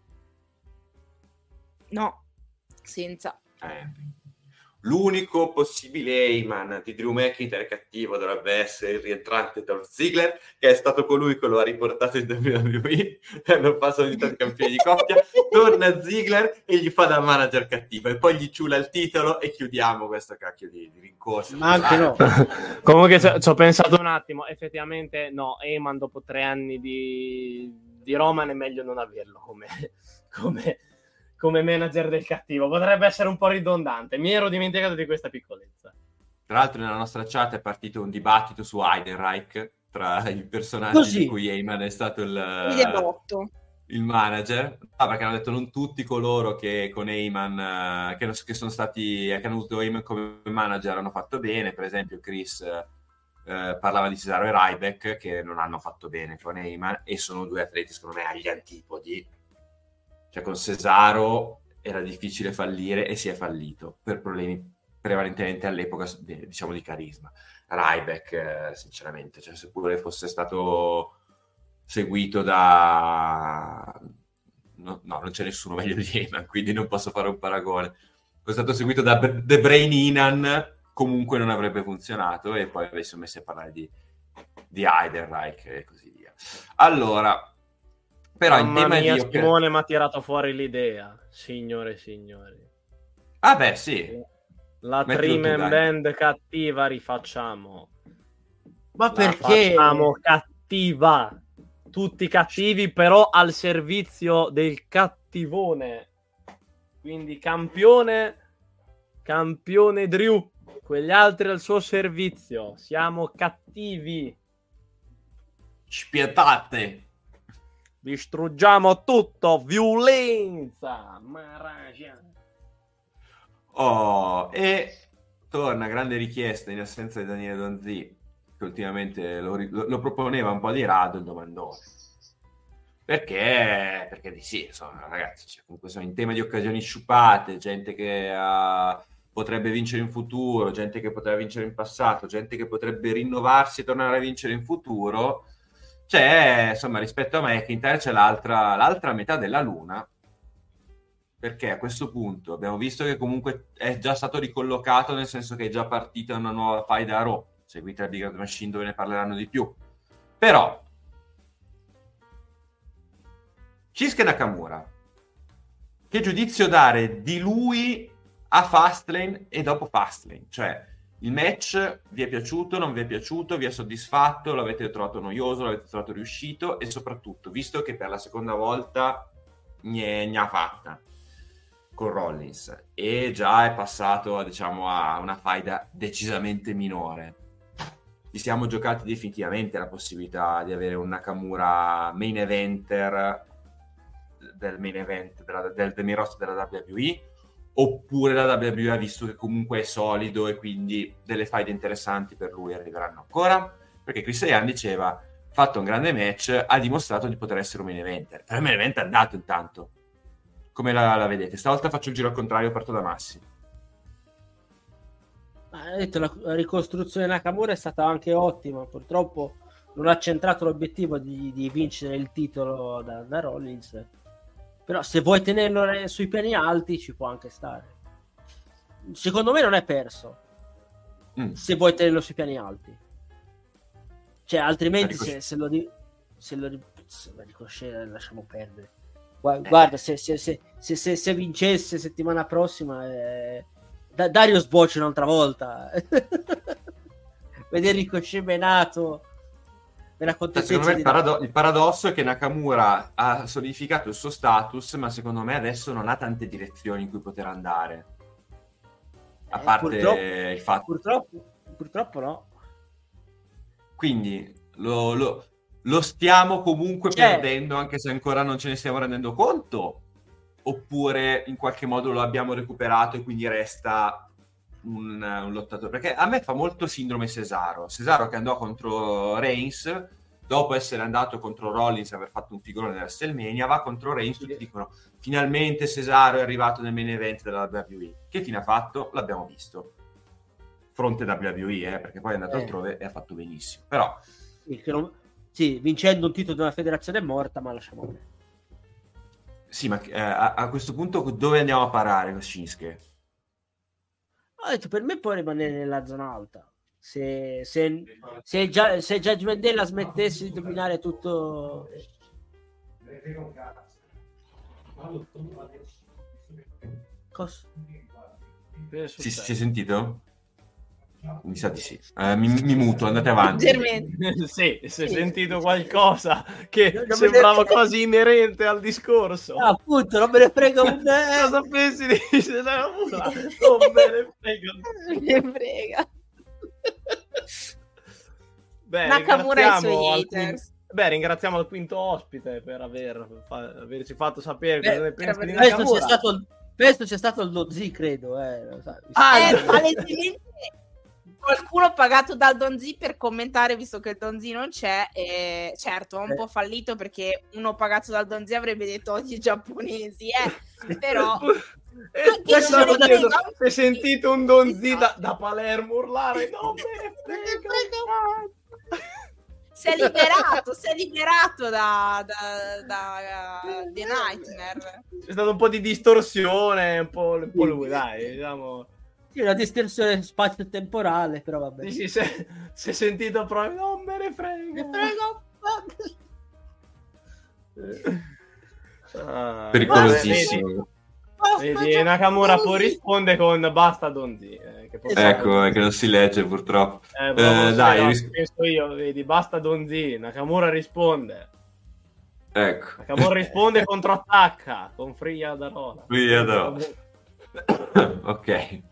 No, senza. L'unico possibile Heyman di Drew McIntyre cattivo dovrebbe essere il rientrante Dolph Ziggler, che è stato colui che lo ha riportato in WWE, hanno passato di tanti campioni di coppia, torna Ziggler e gli fa da manager cattivo e poi gli ciula il titolo e chiudiamo questo cacchio di rincorsa. Ma anche no. Comunque ci ho pensato un attimo, effettivamente no, Heyman dopo 3 anni di Roman è meglio non averlo come manager del cattivo, potrebbe essere un po' ridondante, mi ero dimenticato di questa piccolezza. Tra l'altro nella nostra chat è partito un dibattito su Heidenreich tra i personaggi di cui Heyman è stato il manager, perché hanno detto non tutti coloro che con Heyman che sono stati, che hanno avuto Heyman come manager hanno fatto bene. Per esempio Chris parlava di Cesaro e Ryback che non hanno fatto bene con Heyman, e sono due atleti secondo me agli antipodi. Cioè con Cesaro era difficile fallire e si è fallito per problemi prevalentemente all'epoca, diciamo, di carisma. Ryback sinceramente, cioè seppure fosse stato seguito da no, non c'è nessuno meglio di Heyman, quindi non posso fare un paragone. Fosse stato seguito da The Brain Heenan, comunque non avrebbe funzionato, e poi avessimo messo a parlare di Heidenreich e così via. Allora, però in tema mia, di Simone mi ha tirato fuori l'idea, signore e signori. Ah beh, sì. La Trim Band cattiva rifacciamo. Ma perché? Facciamo cattiva. Tutti cattivi, però al servizio del cattivone. Quindi campione Drew, quegli altri al suo servizio. Siamo cattivi. Spietate. Distruggiamo tutto, violenza, maragia. E torna grande richiesta in assenza di Daniele Donzi, che ultimamente lo proponeva un po' di rado il domandone. Perché di sì, insomma, ragazzi, cioè, comunque sono in tema di occasioni sciupate, gente che potrebbe vincere in futuro, gente che poteva vincere in passato, gente che potrebbe rinnovarsi e tornare a vincere in futuro. C'è, insomma, rispetto a McIntyre c'è l'altra metà della luna, perché a questo punto abbiamo visto che comunque è già stato ricollocato, nel senso che è già partita una nuova faida a Raw. Seguite la Big Red Machine dove ne parleranno di più. Però Shinsuke Nakamura, che giudizio dare di lui a Fastlane e dopo Fastlane? Cioè, il match vi è piaciuto, non vi è piaciuto, vi è soddisfatto, l'avete trovato noioso, l'avete trovato riuscito, e soprattutto, visto che per la seconda volta ne ha fatta con Rollins e già è passato, diciamo, a una faida decisamente minore, ci siamo giocati definitivamente la possibilità di avere un Nakamura main eventer del main event del main roster della WWE, oppure la WWE ha visto che comunque è solido e quindi delle faide interessanti per lui arriveranno ancora? Perché Chris Ryan diceva, fatto un grande match, ha dimostrato di poter essere un main eventer. Però il main event è andato intanto. Come la vedete? Stavolta faccio il giro al contrario, parto da Massi. Ha detto, la ricostruzione Nakamura è stata anche ottima, purtroppo non ha centrato l'obiettivo di vincere il titolo da Rollins, però se vuoi tenerlo sui piani alti ci può anche stare. Secondo me non è perso se vuoi tenerlo sui piani alti, cioè altrimenti se lo Ricochet lasciamo perdere. Guarda, se vincesse settimana prossima Dario sboccia un'altra volta. Vedere Ricochet menato nella contezza. Secondo me il paradosso è che Nakamura ha solidificato il suo status, ma secondo me adesso non ha tante direzioni in cui poter andare, a parte il fatto purtroppo no. Quindi lo stiamo comunque perdendo, anche se ancora non ce ne stiamo rendendo conto, oppure in qualche modo lo abbiamo recuperato e quindi resta un lottatore? Perché a me fa molto sindrome Cesaro che andò contro Reigns, dopo essere andato contro Rollins e aver fatto un figurone nella WrestleMania, va contro Reigns, tutti dicono finalmente Cesaro è arrivato nel main event della WWE. Che fine ha fatto? L'abbiamo visto fronte WWE, perché poi è andato altrove e ha fatto benissimo, però vincendo un titolo di una federazione morta, ma lasciamo perdere. Sì, ma a questo punto dove andiamo a parare con Shinsuke? Ho detto, per me può rimanere nella zona alta. Se Judgment Day la smettesse di dominare tutto. Cosa? Si è sentito? Mi sa di sì. Mi muto, andate avanti. Sì, si è sentito qualcosa che sembrava quasi inerente al discorso. Appunto, non me ne frega un cosa pensi di Cesaro? Non me ne frega. Beh, Nakamura e i suoi haters. Ringraziamo il quinto ospite per averci fatto sapere cosa ne pensi di Nakamura. Questo c'è stato il Don Z, credo. Palesemente qualcuno pagato dal Don Z per commentare, visto che il Don Z non c'è, e certo è un po' fallito, perché uno pagato dal Don Z avrebbe detto oggi giapponesi, però si è sentito un Don Z da Palermo urlare non me ne frega. Si è liberato da The Nightmare. C'è stato un po' di distorsione, un po' lui, dai, diciamo. Sì, una distorsione spazio-temporale, però vabbè. Sì, si è sentito proprio, non me ne frega. Pericolosissimo. Vedi, Nakamura poi risponde con basta Don Z. Ecco, è che non si legge purtroppo. Penso io, vedi, basta Don Z. Nakamura risponde. Ecco. Nakamura risponde, controattacca con Freya Darola. Ok.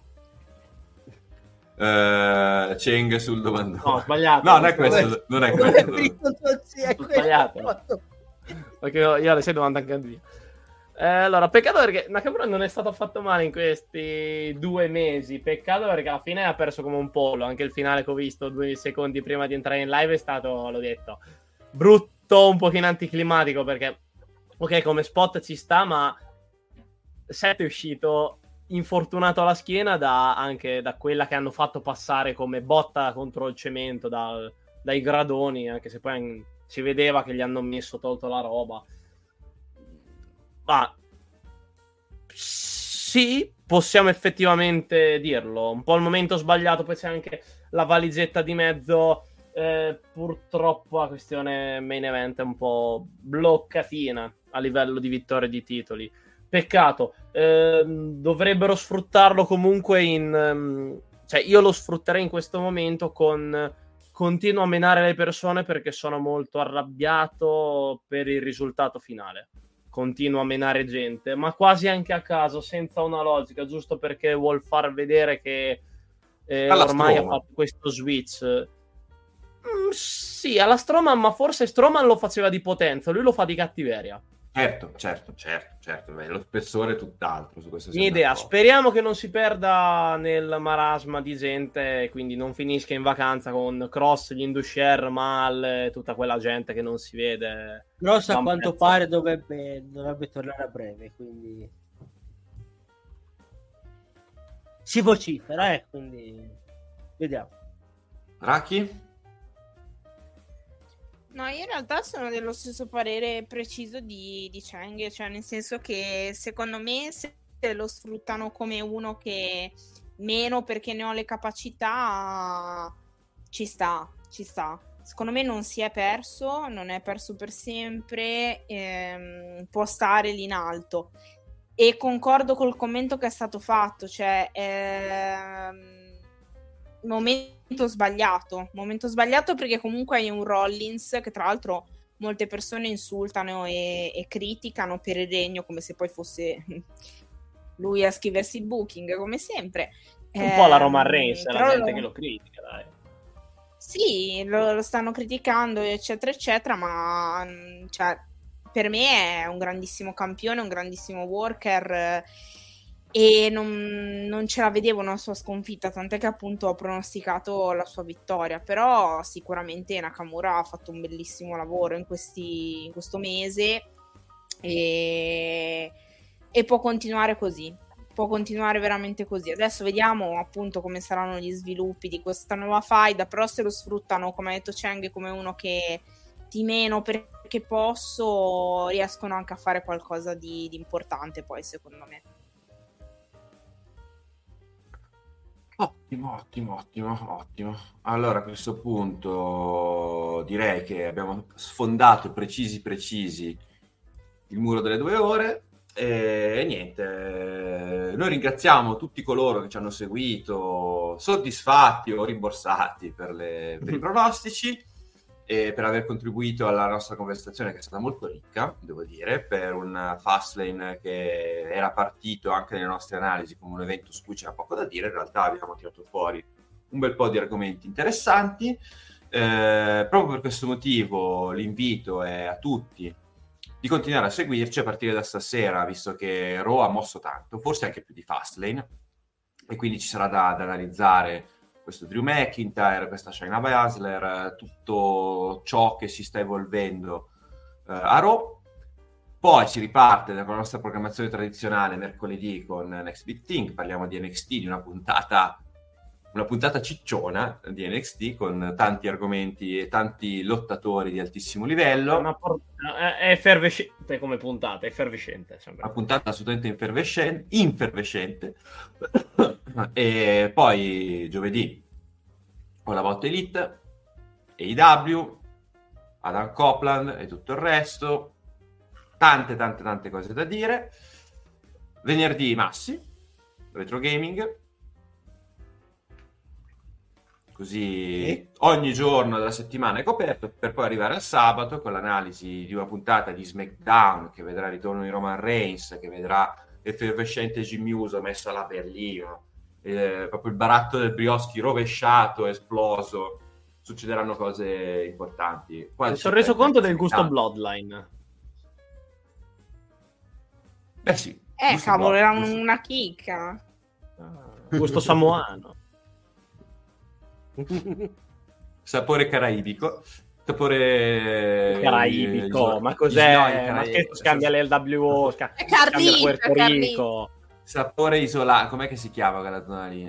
Cheng sul domandone. No, sbagliato. No, non è questo. Non è questo. Sbagliato. Perché io alle 6 devo andare anche via. Allora, peccato perché Nakamura non è stato affatto male in questi 2 mesi. Peccato perché alla fine ha perso come un pollo. Anche il finale che ho visto 2 secondi prima di entrare in live è stato, l'ho detto, brutto, un pochino anticlimatico, perché ok, come spot ci sta, ma Seth è uscito infortunato alla schiena anche da quella che hanno fatto passare come botta contro il cemento dai gradoni, anche se poi si vedeva che gli hanno tolto la roba. Ma Sì, possiamo effettivamente dirlo. Un po' il momento sbagliato, poi c'è anche la valigetta di mezzo. Purtroppo la questione main event è un po' bloccatina a livello di vittorie di titoli. Peccato. Dovrebbero sfruttarlo comunque cioè io lo sfrutterei in questo momento con continuo a menare le persone perché sono molto arrabbiato per il risultato finale. Continuo a menare gente, ma quasi anche a caso, senza una logica, giusto perché vuol far vedere che ormai ha fatto questo switch. Sì, alla Strowman, ma forse Strowman lo faceva di potenza, lui lo fa di cattiveria. Certo. Beh, lo spessore è tutt'altro su questo. Idea, speriamo che non si perda nel marasma di gente, quindi non finisca in vacanza con Cross, gli Indusher, Mal, tutta quella gente che non si vede. Cross a quanto pare dovrebbe tornare a breve, quindi si vocifera, quindi vediamo. Raki? No, io in realtà sono dello stesso parere preciso di Cheng, cioè nel senso che secondo me se lo sfruttano come uno che meno perché ne ho le capacità, ci sta. Secondo me non si è perso, non è perso per sempre, può stare lì in alto. E concordo col commento che è stato fatto, cioè momento sbagliato perché comunque hai un Rollins che tra l'altro molte persone insultano e criticano per il regno come se poi fosse lui a scriversi il booking come sempre, un po' la Roman Reigns, la gente che lo critica, dai. Sì, lo stanno criticando eccetera ma cioè, per me è un grandissimo campione, un grandissimo worker, e non ce la vedevo una sua sconfitta, tant'è che appunto ho pronosticato la sua vittoria, però sicuramente Nakamura ha fatto un bellissimo lavoro in questo mese e può continuare così, può continuare veramente così. Adesso vediamo appunto come saranno gli sviluppi di questa nuova faida, però se lo sfruttano, come ha detto Cheng, come uno che di meno perché riescono anche a fare qualcosa di importante poi, secondo me. Ottimo. Allora a questo punto direi che abbiamo sfondato precisi il muro delle 2 ore e niente, noi ringraziamo tutti coloro che ci hanno seguito, soddisfatti o rimborsati per i pronostici e per aver contribuito alla nostra conversazione che è stata molto ricca, devo dire, per un Fastlane che era partito anche nelle nostre analisi come un evento su cui c'era poco da dire. In realtà abbiamo tirato fuori un bel po' di argomenti interessanti, proprio per questo motivo l'invito è a tutti di continuare a seguirci a partire da stasera, visto che Raw ha mosso tanto, forse anche più di Fastlane, e quindi ci sarà da analizzare questo Drew McIntyre, questa Shayna Baszler, tutto ciò che si sta evolvendo a Raw. Poi si riparte con la nostra programmazione tradizionale mercoledì con Next Big Thing, parliamo di NXT, di una puntata cicciona di NXT con tanti argomenti e tanti lottatori di altissimo livello. È effervescente come puntata, effervescente. Sembra. Una puntata assolutamente effervescente. E poi giovedì con la Botte Elite, AEW, Adam Copeland e tutto il resto. Tante cose da dire. Venerdì Massi, Retro Gaming. Così ogni giorno della settimana è coperto, per poi arrivare al sabato con l'analisi di una puntata di SmackDown che vedrà il ritorno di Roman Reigns, che vedrà l'effervescente Jimmy Uso messo alla berlina, proprio il baratto del Brioschi rovesciato, esploso. Succederanno cose importanti. Mi sono reso conto del gusto Bloodline. Sì. Cavolo, era una chicca. Gusto samoano. Sapore caraibico. Sapore caraibico, ma cos'è? Ma che scambia l'LWO? Scambia Puerto Rico. Sapore isolato, com'è che si chiama quella zona lì?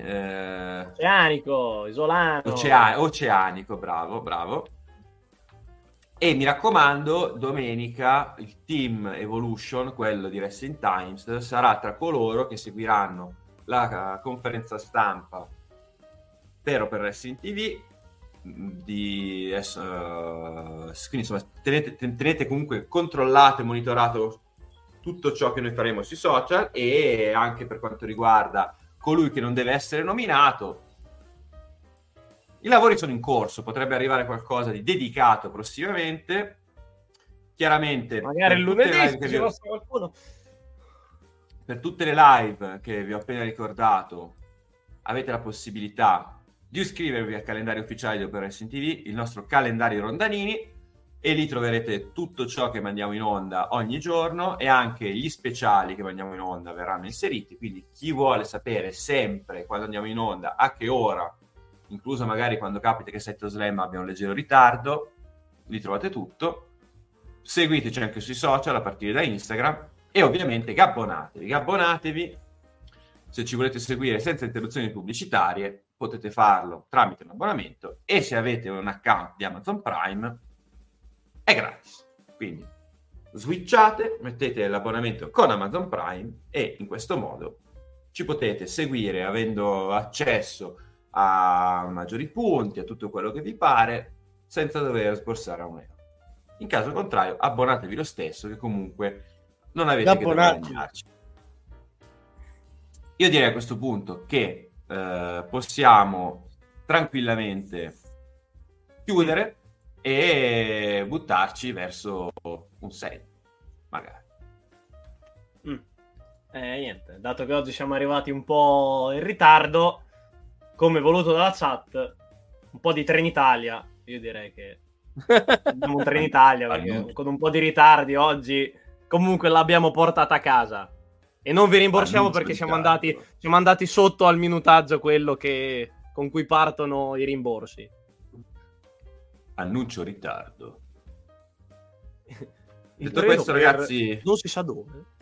Oceanico, isolano. Oceanico, bravo. E mi raccomando, domenica il team Evolution, quello di Wrestling Times, sarà tra coloro che seguiranno la conferenza stampa per Wrestling TV. Quindi insomma, tenete comunque controllato e monitorato tutto ciò che noi faremo sui social, e anche per quanto riguarda colui che non deve essere nominato, i lavori sono in corso, potrebbe arrivare qualcosa di dedicato prossimamente. Chiaramente magari il lunedì qualcuno. Per tutte le live che vi ho appena ricordato avete la possibilità di iscrivervi al calendario ufficiale di Opera Wrestling TV, il nostro calendario Rondanini, e lì troverete tutto ciò che mandiamo in onda ogni giorno, e anche gli speciali che mandiamo in onda verranno inseriti, quindi chi vuole sapere sempre quando andiamo in onda, a che ora, incluso magari quando capita che Setto Slam abbia un leggero ritardo, lì trovate tutto. Seguiteci anche sui social a partire da Instagram, e ovviamente gabbonatevi. Se ci volete seguire senza interruzioni pubblicitarie potete farlo tramite un abbonamento, e se avete un account di Amazon Prime è gratis, quindi switchate, mettete l'abbonamento con Amazon Prime, e in questo modo ci potete seguire avendo accesso a maggiori punti, a tutto quello che vi pare, senza dover sborsare €1. In caso contrario, abbonatevi lo stesso, che comunque non avete che guadagnarci. Io direi a questo punto che possiamo tranquillamente chiudere e buttarci verso un 6, magari. Niente, dato che oggi siamo arrivati un po' in ritardo, come voluto dalla chat, un po' di Trenitalia. Io direi che abbiamo un Trenitalia, perché con un po' di ritardi oggi comunque l'abbiamo portata a casa, e non vi rimborsiamo perché siamo andati sotto al minutaggio quello con cui partono i rimborsi. Annuncio ritardo. Detto questo, ragazzi, non si sa dove.